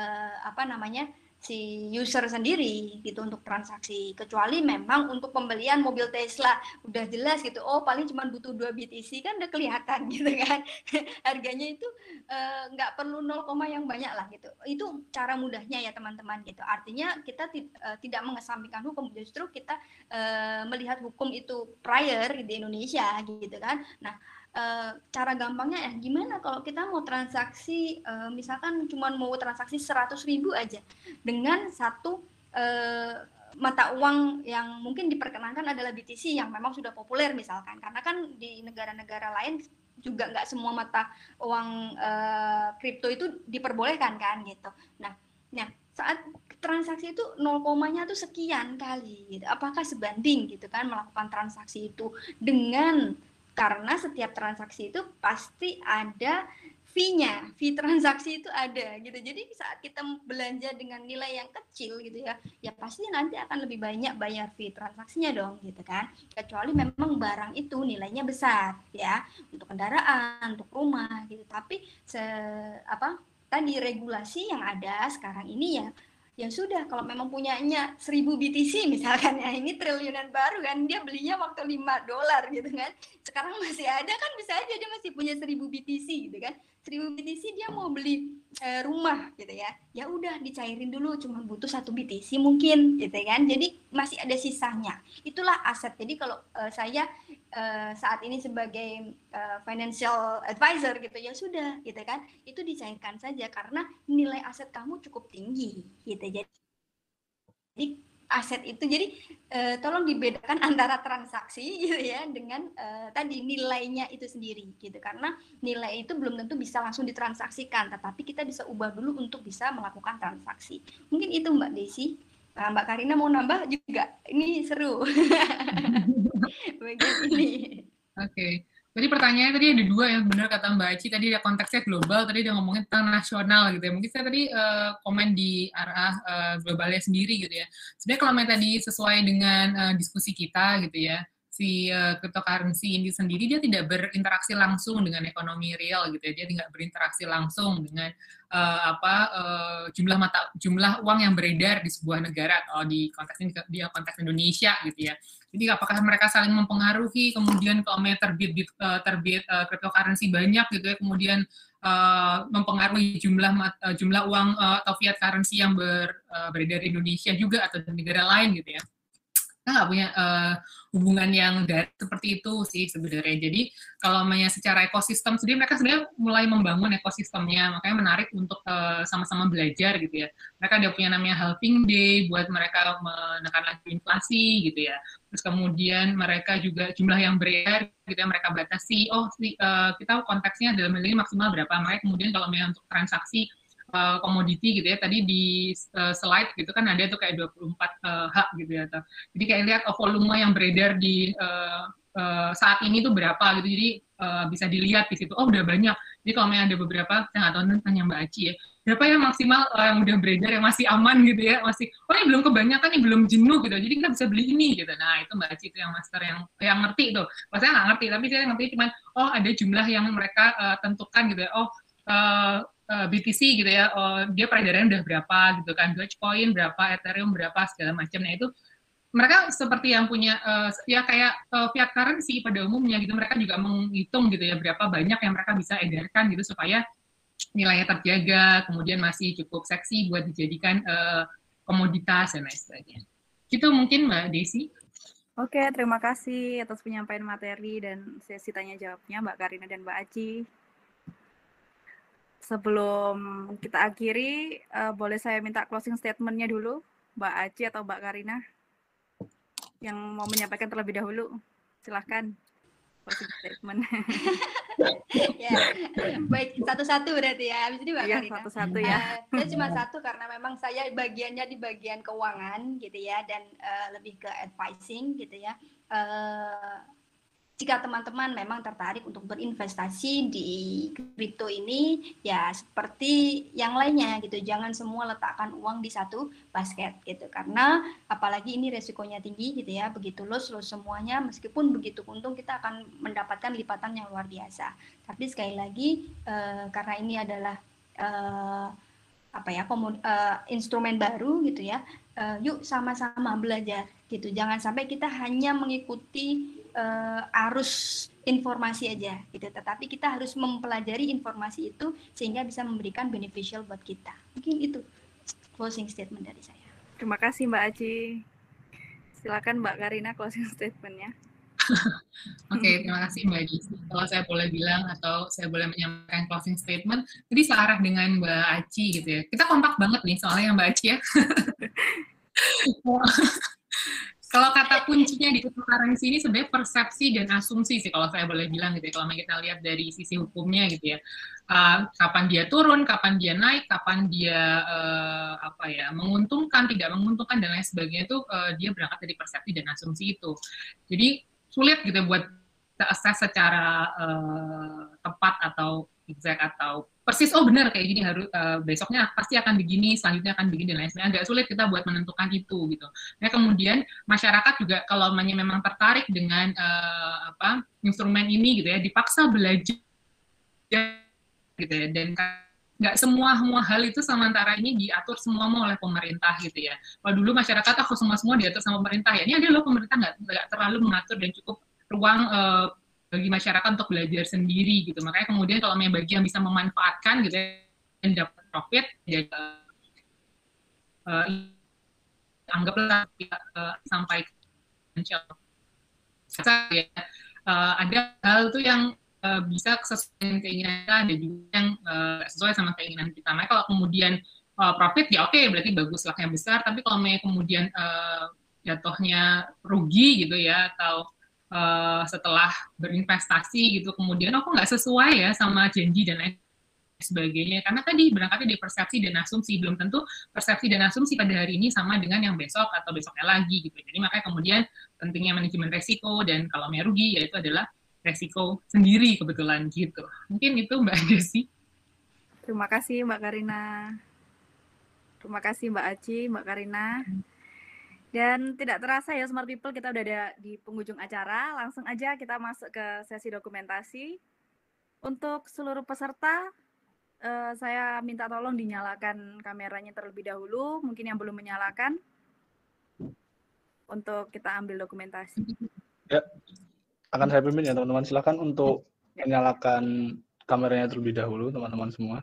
si user sendiri gitu untuk transaksi, kecuali memang untuk pembelian mobil Tesla udah jelas gitu, oh paling cuma butuh 2 BTC kan udah kelihatan gitu kan harganya itu nggak perlu 0, yang banyak lah gitu. Itu cara mudahnya ya teman-teman gitu. Artinya kita tidak mengesampingkan hukum, justru kita melihat hukum itu prior di Indonesia gitu kan. Nah cara gampangnya ya gimana kalau kita mau transaksi misalkan cuma mau transaksi 100.000 aja dengan satu mata uang yang mungkin diperkenankan adalah BTC yang memang sudah populer misalkan, karena kan di negara-negara lain juga nggak semua mata uang kripto itu diperbolehkan kan gitu. Nah saat transaksi itu 0,-nya tuh sekian kali gitu. Apakah sebanding gitu kan melakukan transaksi itu dengan, karena setiap transaksi itu pasti ada fee-nya, fee transaksi itu ada gitu. Jadi saat kita belanja dengan nilai yang kecil gitu ya, ya pasti nanti akan lebih banyak bayar fee transaksinya dong gitu kan. Kecuali memang barang itu nilainya besar ya, untuk kendaraan, untuk rumah gitu. Tapi tadi regulasi yang ada sekarang ini ya sudah, kalau memang punyanya 1.000 BTC misalkan ya, ini triliunan baru kan, dia belinya waktu $5 gitu kan, sekarang masih ada kan, bisa aja dia masih punya 1.000 BTC gitu kan, 1.000 BTC dia mau beli rumah gitu ya, ya udah dicairin dulu, cuma butuh 1 BTC mungkin gitu kan, jadi masih ada sisanya, itulah aset. Jadi kalau saya saat ini sebagai financial advisor gitu ya sudah gitu kan, itu dicairkan saja karena nilai aset kamu cukup tinggi gitu. Jadi aset itu, jadi tolong dibedakan antara transaksi gitu ya dengan tadi nilainya itu sendiri gitu, karena nilai itu belum tentu bisa langsung ditransaksikan, tetapi kita bisa ubah dulu untuk bisa melakukan transaksi. Mungkin itu Mbak Desi. Nah, Mbak Karina mau nambah juga, ini seru bagian ini. Oke. Tadi pertanyaannya tadi ada 2 ya, benar kata Mbak Aci, tadi ada konteksnya global, tadi dia ngomongin tentang nasional gitu ya. Mungkin saya tadi komen di arah globalnya sendiri gitu ya. Sebenarnya kalau tadi sesuai dengan diskusi kita gitu ya, si cryptocurrency ini sendiri dia tidak berinteraksi langsung dengan ekonomi real gitu ya, dia tidak berinteraksi langsung dengan jumlah uang yang beredar di sebuah negara, atau di konteks Indonesia gitu ya. Jadi apakah mereka saling mempengaruhi, kemudian kalau terbit cryptocurrency banyak gitu ya, kemudian mempengaruhi jumlah uang atau fiat currency yang beredar di Indonesia juga atau di negara lain gitu ya. Kita nggak punya hubungan yang direct seperti itu sih sebenarnya. Jadi kalau namanya secara ekosistem sendiri, mereka sebenarnya mulai membangun ekosistemnya, makanya menarik untuk sama-sama belajar gitu ya. Mereka ada punya namanya halving day buat mereka menekan lagi inflasi gitu ya. Terus kemudian mereka juga jumlah yang beredar gitu ya, mereka batasi, kita konteksnya dalam hal ini maksimal berapa, makanya kemudian kalau memang untuk transaksi komoditi gitu ya, tadi di slide gitu kan ada tuh kayak 24 hak gitu ya. Jadi kayak lihat volume yang beredar di saat ini tuh berapa gitu, jadi bisa dilihat di situ, udah banyak. Jadi kalau ada beberapa, saya nggak tahu, tanya Mbak Aci ya, berapa yang maksimal yang udah beredar, yang masih aman gitu ya, masih, ini belum kebanyakan, ini belum jenuh gitu, jadi kita bisa beli ini gitu. Nah itu Mbak Aci itu yang master, yang ngerti tuh. Saya nggak ngerti, tapi saya ngerti cuman, ada jumlah yang mereka tentukan gitu ya, BTC gitu ya, dia peredarannya udah berapa gitu kan, Dogecoin berapa, Ethereum berapa, segala macam. Nah itu mereka seperti yang punya ya kayak fiat currency pada umumnya gitu, mereka juga menghitung gitu ya berapa banyak yang mereka bisa edarkan gitu supaya nilainya terjaga, kemudian masih cukup seksi buat dijadikan komoditas dan lain sebagainya. Gitu mungkin Mbak Desi. Oke, terima kasih atas penyampaian materi dan sesi tanya jawabnya Mbak Karina dan Mbak Aci. Sebelum kita akhiri, boleh saya minta closing statement-nya dulu, Mbak Aci atau Mbak Karina, yang mau menyampaikan terlebih dahulu. Silahkan, closing statement. Ya, baik, satu-satu berarti ya. Habis ini Mbak Iya, Karina. satu-satu ya. Saya cuma satu karena memang saya bagiannya di bagian keuangan gitu ya, dan lebih ke advising gitu ya. Jika teman-teman memang tertarik untuk berinvestasi di kripto ini, ya seperti yang lainnya gitu, jangan semua letakkan uang di satu basket gitu, karena apalagi ini resikonya tinggi gitu ya, begitu loss semuanya, meskipun begitu untung kita akan mendapatkan lipatan yang luar biasa. Tapi sekali lagi karena ini adalah instrumen baru gitu ya, yuk sama-sama belajar gitu, jangan sampai kita hanya mengikuti arus informasi aja gitu, tetapi kita harus mempelajari informasi itu sehingga bisa memberikan beneficial buat kita. Mungkin itu closing statement dari saya. Terima kasih Mbak Aci. Silakan Mbak Karina closing statement-nya. Oke, terima kasih Mbak Desi. Kalau saya boleh bilang atau saya boleh menyampaikan closing statement, jadi searah dengan Mbak Aci gitu ya. Kita kompak banget nih soalnya Mbak Aci ya. Kalau kata kuncinya di cryptocurrency ini sebenarnya persepsi dan asumsi sih kalau saya boleh bilang gitu ya. Kalau kita lihat dari sisi hukumnya gitu ya, kapan dia turun, kapan dia naik, kapan dia menguntungkan, tidak menguntungkan dan lain sebagainya itu dia berangkat dari persepsi dan asumsi itu. Jadi sulit gitu buat kita assess secara tepat atau exact atau persis, oh benar kayak gini, harus besoknya pasti akan begini, selanjutnya akan begini dan lain sebagainya. Agak sulit kita buat menentukan itu gitu. Nah kemudian masyarakat juga kalau memang tertarik dengan instrumen ini gitu ya, dipaksa belajar gitu ya, dan nggak semua hal itu sementara ini diatur semua oleh pemerintah gitu ya. Kalau dulu masyarakat semua diatur sama pemerintah ya, ini ada loh pemerintah nggak terlalu mengatur dan cukup ruang bagi masyarakat untuk belajar sendiri gitu. Makanya kemudian kalau bagi yang bisa memanfaatkan gitu ya, dan dapat profit ya anggaplah sampai ada hal tuh yang bisa sesuai dengan keinginan kita, ada juga yang sesuai sama keinginan kita. Nah kalau kemudian profit ya oke, berarti bagus lah yang besar, tapi kalau kemudian jatuhnya rugi gitu ya, atau setelah berinvestasi gitu kemudian kok nggak sesuai ya sama janji dan lain sebagainya, karena tadi berangkatnya dari persepsi dan asumsi, belum tentu persepsi dan asumsi pada hari ini sama dengan yang besok atau besoknya lagi gitu. Jadi makanya kemudian pentingnya manajemen resiko, dan kalau rugi ya itu adalah resiko sendiri kebetulan gitu. Mungkin itu Mbak Desi. Terima kasih Mbak Karina. Terima kasih Mbak Aci, Mbak Karina. Dan tidak terasa ya Smart People, kita udah ada di penghujung acara. Langsung aja kita masuk ke sesi dokumentasi. Untuk seluruh peserta, saya minta tolong dinyalakan kameranya terlebih dahulu, mungkin yang belum menyalakan, untuk kita ambil dokumentasi. Ya, akan saya pimpin ya teman-teman. Silakan untuk menyalakan kameranya terlebih dahulu teman-teman semua.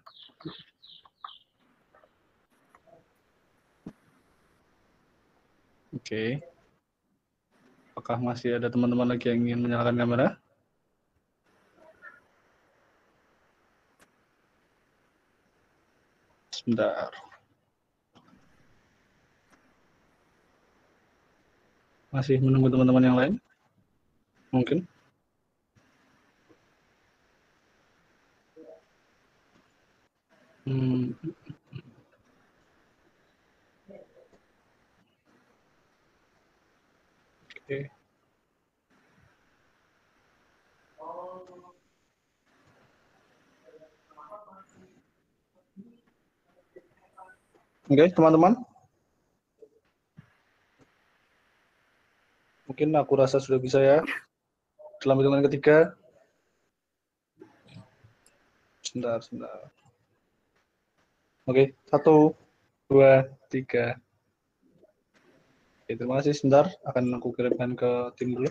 Oke. Apakah masih ada teman-teman lagi yang ingin menyalakan kamera? Sebentar. Masih menunggu teman-teman yang lain? Mungkin. Oke. Oke, teman-teman. Mungkin aku rasa sudah bisa ya. Dalam hitungan ketiga. Sebentar. Oke, 1, 2, 3. Oke, terima kasih. Sebentar, akan aku kirimkan ke tim dulu.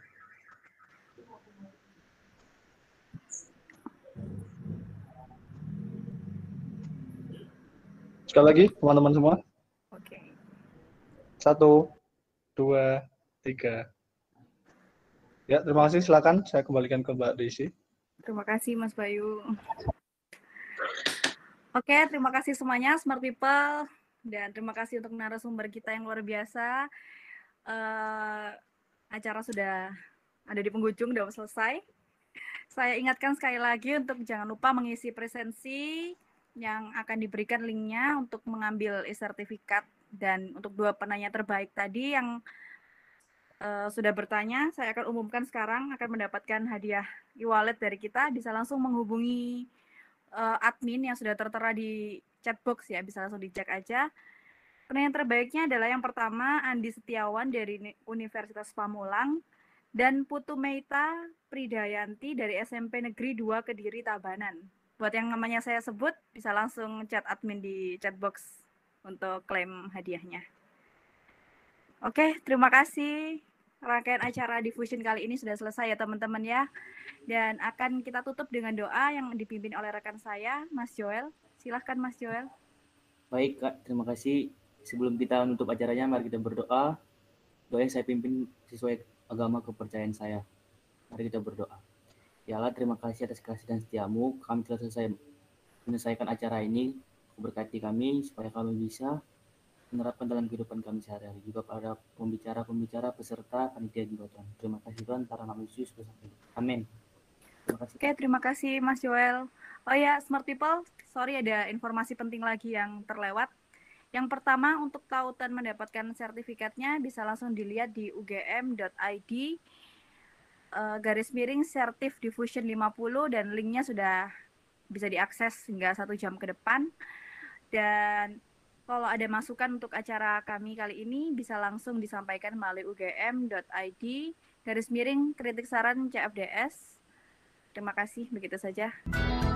Sekali lagi, teman-teman semua. Oke. 1, 2, 3. Ya, terima kasih. Silakan saya kembalikan ke Mbak Desi. Terima kasih Mas Bayu. Oke, terima kasih semuanya Smart People, dan terima kasih untuk narasumber kita yang luar biasa. Acara sudah ada di penghujung, sudah selesai. Saya ingatkan sekali lagi untuk jangan lupa mengisi presensi yang akan diberikan linknya untuk mengambil e-sertifikat, dan untuk 2 penanya terbaik tadi yang sudah bertanya, saya akan umumkan sekarang akan mendapatkan hadiah e-wallet dari kita. Bisa langsung menghubungi admin yang sudah tertera di chatbox ya, bisa langsung dicek aja. Penanya terbaiknya adalah yang pertama Andi Setiawan dari Universitas Pamulang dan Putu Meita Pridayanti dari SMP Negeri 2 Kediri Tabanan. Buat yang namanya saya sebut bisa langsung chat admin di chatbox untuk klaim hadiahnya. Oke, terima kasih. Rangkaian acara Diffusion kali ini sudah selesai ya teman-teman ya. Dan akan kita tutup dengan doa yang dipimpin oleh rekan saya, Mas Joel. Silahkan Mas Joel. Baik Kak, terima kasih. Sebelum kita menutup acaranya, mari kita berdoa. Doa yang saya pimpin sesuai agama kepercayaan saya. Mari kita berdoa. Ya Allah, terima kasih atas kasih dan setiamu. Kami telah selesai menyelesaikan acara ini. Berkati kami supaya kami bisa menerapkan dalam kehidupan kami sehari-hari. Juga pada pembicara-pembicara, peserta, panitia juga Tuhan. Terima kasih Tuhan, karena nama Yesus bersama. Amin. Terima kasih. Oke, terima kasih Mas Joel. Oh ya, Smart People, sorry ada informasi penting lagi yang terlewat. Yang pertama, untuk tautan mendapatkan sertifikatnya bisa langsung dilihat di ugm.id /sertif diffusion 50, dan linknya sudah bisa diakses hingga 1 jam ke depan. Dan kalau ada masukan untuk acara kami kali ini bisa langsung disampaikan melalui ugm.id /kritik saran CFDS. Terima kasih, begitu saja.